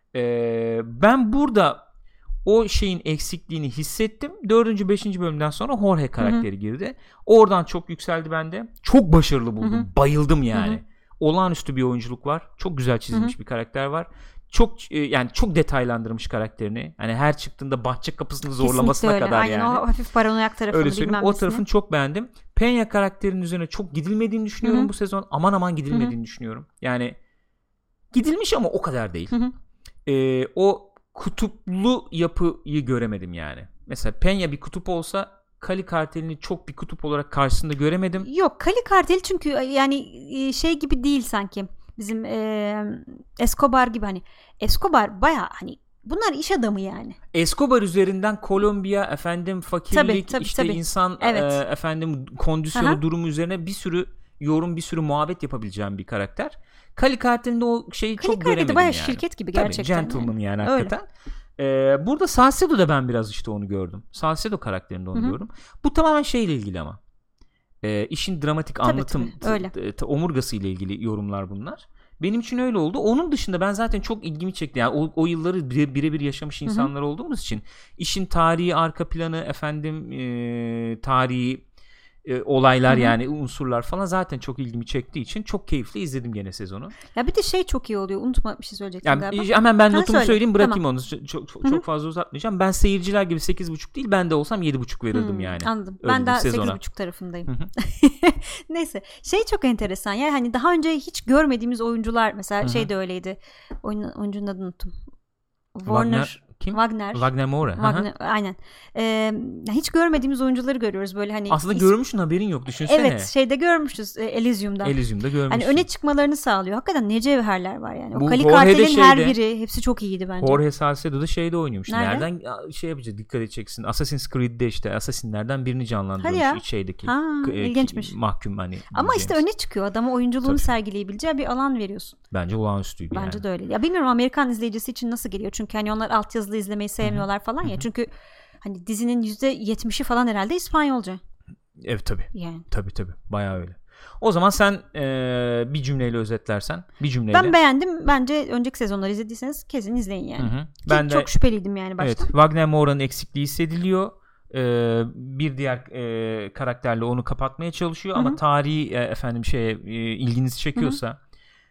E, ben burada o şeyin eksikliğini hissettim. Dördüncü, beşinci bölümden sonra Jorge karakteri Hı-hı. girdi. Oradan çok yükseldi bende. Çok başarılı buldum. Hı-hı. Bayıldım yani. Hı-hı. Olağanüstü bir oyunculuk var. Çok güzel çizilmiş Hı-hı. bir karakter var. Çok yani çok detaylandırmış karakterini. Hani her çıktığında bahçe kapısını zorlamasına kadar Aynen, yani. o hafif paranoyak tarafını öyle söyleyeyim. O tarafını çok beğendim. Peña karakterinin üzerine çok gidilmediğini düşünüyorum Hı-hı. bu sezon. Aman aman gidilmediğini Hı-hı. düşünüyorum. Yani gidilmiş ama o kadar değil. Ee, o kutuplu yapıyı göremedim yani. Mesela Penya bir kutup olsa Kali kartelini çok bir kutup olarak karşısında göremedim. Yok, Kali karteli çünkü yani şey gibi değil sanki. Bizim e, Escobar gibi, hani Escobar baya hani bunlar iş adamı yani. Escobar üzerinden Kolombiya efendim fakirlik tabii, tabii, işte tabii. insan Evet. e, efendim kondisyonu Aha. durumu üzerine bir sürü yorum bir sürü muhabbet yapabileceğim bir karakter. Kali kartelinde o şeyi Kali çok göremedim bayağı yani. şirket gibi Tabii, gerçekten. gentleman yani, yani Öyle. hakikaten. Ee, burada Salcedo'da ben biraz işte onu gördüm. Salcedo karakterinde onu Hı-hı. gördüm. Bu tamamen şeyle ilgili ama. Ee, işin dramatik tabii, anlatım tabii, öyle. t- t- omurgası ile ilgili yorumlar bunlar. Benim için öyle oldu. Onun dışında ben zaten çok ilgimi çekti. Yani o, o yılları bire, birebir yaşamış insanlar Hı-hı. olduğumuz için işin tarihi arka planı efendim e, tarihi e, olaylar Hı-hı. yani unsurlar falan zaten çok ilgimi çektiği için çok keyifli izledim gene sezonu. Ya bir de şey çok iyi oluyor. Unutma, bir şey söyleyeceksin yani, galiba. Hemen ben ha, notumu söyle. söyleyeyim bırakayım tamam. onu. Çok çok, çok fazla uzatmayacağım. Ben seyirciler gibi sekiz buçuk değil, ben de olsam yedi buçuk verirdim hmm, yani. Anladım. Öyle ben daha sezona. sekiz buçuk tarafındayım. Neyse. Şey çok enteresan. Yani hani daha önce hiç görmediğimiz oyuncular mesela Hı-hı. şey de öyleydi. Oyun, oyuncunun adını unuttum. Warner Wagner, kim? Wagner. Wagner Moura. Wagner, aynen. Ee, hiç görmediğimiz oyuncuları görüyoruz böyle hani. Aslında hiç... görmüşsün, haberin yok, düşünsene. Evet, şeyde görmüşüz, e, Elysium'da. Elysium'da görmüşsün. Hani öne çıkmalarını sağlıyor. Hakikaten ne cevherler var yani. O Bu Kali Jorge'de kartelin şeyde, her biri hepsi çok iyiydi bence. Jorge Salcedo'da şeyde oynuyormuş. Nerede? Nereden şey yapacak, dikkat edeceksin. Assassin's Creed'de işte Assassin'lerden birini canlandırıyormuş şeydeki. Ha, e, ilginçmiş. Mahkum hani. Ama işte öne çıkıyor. Adama oyunculuğunu Tabii. sergileyebileceği bir alan veriyorsun. Bence olağanüstüydü Bence yani. de öyle. Ya bilmiyorum Amerikan izleyicisi için nasıl geliyor. Çünkü hani onlar altyazılı izlemeyi sevmiyorlar Hı-hı. falan ya. Hı-hı. Çünkü hani dizinin yüzde yetmişi falan herhalde İspanyolca. Evet tabii. Yani. Tabii tabii. Bayağı öyle. O zaman sen e, bir cümleyle özetlersen. Bir cümleyle. Ben beğendim. Bence önceki sezonları izlediyseniz kesin izleyin yani. Hı hı. Ben Ki de, çok şüpheliydim yani başta. Evet. Wagner Moura'nın eksikliği hissediliyor. Ee, bir diğer e, karakterle onu kapatmaya çalışıyor. Hı hı. Ama tarihi e, efendim şey e, ilginizi çekiyorsa hı hı.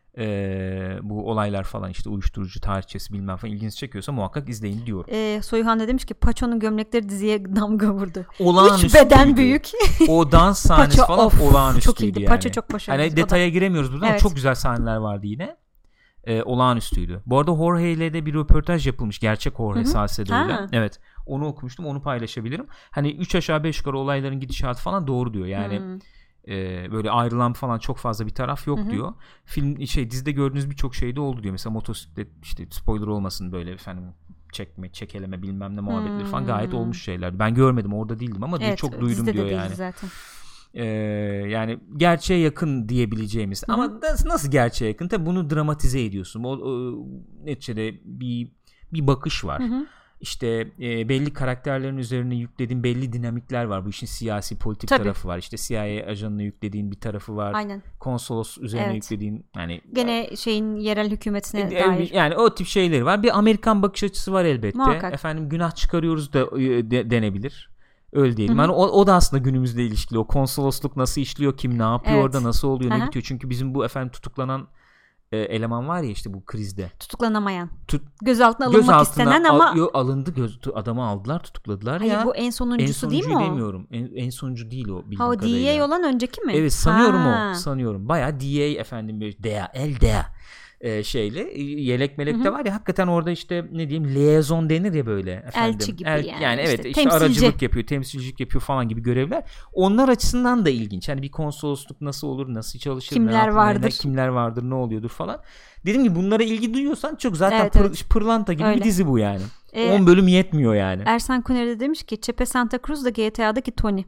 E, bu olaylar falan işte uyuşturucu tarihçesi bilmem falan ilginizi çekiyorsa muhakkak izleyin diyorum. E, Soyuhan da demiş ki Paço'nun gömlekleri diziye damga vurdu. Üç beden büyük. O dans sahnesi Paço, falan of, olağanüstüydü yani. Paço çok başarılı. Hani detaya giremiyoruz burada evet. ama çok güzel sahneler vardı yine. Ee, olağanüstüydü. Bu arada Jorge ile de bir röportaj yapılmış. Gerçek Jorge Salcedo'yla. Evet. Onu okumuştum. Onu paylaşabilirim. Hani üç aşağı beş yukarı olayların gidişatı falan doğru diyor. Yani hmm. e, böyle ayrılan falan çok fazla bir taraf yok Hı-hı. diyor. Film şey dizide gördüğünüz birçok şey de oldu diyor. Mesela motosiklet işte spoiler olmasın böyle efendim çekme, çekeleme bilmem ne muhabbetleri hmm. falan gayet olmuş şeylerdi. Ben görmedim, orada değildim ama evet, çok duydum diyor yani. Zaten. Ee, yani gerçeğe yakın diyebileceğimiz Hı-hı. ama nasıl gerçeğe yakın? Tabii bunu dramatize ediyorsun. O, o neticede bir bir bakış var. Hı-hı. İşte e, belli karakterlerin üzerine yüklediğin belli dinamikler var. Bu işin siyasi politik Tabii. tarafı var. İşte C I A ajanına yüklediğin bir tarafı var. Aynen. Konsolos üzerine evet. yüklediğin hani gene şeyin yerel hükümetine e, dair. Yani o tip şeyleri var. Bir Amerikan bakış açısı var elbette. Muhakkak. Efendim günah çıkarıyoruz da de, denebilir. Öyle diyelim. Yani o, o da aslında günümüzle ilişkili. O konsolosluk nasıl işliyor, kim ne yapıyor evet. orada, nasıl oluyor, Hı-hı. ne bitiyor. Çünkü bizim bu efendim tutuklanan e, eleman var ya işte bu krizde. Tutuklanamayan. Tut, gözaltına alınmak gözaltına istenen al, ama. Yo, alındı. Göz, adamı aldılar, tutukladılar Hayır, ya. bu en sonuncusu en değil mi o? demiyorum. En, en sonuncu değil o. Ha, o D A olan önceki mi? Evet sanıyorum ha. o. Sanıyorum. Bayağı D A efendim bir D A, el D A. E, şeyle yelek melek de var ya hakikaten orada işte ne diyeyim liaison denir ya böyle efendim. Elçi gibi El, yani. Yani evet işte, işte aracılık yapıyor, temsilcilik yapıyor falan gibi görevler. Onlar açısından da ilginç. Hani bir konsolosluk nasıl olur, nasıl çalışır, kimler ne vardır, ne, kimler vardır, ne oluyordur falan. Dedim ki bunlara ilgi duyuyorsan çok zaten evet, pır, evet. pırlanta gibi Öyle. bir dizi bu yani. Ee, on bölüm yetmiyor yani. Ersan Kuner de demiş ki Chepe Santa Cruz da G T A'daki Tony.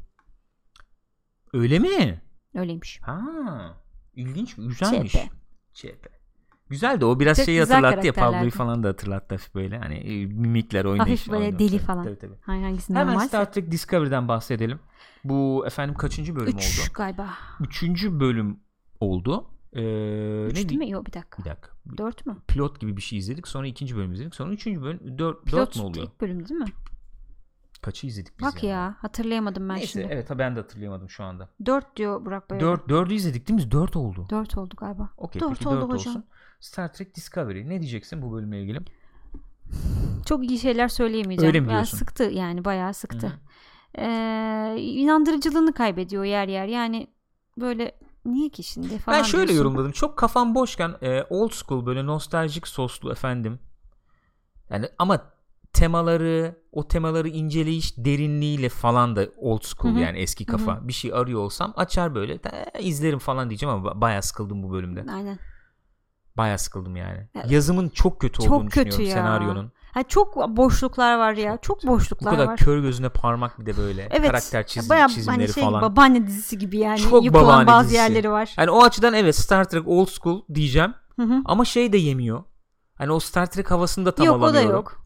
Öyle mi? Öyleymiş. Ha, ilginç, güzelmiş. Chepe. Chepe. Güzel de o biraz çok şeyi hatırlattı ya, Pablo'yu falan da hatırlattı böyle hani e, mimikler oynayış. Hafif böyle deli falan. Tabii, tabii. Hangisinden Hemen varsa. Star Trek Discovery'den bahsedelim. Bu efendim kaçıncı bölüm Üç oldu? galiba. Üçüncü bölüm oldu. Ee, Üç ne değil mi? Yok bir dakika. Bir dakika. Dört mü? Pilot gibi bir şey izledik. Sonra ikinci bölüm izledik. Sonra üçüncü bölüm. Dört, Pilot dört mü oluyor? Pilot bölüm değil mi? Kaçı izledik biz Bak yani? ya hatırlayamadım ben Neyse, şimdi. Evet ben de hatırlayamadım şu anda. Dört diyor Burak Bey. Dört, dördü izledik değil mi? Dört oldu. Dört oldu galiba. Okay, dört peki, oldu dört hocam. Olsun. Star Trek Discovery. Ne diyeceksin bu bölümle ilgili? Çok iyi şeyler söyleyemeyeceğim. Öyle mi diyorsun? Yani sıktı yani bayağı sıktı. Ee, inandırıcılığını kaybediyor yer yer. Yani böyle niye ki şimdi falan Ben şöyle diyorsun. yorumladım. Çok kafam boşken e, old school böyle nostaljik soslu efendim Yani ama temaları, o temaları inceleyiş derinliğiyle falan da old school, hı-hı, yani eski kafa. Hı-hı. Bir şey arıyor olsam açar böyle e, izlerim falan diyeceğim ama bayağı sıkıldım bu bölümde. Aynen. Bayağı sıkıldım yani. Ya, yazımın çok kötü çok olduğunu kötü düşünüyorum ya. senaryonun. Ha, çok boşluklar var ya. Çok, çok boşluklar var. Bu kadar var. kör gözüne parmak bir de böyle. Evet. Karakter çizim, bayağı çizimleri hani şey, falan. Babaanne dizisi gibi yani. Çok yapılan bazı dizisi. yerleri var. Yani o açıdan evet Star Trek old school diyeceğim. Hı hı. Ama şey de yemiyor. Hani o Star Trek havasını da tam yok, alamıyorum. Yok o da yok.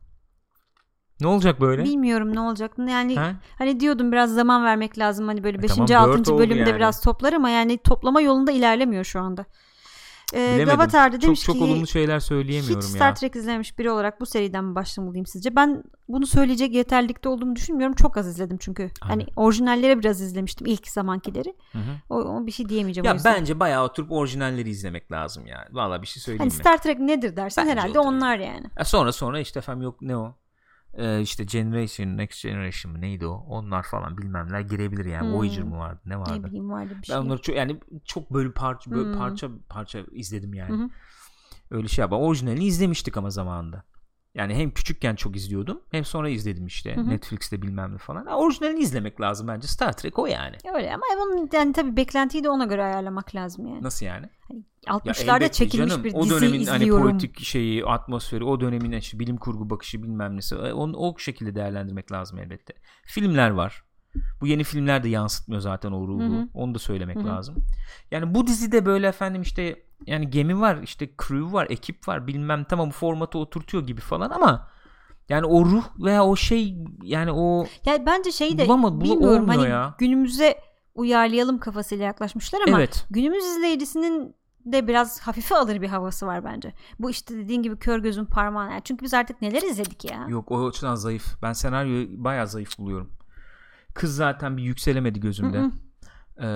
Ne olacak böyle? Bilmiyorum ne olacak. Yani ha? hani diyordum biraz zaman vermek lazım. Hani böyle beşinci E, tamam, altıncı bölümde yani. biraz toplar ama yani toplama yolunda ilerlemiyor şu anda. Ee, Gavatar'da demiş çok, ki çok olumlu şeyler söyleyemiyorum hiç ya. Star Trek izlemiş biri olarak bu seriden mi başlamalıyım sizce? Ben bunu söyleyecek yeterlilikte olduğumu düşünmüyorum. Çok az izledim çünkü. Aynen. Hani orijinalleri biraz izlemiştim ilk zamankileri. O, o bir şey diyemeyeceğim. Ya bence bayağı oturup orijinalleri izlemek lazım yani. Vallahi bir şey söyleyeyim hani mi? Star Trek nedir dersen bence herhalde onlar yani. yani. Ya sonra sonra işte efendim yok ne o? Ee, işte Generation, Next Generation mı neydi o? Onlar falan bilmem neler girebilir yani. Hmm. Voyager mı vardı? Ne vardı? Ne bileyim vardı bir şey. Ben onları çok yani çok böyle parça böyle hmm. parça parça izledim yani. Hmm. Öyle şey ama orijinalini izlemiştik ama zamanında. Yani hem küçükken çok izliyordum hem sonra izledim işte hmm. Netflix'te bilmem ne falan. Yani orijinalini izlemek lazım bence. Star Trek o yani. Öyle ama bunun yani tabii beklentiyi de ona göre ayarlamak lazım yani. Nasıl yani? Hani altmışlarda çekilmiş canım, bir dizi izliyorum. O dönemin hani politik şeyi, atmosferi, o dönemin işte bilim kurgu bakışı bilmem nesi. Onu o şekilde değerlendirmek lazım elbette. Filmler var. Bu yeni filmler de yansıtmıyor zaten o ruhu. Hı-hı. Onu da söylemek Hı-hı. lazım. Yani bu dizide böyle efendim işte yani gemi var, işte crew var, ekip var, bilmem tamam formatı oturtuyor gibi falan ama yani o ruh veya o şey yani o ya bence şey de bulamadı, bilmiyorum hani ya. günümüze uyarlayalım kafasıyla yaklaşmışlar ama evet. günümüz izleyicisinin de biraz hafife alır bir havası var bence. Bu işte dediğin gibi kör gözün parmağına. Yani çünkü biz artık neler izledik ya. Yok o açıdan zayıf. Ben senaryoyu bayağı zayıf buluyorum. Kız zaten bir yükselemedi gözümde. Ee,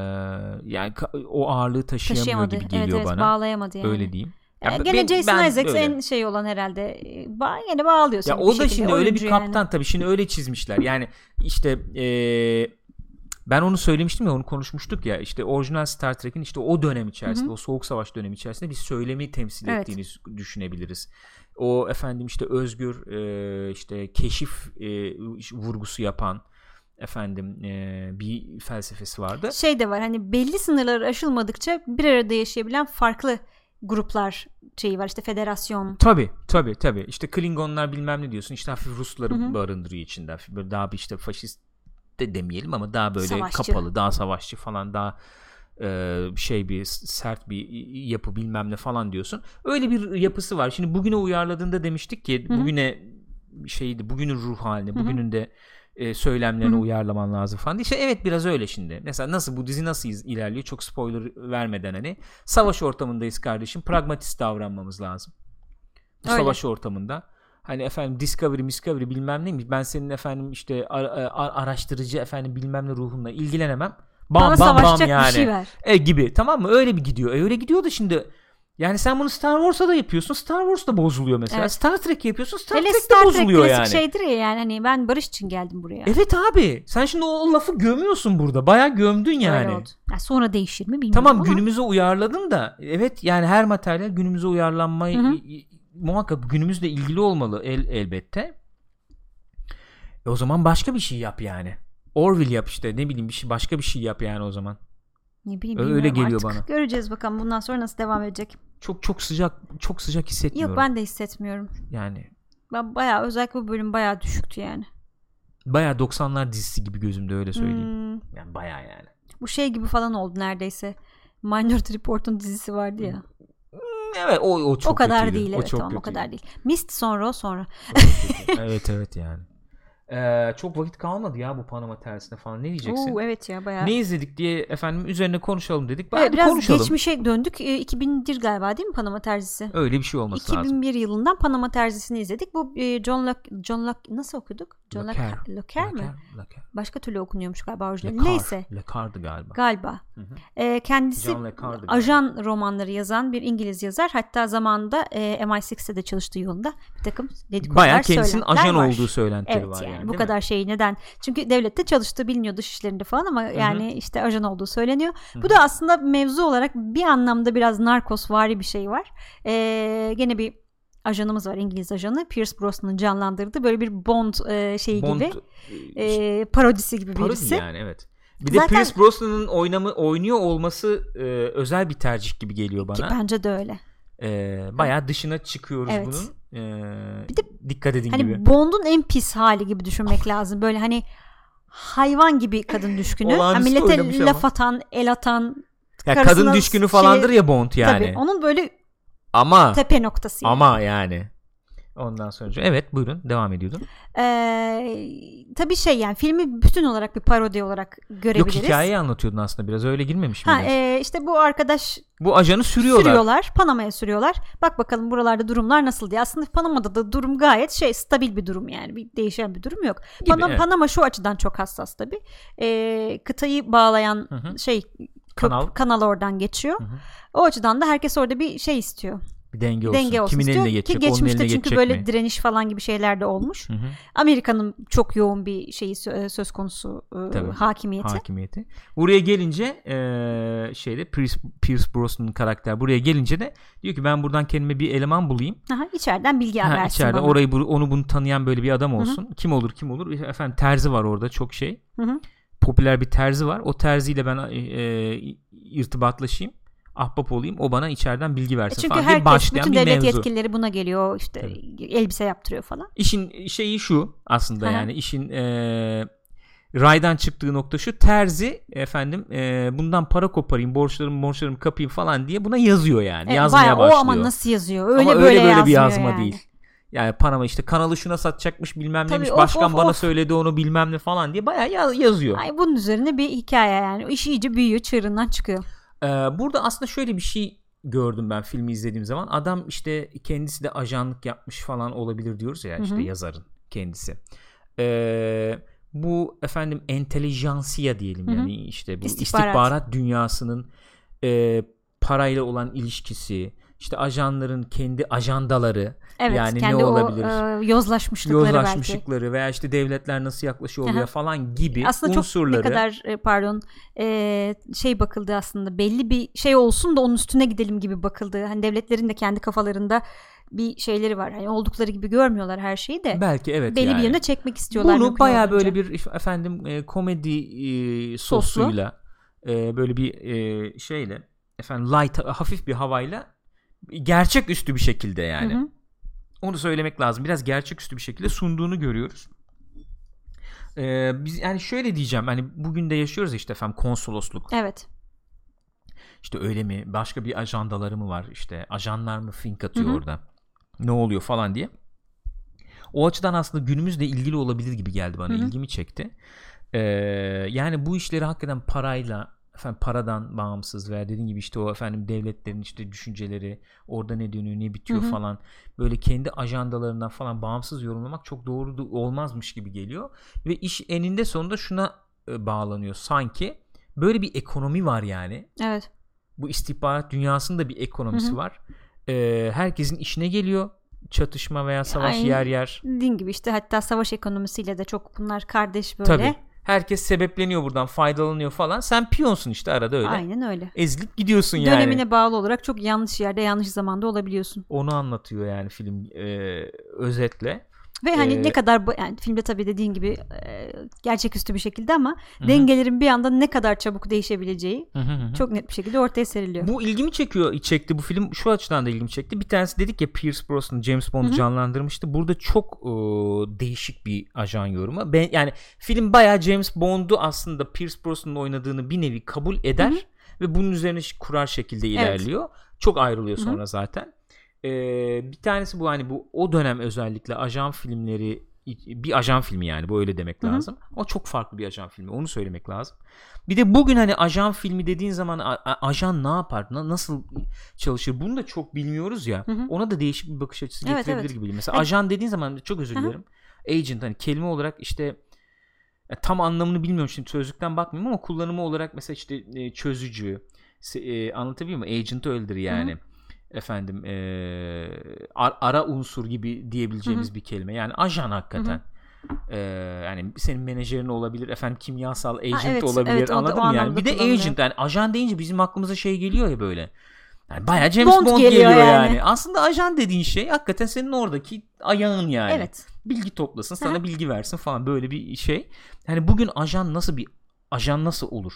yani o ağırlığı taşıyamıyor Taşıyamadı. gibi geliyor evet, evet, bana. Bağlayamadı yani. Öyle diyeyim. Ya yani gene ben, Jason ben Isaacs en şey olan herhalde. Ba- yine bağlıyor. Ya o da şimdi öyle bir kaptan yani. Tabii şimdi öyle çizmişler. Yani işte ee, ben onu söylemiştim ya, onu konuşmuştuk ya, işte orijinal Star Trek'in işte o dönem içerisinde, Hı-hı. o soğuk savaş dönemi içerisinde bir söylemi temsil evet. ettiğini düşünebiliriz. O efendim işte özgür e, işte keşif e, vurgusu yapan efendim e, bir felsefesi vardı. Şey de var hani belli sınırlar aşılmadıkça bir arada yaşayabilen farklı gruplar şeyi var işte federasyon. Tabii tabii tabii işte Klingonlar bilmem ne diyorsun, işte hafif Rusları Hı-hı. barındırıyor içinde, böyle daha bir işte faşist de demeyelim ama daha böyle savaşçı. Kapalı, daha savaşçı falan, daha e, şey bir sert bir yapı bilmem ne falan diyorsun. Öyle bir yapısı var. Şimdi bugüne uyarladığında demiştik ki Hı-hı. bugüne şeydi, bugünün ruh haline, Hı-hı. bugünün de e, söylemlerini Hı-hı. uyarlaman lazım falan. İşte evet biraz öyle şimdi. Mesela nasıl bu dizi nasıl ilerliyor? Çok spoiler vermeden hani savaş ortamındayız kardeşim. Pragmatist davranmamız lazım. Bu öyle. Savaş ortamında. Hani efendim Discovery, Discovery bilmem neymiş. Ben senin efendim işte ar- ar- araştırıcı efendim bilmem ne ruhunla ilgilenemem. Bam bam bam yani. Şey e, gibi. Tamam mı? Öyle bir gidiyor. E, öyle gidiyor da şimdi yani sen bunu Star Wars'a da yapıyorsun. Star Wars da bozuluyor mesela. Evet. Star Trek yapıyorsun. Star Hele Trek Star de bozuluyor Trek yani. Şeydir ya yani hani ben barış için geldim buraya. Evet abi. Sen şimdi o lafı gömüyorsun burada. Bayağı gömdün yani. Öyle oldu. Yani sonra değişir mi bilmiyorum tamam, ama. Günümüze uyarladın da evet yani her materyal günümüze uyarlanmayı Hı-hı. muhakkak günümüzle ilgili olmalı el, elbette. E o zaman başka bir şey yap yani. Orville yap işte, ne bileyim bir şey, başka bir şey yap yani o zaman. Ne bileyim, öyle geliyor artık. bana. Göreceğiz bakalım bundan sonra nasıl devam edecek. Çok çok sıcak çok sıcak hissetmiyorum. Yok ben de hissetmiyorum. Yani ben bayağı özellikle bu bölüm bayağı düşüktü yani. Bayağı doksanlar dizisi gibi gözümde, öyle söyleyeyim. Hmm. Yani bayağı yani. Bu şey gibi falan oldu neredeyse. Minority Report'un dizisi vardı ya. Evet o o çok o kadar kötüydü. değil, o evet çok tamam, o kadar değil. Mist sonra o sonra. evet evet yani. Ee, çok vakit kalmadı ya bu Panama tersine falan, ne diyeceksin? Oo, evet ya bayağı. Ne izledik diye efendim üzerine konuşalım dedik. Evet, biraz konuşalım. geçmişe döndük. E, iki bin bir galiba değil mi Panama terzisi? Öyle bir şey olması iki bin bir lazım. iki bin bir yılından Panama terzisini izledik. Bu e, John Locke, John Locke nasıl okuduk? John Locke Locke mi? Locke. Başka türlü okunuyormuş galiba orijinali. Neyse. Le Carre'dı galiba. Galiba. E, kendisi ajan romanları yazan bir İngiliz yazar. Hatta zamanında e, M I altı'da de çalıştığı yolunda bir takım dedikodular, bayağı kendisinin ajan var. olduğu söylentileri evet, var yani. yani. Bu kadar şeyi neden? Çünkü devlette çalıştığı biliniyor, dış işlerinde falan ama Hı-hı. yani işte ajan olduğu söyleniyor. Hı-hı. Bu da aslında mevzu olarak bir anlamda biraz narkosvari bir şey var. Ee, gene bir ajanımız var, İngiliz ajanı. Pierce Brosnan'ın canlandırdığı böyle bir Bond e, şeyi Bond, gibi e, parodisi gibi parodi birisi. yani evet. Bir de Zaten, Pierce Brosnan'ın oynamı oynuyor olması e, özel bir tercih gibi geliyor bana. Ki bence de öyle. E, bayağı dışına çıkıyoruz evet. bunun. E, bir de dikkat edin hani gibi. Bond'un en pis hali gibi düşünmek lazım. Böyle hani hayvan gibi kadın düşkünü. Yani millete laf ama. atan, el atan. Ya kadın düşkünü falandır şey, ya Bond yani. Tabii onun böyle ama tepe noktası. Yani. Ama yani. Ondan sonra evet buyurun devam ediyordum. Ee, tabii şey yani filmi bütün olarak bir parodi olarak görebiliriz. Yok hikayeyi anlatıyordun aslında biraz öyle girmemiş miydin? Ha, e, işte bu arkadaş bu ajanı sürüyorlar. Sürüyorlar Panama'ya sürüyorlar. Bak bakalım buralarda durumlar nasıl diye. Aslında Panama'da da durum gayet şey stabil bir durum yani bir değişen bir durum yok. Gibi, Panama, evet. Panama şu açıdan çok hassas tabii. Ee, kıtayı bağlayan Hı-hı. şey köp, kanal. kanal oradan geçiyor. Hı-hı. O açıdan da herkes orada bir şey istiyor. Bir denge olsun. Denge olsun Kimin istiyor. eline geçecek, ki geçmişte eline çünkü böyle mi? direniş falan gibi şeyler de olmuş. Hı hı. Amerika'nın çok yoğun bir şeyi söz konusu Tabii, hakimiyeti. Hakimiyeti. Buraya gelince e, şeyde Pierce, Pierce Brosnan'ın karakter buraya gelince de diyor ki ben buradan kendime bir eleman bulayım. Aha, içeriden bilgi ha, versin içeriden bana. Orayı onu bunu tanıyan böyle bir adam olsun. Hı hı. Kim olur kim olur? Efendim terzi var orada çok şey. Hı hı. Popüler bir terzi var. O terziyle ben e, irtibatlaşayım. Ahbap olayım o bana içeriden bilgi versin Çünkü falan herkes, diye başlayan bütün bir mevzu. devlet yetkilileri buna geliyor işte Tabii. elbise yaptırıyor falan. İşin şeyi şu aslında Aha. yani işin e, raydan çıktığı nokta şu terzi efendim e, bundan para koparayım borçlarımı borçlarımı kapayım falan diye buna yazıyor yani evet, yazmaya bayağı, başlıyor. O ama nasıl yazıyor öyle ama böyle öyle böyle bir yazma yani. değil. Yani Panama işte kanalı şuna satacakmış bilmem Tabii, neymiş of, başkan of, bana of. söyledi onu bilmem ne falan diye bayağı yaz, yazıyor. Ay, bunun üzerine bir hikaye yani o iş iyice büyüyor çığırından çıkıyor. Ee, burada aslında şöyle bir şey gördüm ben filmi izlediğim zaman. Adam işte kendisi de ajanlık yapmış falan olabilir diyoruz ya işte Hı-hı. yazarın kendisi. Ee, bu efendim entelijansiya diyelim Hı-hı. yani işte bu istihbarat, istihbarat dünyasının e, parayla olan ilişkisi, işte ajanların kendi ajandaları evet, yani kendi ne olabilir? O, e, yozlaşmışlıkları, yozlaşmışlıkları belki. Veya işte devletler nasıl yaklaşıyor oluyor Aha. falan gibi aslında unsurları. Aslında çok ne kadar pardon e, şey bakıldı aslında belli bir şey olsun da onun üstüne gidelim gibi bakıldı. Hani devletlerin de kendi kafalarında bir şeyleri var. Hani oldukları gibi görmüyorlar her şeyi de. Belki evet belli yani. bir yöne çekmek istiyorlar. Bunu bayağı böyle bir efendim e, komedi e, sosuyla e, böyle bir e, şeyle efendim light hafif bir havayla gerçeküstü bir şekilde yani. Hı hı. Onu söylemek lazım. Biraz gerçeküstü bir şekilde sunduğunu görüyoruz. Ee, biz yani şöyle diyeceğim. Hani bugün de yaşıyoruz işte efendim konsolosluk. Evet. İşte öyle mi? Başka bir ajandaları mı var? İşte ajanlar mı fink atıyor Hı hı. orada? Ne oluyor falan diye. O açıdan aslında günümüzle ilgili olabilir gibi geldi bana. Hı hı. İlgimi çekti. Ee, yani bu işleri hakikaten parayla efendim paradan bağımsız veya dediğim gibi işte o efendim devletlerin işte düşünceleri orada ne dönüyor ne bitiyor Hı-hı. falan böyle kendi ajandalarından falan bağımsız yorumlamak çok doğru olmazmış gibi geliyor ve iş eninde sonunda şuna e, bağlanıyor sanki böyle bir ekonomi var yani. Evet. Bu istihbarat dünyasında bir ekonomisi Hı-hı. var. E, herkesin işine geliyor. Çatışma veya savaş Aynen. yer yer. Dediğin gibi işte hatta savaş ekonomisiyle de çok bunlar kardeş böyle. Tabii. Herkes sebepleniyor buradan faydalanıyor falan. Sen piyonsun işte arada öyle. Aynen öyle. Ezilip gidiyorsun Dönemine yani. Dönemine bağlı olarak çok yanlış yerde yanlış zamanda olabiliyorsun. Onu anlatıyor yani film e, özetle. Ve hani ee, ne kadar yani filmde tabii dediğin gibi e, gerçeküstü bir şekilde ama hı. dengelerin bir anda ne kadar çabuk değişebileceği hı hı. çok net bir şekilde ortaya seriliyor. Bu ilgimi çekiyor, çekti bu film şu açıdan da ilgimi çekti. Bir tanesi dedik ya Pierce Brosnan James Bond'u canlandırmıştı. Burada çok e, değişik bir ajan yorumu. Ben yani film bayağı James Bond'u aslında Pierce Brosnan'ın oynadığını bir nevi kabul eder hı hı. ve bunun üzerine kurar şekilde ilerliyor. Evet. Çok ayrılıyor sonra hı hı. zaten. Ee, bir tanesi bu hani bu o dönem özellikle ajan filmleri bir ajan filmi yani bu öyle demek Hı-hı. lazım. O çok farklı bir ajan filmi onu söylemek lazım. Bir de bugün hani ajan filmi dediğin zaman a- a- ajan ne yapar na- nasıl çalışır bunu da çok bilmiyoruz ya. Hı-hı. Ona da değişik bir bakış açısı evet, getirebilir evet. gibi. Mesela evet. ajan dediğin zaman çok özür dilerim. Hı-hı. Agent hani kelime olarak işte ya, tam anlamını bilmiyorum şimdi sözlükten bakmıyorum ama kullanımı olarak mesela işte e, çözücü e, anlatabiliyor muyum? Agent öyledir yani. Hı-hı. efendim e, ar- ara unsur gibi diyebileceğimiz Hı-hı. bir kelime. Yani ajan hakikaten. E, yani senin menajerin olabilir, efendim kimyasal agent ha, evet, olabilir. Evet, anladın mı yani? Bir de agent yani ajan deyince bizim aklımıza şey geliyor ya böyle. Yani bayağı James Bond, Bond geliyor, geliyor yani. yani. Aslında ajan dediğin şey hakikaten senin oradaki ayağın yani. Evet. Bilgi toplasın, sana Hı-hı. bilgi versin falan, böyle bir şey. Yani bugün ajan nasıl bir ajan nasıl olur?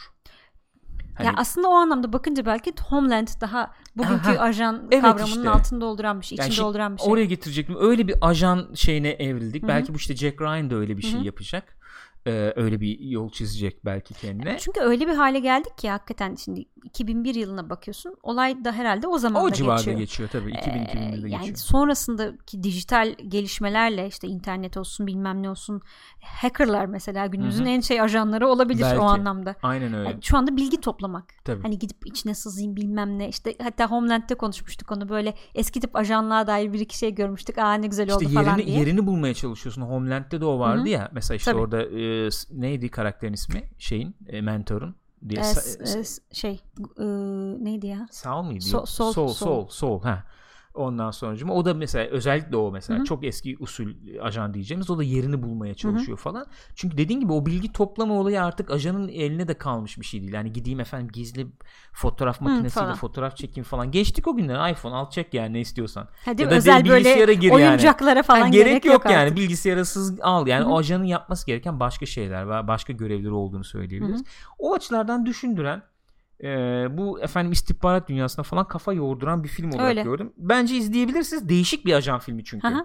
Hani, ya aslında o anlamda bakınca belki Homeland daha bugünkü aha, ajan evet kavramının işte. altında dolduran bir şey, yani içinde şey, dolduran bir şey. Oraya getirecektim. Öyle bir ajan şeyine evrildik. Hı-hı. Belki bu işte Jack Ryan da öyle bir şey Hı-hı. yapacak. Ee, öyle bir yol çizecek belki kendine. Çünkü öyle bir hale geldik ki hakikaten şimdi iki bin bir yılına bakıyorsun. Olay da herhalde o zamanda geçiyor. O civarda geçiyor tabii. iki bin iki bin birde ee, geçiyor. Yani sonrasındaki dijital gelişmelerle işte internet olsun bilmem ne olsun, hackerlar mesela günümüzün Hı-hı. en şey ajanları olabilir belki. O anlamda. Aynen öyle. Yani şu anda bilgi toplamak. Tabii. Hani gidip içine sızayım bilmem ne. İşte hatta Homeland'de konuşmuştuk onu, böyle eski tip ajanlığa dair bir iki şey görmüştük. Aa ne güzel işte oldu yerini, falan diye. Yerini bulmaya çalışıyorsun. Homeland'de de o vardı Hı-hı. ya. Mesela işte tabii. orada e, neydi karakterin ismi? Şeyin, e, mentorun. Diye, e, sa- e, şey e, neydi ya? Saul mıydı? So, sol, sol, sol, sol, sol. Ha. Ondan sonra o da mesela özellikle o mesela Hı-hı. çok eski usul ajan diyeceğimiz, o da yerini bulmaya çalışıyor Hı-hı. falan. Çünkü dediğin gibi o bilgi toplama olayı artık ajanın eline de kalmış bir şey değil. Yani gideyim efendim gizli fotoğraf makinesiyle Hı, fotoğraf çekeyim falan. Geçtik o günler. iPhone al çek yani ne istiyorsan. Hadi ya da özel böyle gir oyuncaklara yani. falan yani gerek, gerek yok, yok yani. Bilgisayara sız al. Yani Hı-hı. o ajanın yapması gereken başka şeyler ve başka görevleri olduğunu söyleyebiliriz. Hı-hı. O açılardan düşündüren, Ee, bu efendim istihbarat dünyasına falan kafa yoğurduran bir film olarak Öyle. gördüm. Bence izleyebilirsiniz. Değişik bir ajan filmi çünkü. Aha.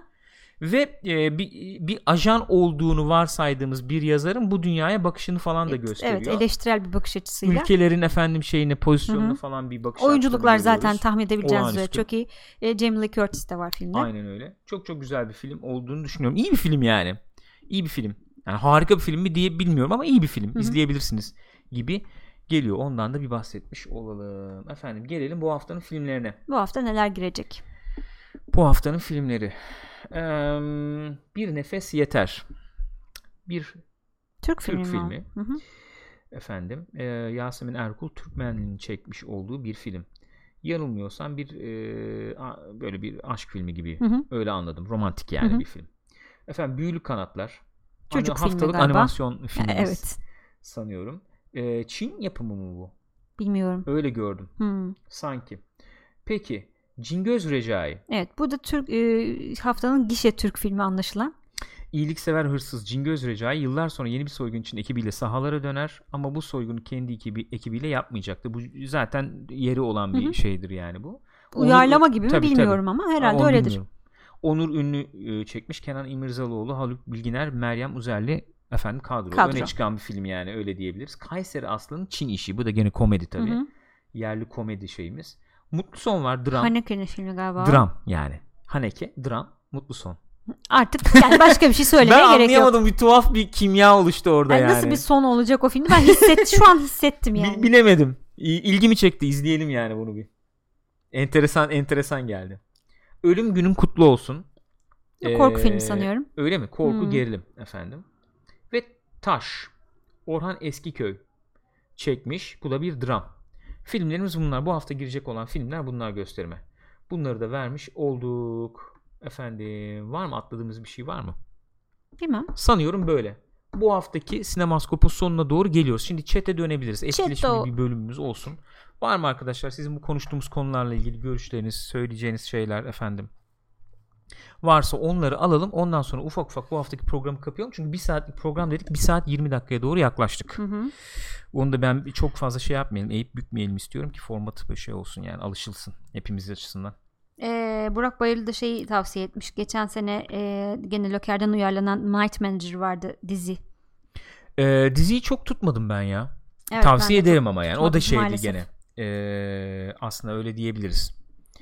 Ve e, bir, bir ajan olduğunu varsaydığımız bir yazarın bu dünyaya bakışını falan da evet, gösteriyor. Evet, eleştirel bir bakış açısıyla. Ülkelerin efendim şeyine, pozisyonuna Hı-hı. falan bir bakış. Oyunculuklar zaten tahmin edebileceğiniz üzere çok iyi. E, Jamie Lee Curtis de var filmde. Aynen öyle. Çok çok güzel bir film olduğunu düşünüyorum. İyi bir film yani. İyi bir film. Yani harika bir film mi diye bilmiyorum ama iyi bir film. Hı-hı. İzleyebilirsiniz gibi geliyor. Ondan da bir bahsetmiş olalım. Efendim gelelim bu haftanın filmlerine. Bu hafta neler girecek? Bu haftanın filmleri. Ee, Bir Nefes Yeter. Bir Türk, Türk filmi. filmi. Hı hı. Efendim e, Yasemin Erkul Türkmenli'nin çekmiş olduğu bir film. Yanılmıyorsam bir e, a, böyle bir aşk filmi gibi. Hı hı. Öyle anladım. Romantik yani hı hı. bir film. Efendim Büyülü Kanatlar. Çocuk Haftalık filmi galiba. animasyon filmimiz evet. sanıyorum. Çin yapımı mı bu? Bilmiyorum. Öyle gördüm. Hmm. Sanki. Peki. Cingöz Recai. Evet. Bu da Türk e, haftanın gişe Türk filmi anlaşılan. İyiliksever hırsız Cingöz Recai yıllar sonra yeni bir soygun için ekibiyle sahalara döner ama bu soygunu kendi ekibi, ekibiyle yapmayacaktı. Bu zaten yeri olan bir Hı-hı. şeydir yani bu. Uyarlama Onur, gibi mi tabii, bilmiyorum tabii. ama herhalde Aa, öyledir. Bilmiyorum. Onur Ünlü e, çekmiş. Kenan İmirzalıoğlu, Haluk Bilginer, Meryem Uzerli efendim kadro. kadro. Öne çıkan bir film yani, öyle diyebiliriz. Kayseri Aslı'nın Çin işi. Bu da gene komedi tabii. Hı hı. Yerli komedi şeyimiz. Mutlu Son var. Dram. Haneke'nin filmi galiba. Dram yani. Haneke, dram, Mutlu Son. Artık yani başka bir şey söylemeye gerek yok. Ben anlayamadım. Bir tuhaf bir kimya oluştu orada yani. yani. Nasıl bir son olacak o filmde? Ben hisset, şu an hissettim yani. Bilemedim. İlgimi çekti. İzleyelim yani bunu bir. Enteresan enteresan geldi. Ölüm Günün Kutlu Olsun. Korku ee, filmi sanıyorum. Öyle mi? Korku hmm. gerilim efendim. Ve Taş. Orhan Eskiköy çekmiş. Bu da bir dram. Filmlerimiz bunlar. Bu hafta girecek olan filmler bunlar gösterime. Bunları da vermiş olduk. Efendim var mı? Atladığımız bir şey var mı? Bilmem. Sanıyorum böyle. Bu haftaki Sinemaskop'un sonuna doğru geliyoruz. Şimdi chat'e dönebiliriz. Etkileşimli bir bölümümüz olsun. Var mı arkadaşlar sizin bu konuştuğumuz konularla ilgili görüşleriniz, söyleyeceğiniz şeyler efendim? Varsa onları alalım. Ondan sonra ufak ufak bu haftaki programı kapayalım. Çünkü bir saatlik program dedik. bir saat yirmi dakikaya doğru yaklaştık. Hı hı. Onu da ben çok fazla şey yapmayalım. Eğip bükmeyelim istiyorum ki formatı böyle şey olsun yani, alışılsın hepimiz açısından. Ee, Burak Bayırlı da şeyi tavsiye etmiş. Geçen sene e, gene Löker'den uyarlanan Night Manager vardı, dizi. Ee, diziyi çok tutmadım ben ya. Evet, tavsiye ben ederim ama yani. O da şeydi maalesef. Gene. Ee, aslında öyle diyebiliriz.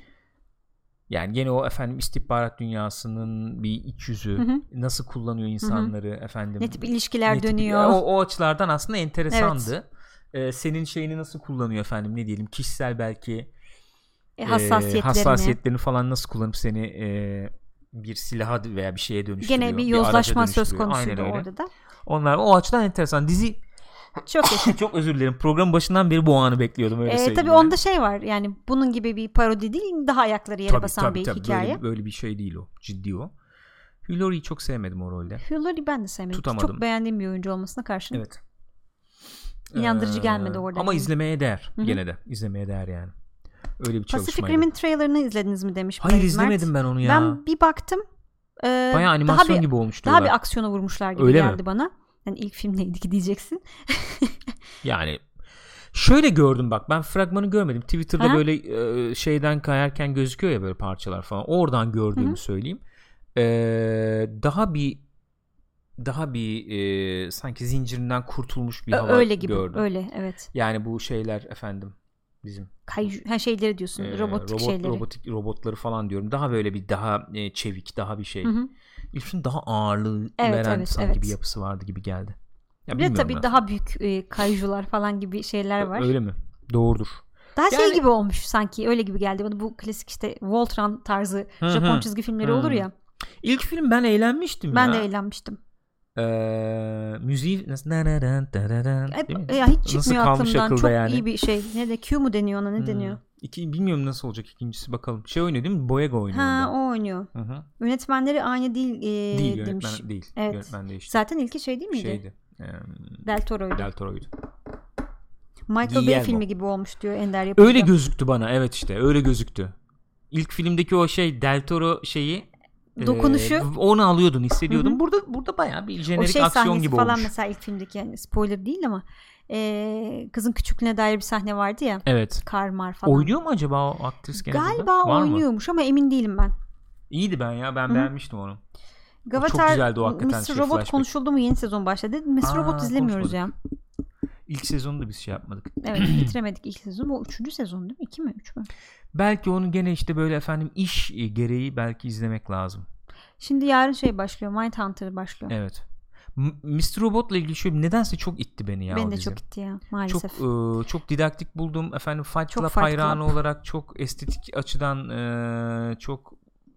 Yani gene o efendim istihbarat dünyasının bir iç yüzü, hı hı. nasıl kullanıyor insanları, hı hı. efendim. Ne tip ilişkiler ne dönüyor. Tip, o, o açılardan aslında enteresandı. Evet. Ee, senin şeyini nasıl kullanıyor efendim, ne diyelim, kişisel belki e, hassasiyetlerini. E, hassasiyetlerini falan nası kullanıp seni e, bir silaha veya bir şeye dönüştürüyor. Gene bir yozlaşma bir söz konusuydu orada da. Onlar o açıdan enteresan. Dizi çok çok özür dilerim. Programın başından beri bu anı bekliyordum, öyle ee, söyleyeyim. Tabii yani. Onda şey var yani, bunun gibi bir parodi değil, daha ayakları yere tabii, basan tabii, bir tabii. hikaye. Böyle, böyle bir şey değil o. Ciddi o. Hugh Laurie'yi çok sevmedim o rolde. Hugh Laurie ben de sevmedim. Tutamadım. Çok beğendiğim bir oyuncu olmasına karşın. Evet. İnandırıcı ee, gelmedi orada. Ama yani. izlemeye değer. Hı-hı. Gene de izlemeye değer yani. Öyle bir çalışmaydı. Pacific Rim'in trailerını izlediniz mi demiş. Hayır, Mert. izlemedim ben onu ya. Ben bir baktım. E, Bayağı animasyon daha bir, gibi olmuş Daha diyorlar. bir aksiyona vurmuşlar gibi Öyle geldi mi? bana. Yani ilk film neydi ki diyeceksin. Yani şöyle gördüm bak, ben fragmanı görmedim. Twitter'da Aha. böyle e, şeyden kayarken gözüküyor ya böyle parçalar falan. Oradan gördüğümü Hı-hı. söyleyeyim. E, daha bir daha bir e, sanki zincirinden kurtulmuş bir hava Öyle gibi. gördüm. Öyle evet. Yani bu şeyler efendim bizim Kaiju, ha şeyleri diyorsun. e, robotik robot, şeyleri. robotik robotları falan diyorum. Daha böyle bir daha e, çevik, daha bir şey. Hı-hı. İlkin daha ağırlığı Evet, veren evet, sanki evet. bir yapısı vardı gibi geldi. Ya Bir de bilmiyorum tabii nasıl. daha büyük e, kaijular falan gibi şeyler var. Öyle mi? Doğrudur. Daha Yani- şey gibi olmuş sanki, öyle gibi geldi bana, bu klasik işte Voltron tarzı Hı hı. Japon çizgi filmleri Hı. olur ya. İlk film ben eğlenmiştim Ben ya. de eğlenmiştim. Ee, müziği nasıl değil mi? Ya hiç Nasıl çıkmıyor kalmış aklımdan. akılda Çok yani? iyi bir şey. Ne de Q mu deniyor ona, ne Hmm. deniyor? İki, bilmiyorum nasıl olacak ikincisi, bakalım. Şey oynuyor değil mi? Boyega oynuyor. Ha, onda. o oynuyor. Hı hı. Yönetmenleri aynı değil, e, Değil demiş. yönetmen değil. Evet. Yönetmen değişti. Zaten ilki şey değil miydi? Şeydi. Ee, Del Toro'ydu. Del Toro'ydu. Michael Bay Guillermo. filmi gibi olmuş diyor Ender yapınca. Öyle gözüktü bana. Evet işte öyle gözüktü. İlk filmdeki o şey Del Toro şeyi, Dokunuşu. e, onu alıyordun, hissediyordun. Hı hı. Burada burada bayağı bir O jenerik şey aksiyon sahnesi gibi falan olmuş. mesela ilk filmdeki, yani spoiler değil ama e, kızın küçüklüğüne dair bir sahne vardı ya. Evet. Kar mar falan. Oynuyor mu acaba o aktris gene burada? Galiba Var mı? oynuyormuş ama emin değilim ben. İyiydi ben ya. Ben Hı. beğenmiştim onu. Gavatar, güzeldi o hakikaten, mister şey, Robot flashback. konuşuldu mu, yeni sezon başladı. mister Aa, Robot izlemiyoruz ya. İlk sezonu da biz şey yapmadık. Evet, bitiremedik ilk sezonu. O üçüncü sezon değil mi? İki mi? Üç mü? Belki onu gene işte böyle efendim iş gereği belki izlemek lazım. Şimdi yarın şey başlıyor. Mindhunter başlıyor. Evet. M- mister Robot'la ilgili şöyle nedense çok itti beni ya Beni o de dizi. çok gitti ya Çok maalesef. e, çok didaktik buldum efendim, Fight Çok Club Fight hayranı Club. olarak çok estetik açıdan e, çok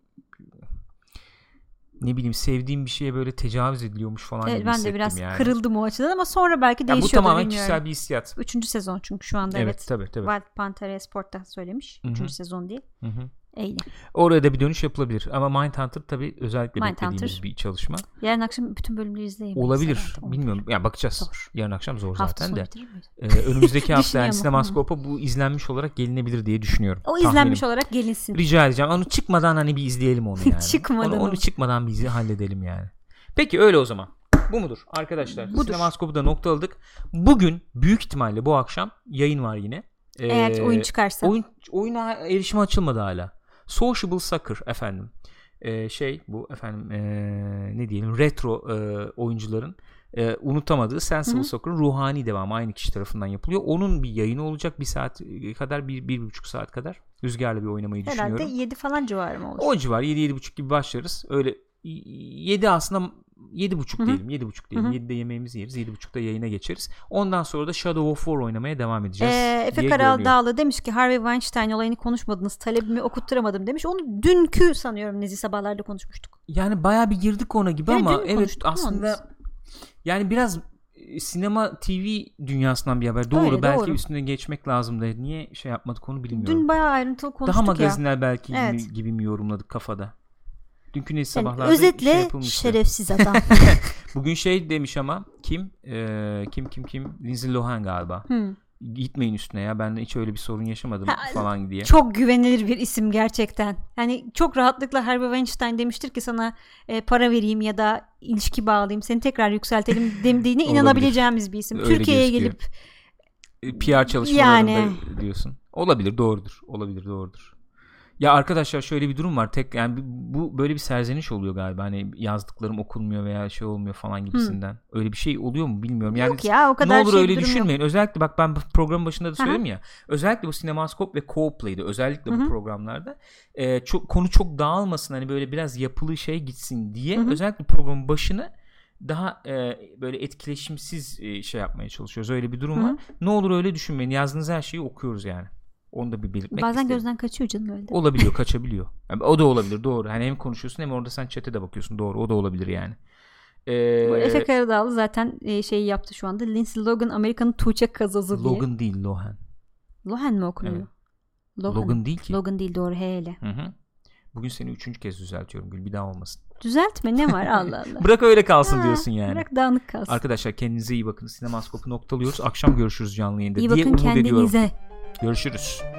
ne bileyim sevdiğim bir şeye böyle tecavüz ediliyormuş falan Evet, gibi ben de hissettim biraz yani. kırıldım o açıdan ama sonra belki Ya bu değişiyordur, tamamen bilmiyorum. kişisel bir hissiyat. Üçüncü sezon çünkü şu anda, Evet, evet. tabii tabii. Wild Panther Esport'ta söylemiş. Hı hı. Üçüncü sezon diye. Hı hı. Eyle. Oraya da bir dönüş yapılabilir ama Mindhunter tabii özellikle Mindhunter. beklediğimiz bir çalışma. Yarın akşam bütün bölümleri izleyemeyiz. Olabilir. herhalde, olur. Bilmiyorum. Ya bakacağız. Zor. Yarın akşam zor Hafta zaten sonu de. bitirir miyiz? Ee, önümüzdeki hafta yani Düşünüyorum. Sinemaskop'a bu izlenmiş olarak gelinebilir diye düşünüyorum. O izlenmiş Tahminim. olarak gelinsin. Rica edeceğim. Onu çıkmadan hani bir izleyelim onu yani. Çıkmadan onu, onu ama. çıkmadan bir izle- halledelim yani. Peki öyle o zaman. Bu mudur arkadaşlar? Budur. Sinemaskop'u da noktaladık. Bugün büyük ihtimalle bu akşam yayın var yine. Ee, Eğer oyun çıkarsa. Oyun, oyuna erişim açılmadı hala. Sociable Soccer efendim. Ee, şey bu efendim ee, ne diyelim retro ee, oyuncuların ee, unutamadığı Sensible Hı hı. Soccer'ın ruhani devamı aynı kişi tarafından yapılıyor. Onun bir yayını olacak bir saat kadar, bir, bir buçuk saat kadar. Rüzgar'la bir oynamayı Herhalde düşünüyorum. yedi falan civarı mı olur? O civar yedi yedi buçuk gibi başlarız. Öyle yedi aslında yedi buçuk Hı hı. diyelim. yedi buçuk diyelim. Hı hı. yedide yemeğimizi yeriz. yedi buçukta yayına geçeriz. Ondan sonra da Shadow of War oynamaya devam edeceğiz. Ee, Efe diye Karal görünüyor. Dağlı demiş ki Harvey Weinstein olayını konuşmadınız. Talebimi okutturamadım demiş. Onu dünkü sanıyorum Nezi Sabahlar'da konuşmuştuk. Yani bayağı bir girdik ona gibi Evet, ama dün evet konuştuk mu aslında yalnız? yani biraz e, sinema T V dünyasından bir haber. Doğru, Öyle, belki doğru. üstüne geçmek lazımdı. Niye şey yapmadık onu bilmiyorum. Dün bayağı ayrıntılı konuştuk Daha ya. magazinel belki Evet. gibi, gibi mi yorumladık kafada. Dünkü neyse Yani sabahlarda özetle şey yapılmıştı. şerefsiz adam. Bugün şey demiş ama kim Ee, kim kim kim Lindsay Lohan galiba. Hmm. Gitmeyin üstüne ya, ben de hiç öyle bir sorun yaşamadım Ha, falan diye. Çok güvenilir bir isim gerçekten. Yani çok rahatlıkla Harvey Weinstein demiştir ki sana e, para vereyim ya da ilişki bağlayayım, seni tekrar yükseltelim dediğine Olabilir. inanabileceğimiz bir isim. Öyle Türkiye'ye gözüküyor. gelip P R çalışmalarında Yani. diyorsun. Olabilir, doğrudur. Olabilir, doğrudur. Ya arkadaşlar şöyle bir durum var. Tek yani bu böyle bir serzeniş oluyor galiba. Hani yazdıklarım okunmuyor veya şey olmuyor falan gibisinden. Hmm. Öyle bir şey oluyor mu bilmiyorum. Yani yok ya, o kadar ne olur şey öyle bir durum düşünmeyin. yok. Özellikle bak ben programın başında da söyledim Aha. ya. Özellikle bu Sinemaskop ve Co-Play'de özellikle Hı-hı. bu programlarda e, çok konu çok dağılmasın, hani böyle biraz yapılı şey gitsin diye Hı-hı. özellikle programın başını daha e, böyle etkileşimsiz e, şey yapmaya çalışıyoruz. Öyle bir durum Hı-hı. var. Ne olur öyle düşünmeyin. Yazdığınız her şeyi okuyoruz yani. Onu da bir belirtmek Bazen istedim. gözden kaçıyor canım öyle de. Olabiliyor, kaçabiliyor. Yani o da olabilir, doğru. Hani hem konuşuyorsun hem orada sen chat'e de bakıyorsun, doğru. O da olabilir yani. Ee, Bu Efe Karadağlı zaten e, şeyi yaptı şu anda. Lindsay Lohan Amerika'nın Tuğçe Kazazı diye. Logan değil, Lohan. Lohan mı okunuyor? Evet. Lohan. Logan değil ki. Logan değil, doğru, hele. Hı hı. Bugün seni üçüncü kez düzeltiyorum Gül, bir daha olmasın. Düzeltme, ne var Allah Allah. Bırak öyle kalsın Ha, diyorsun yani. Bırak dağınık kalsın. Arkadaşlar kendinize iyi bakın. Sinemaskop'u noktalıyoruz. Akşam görüşürüz canlı yayında İyi diye bakın umut ediyorum. kendinize. Görüşürüz.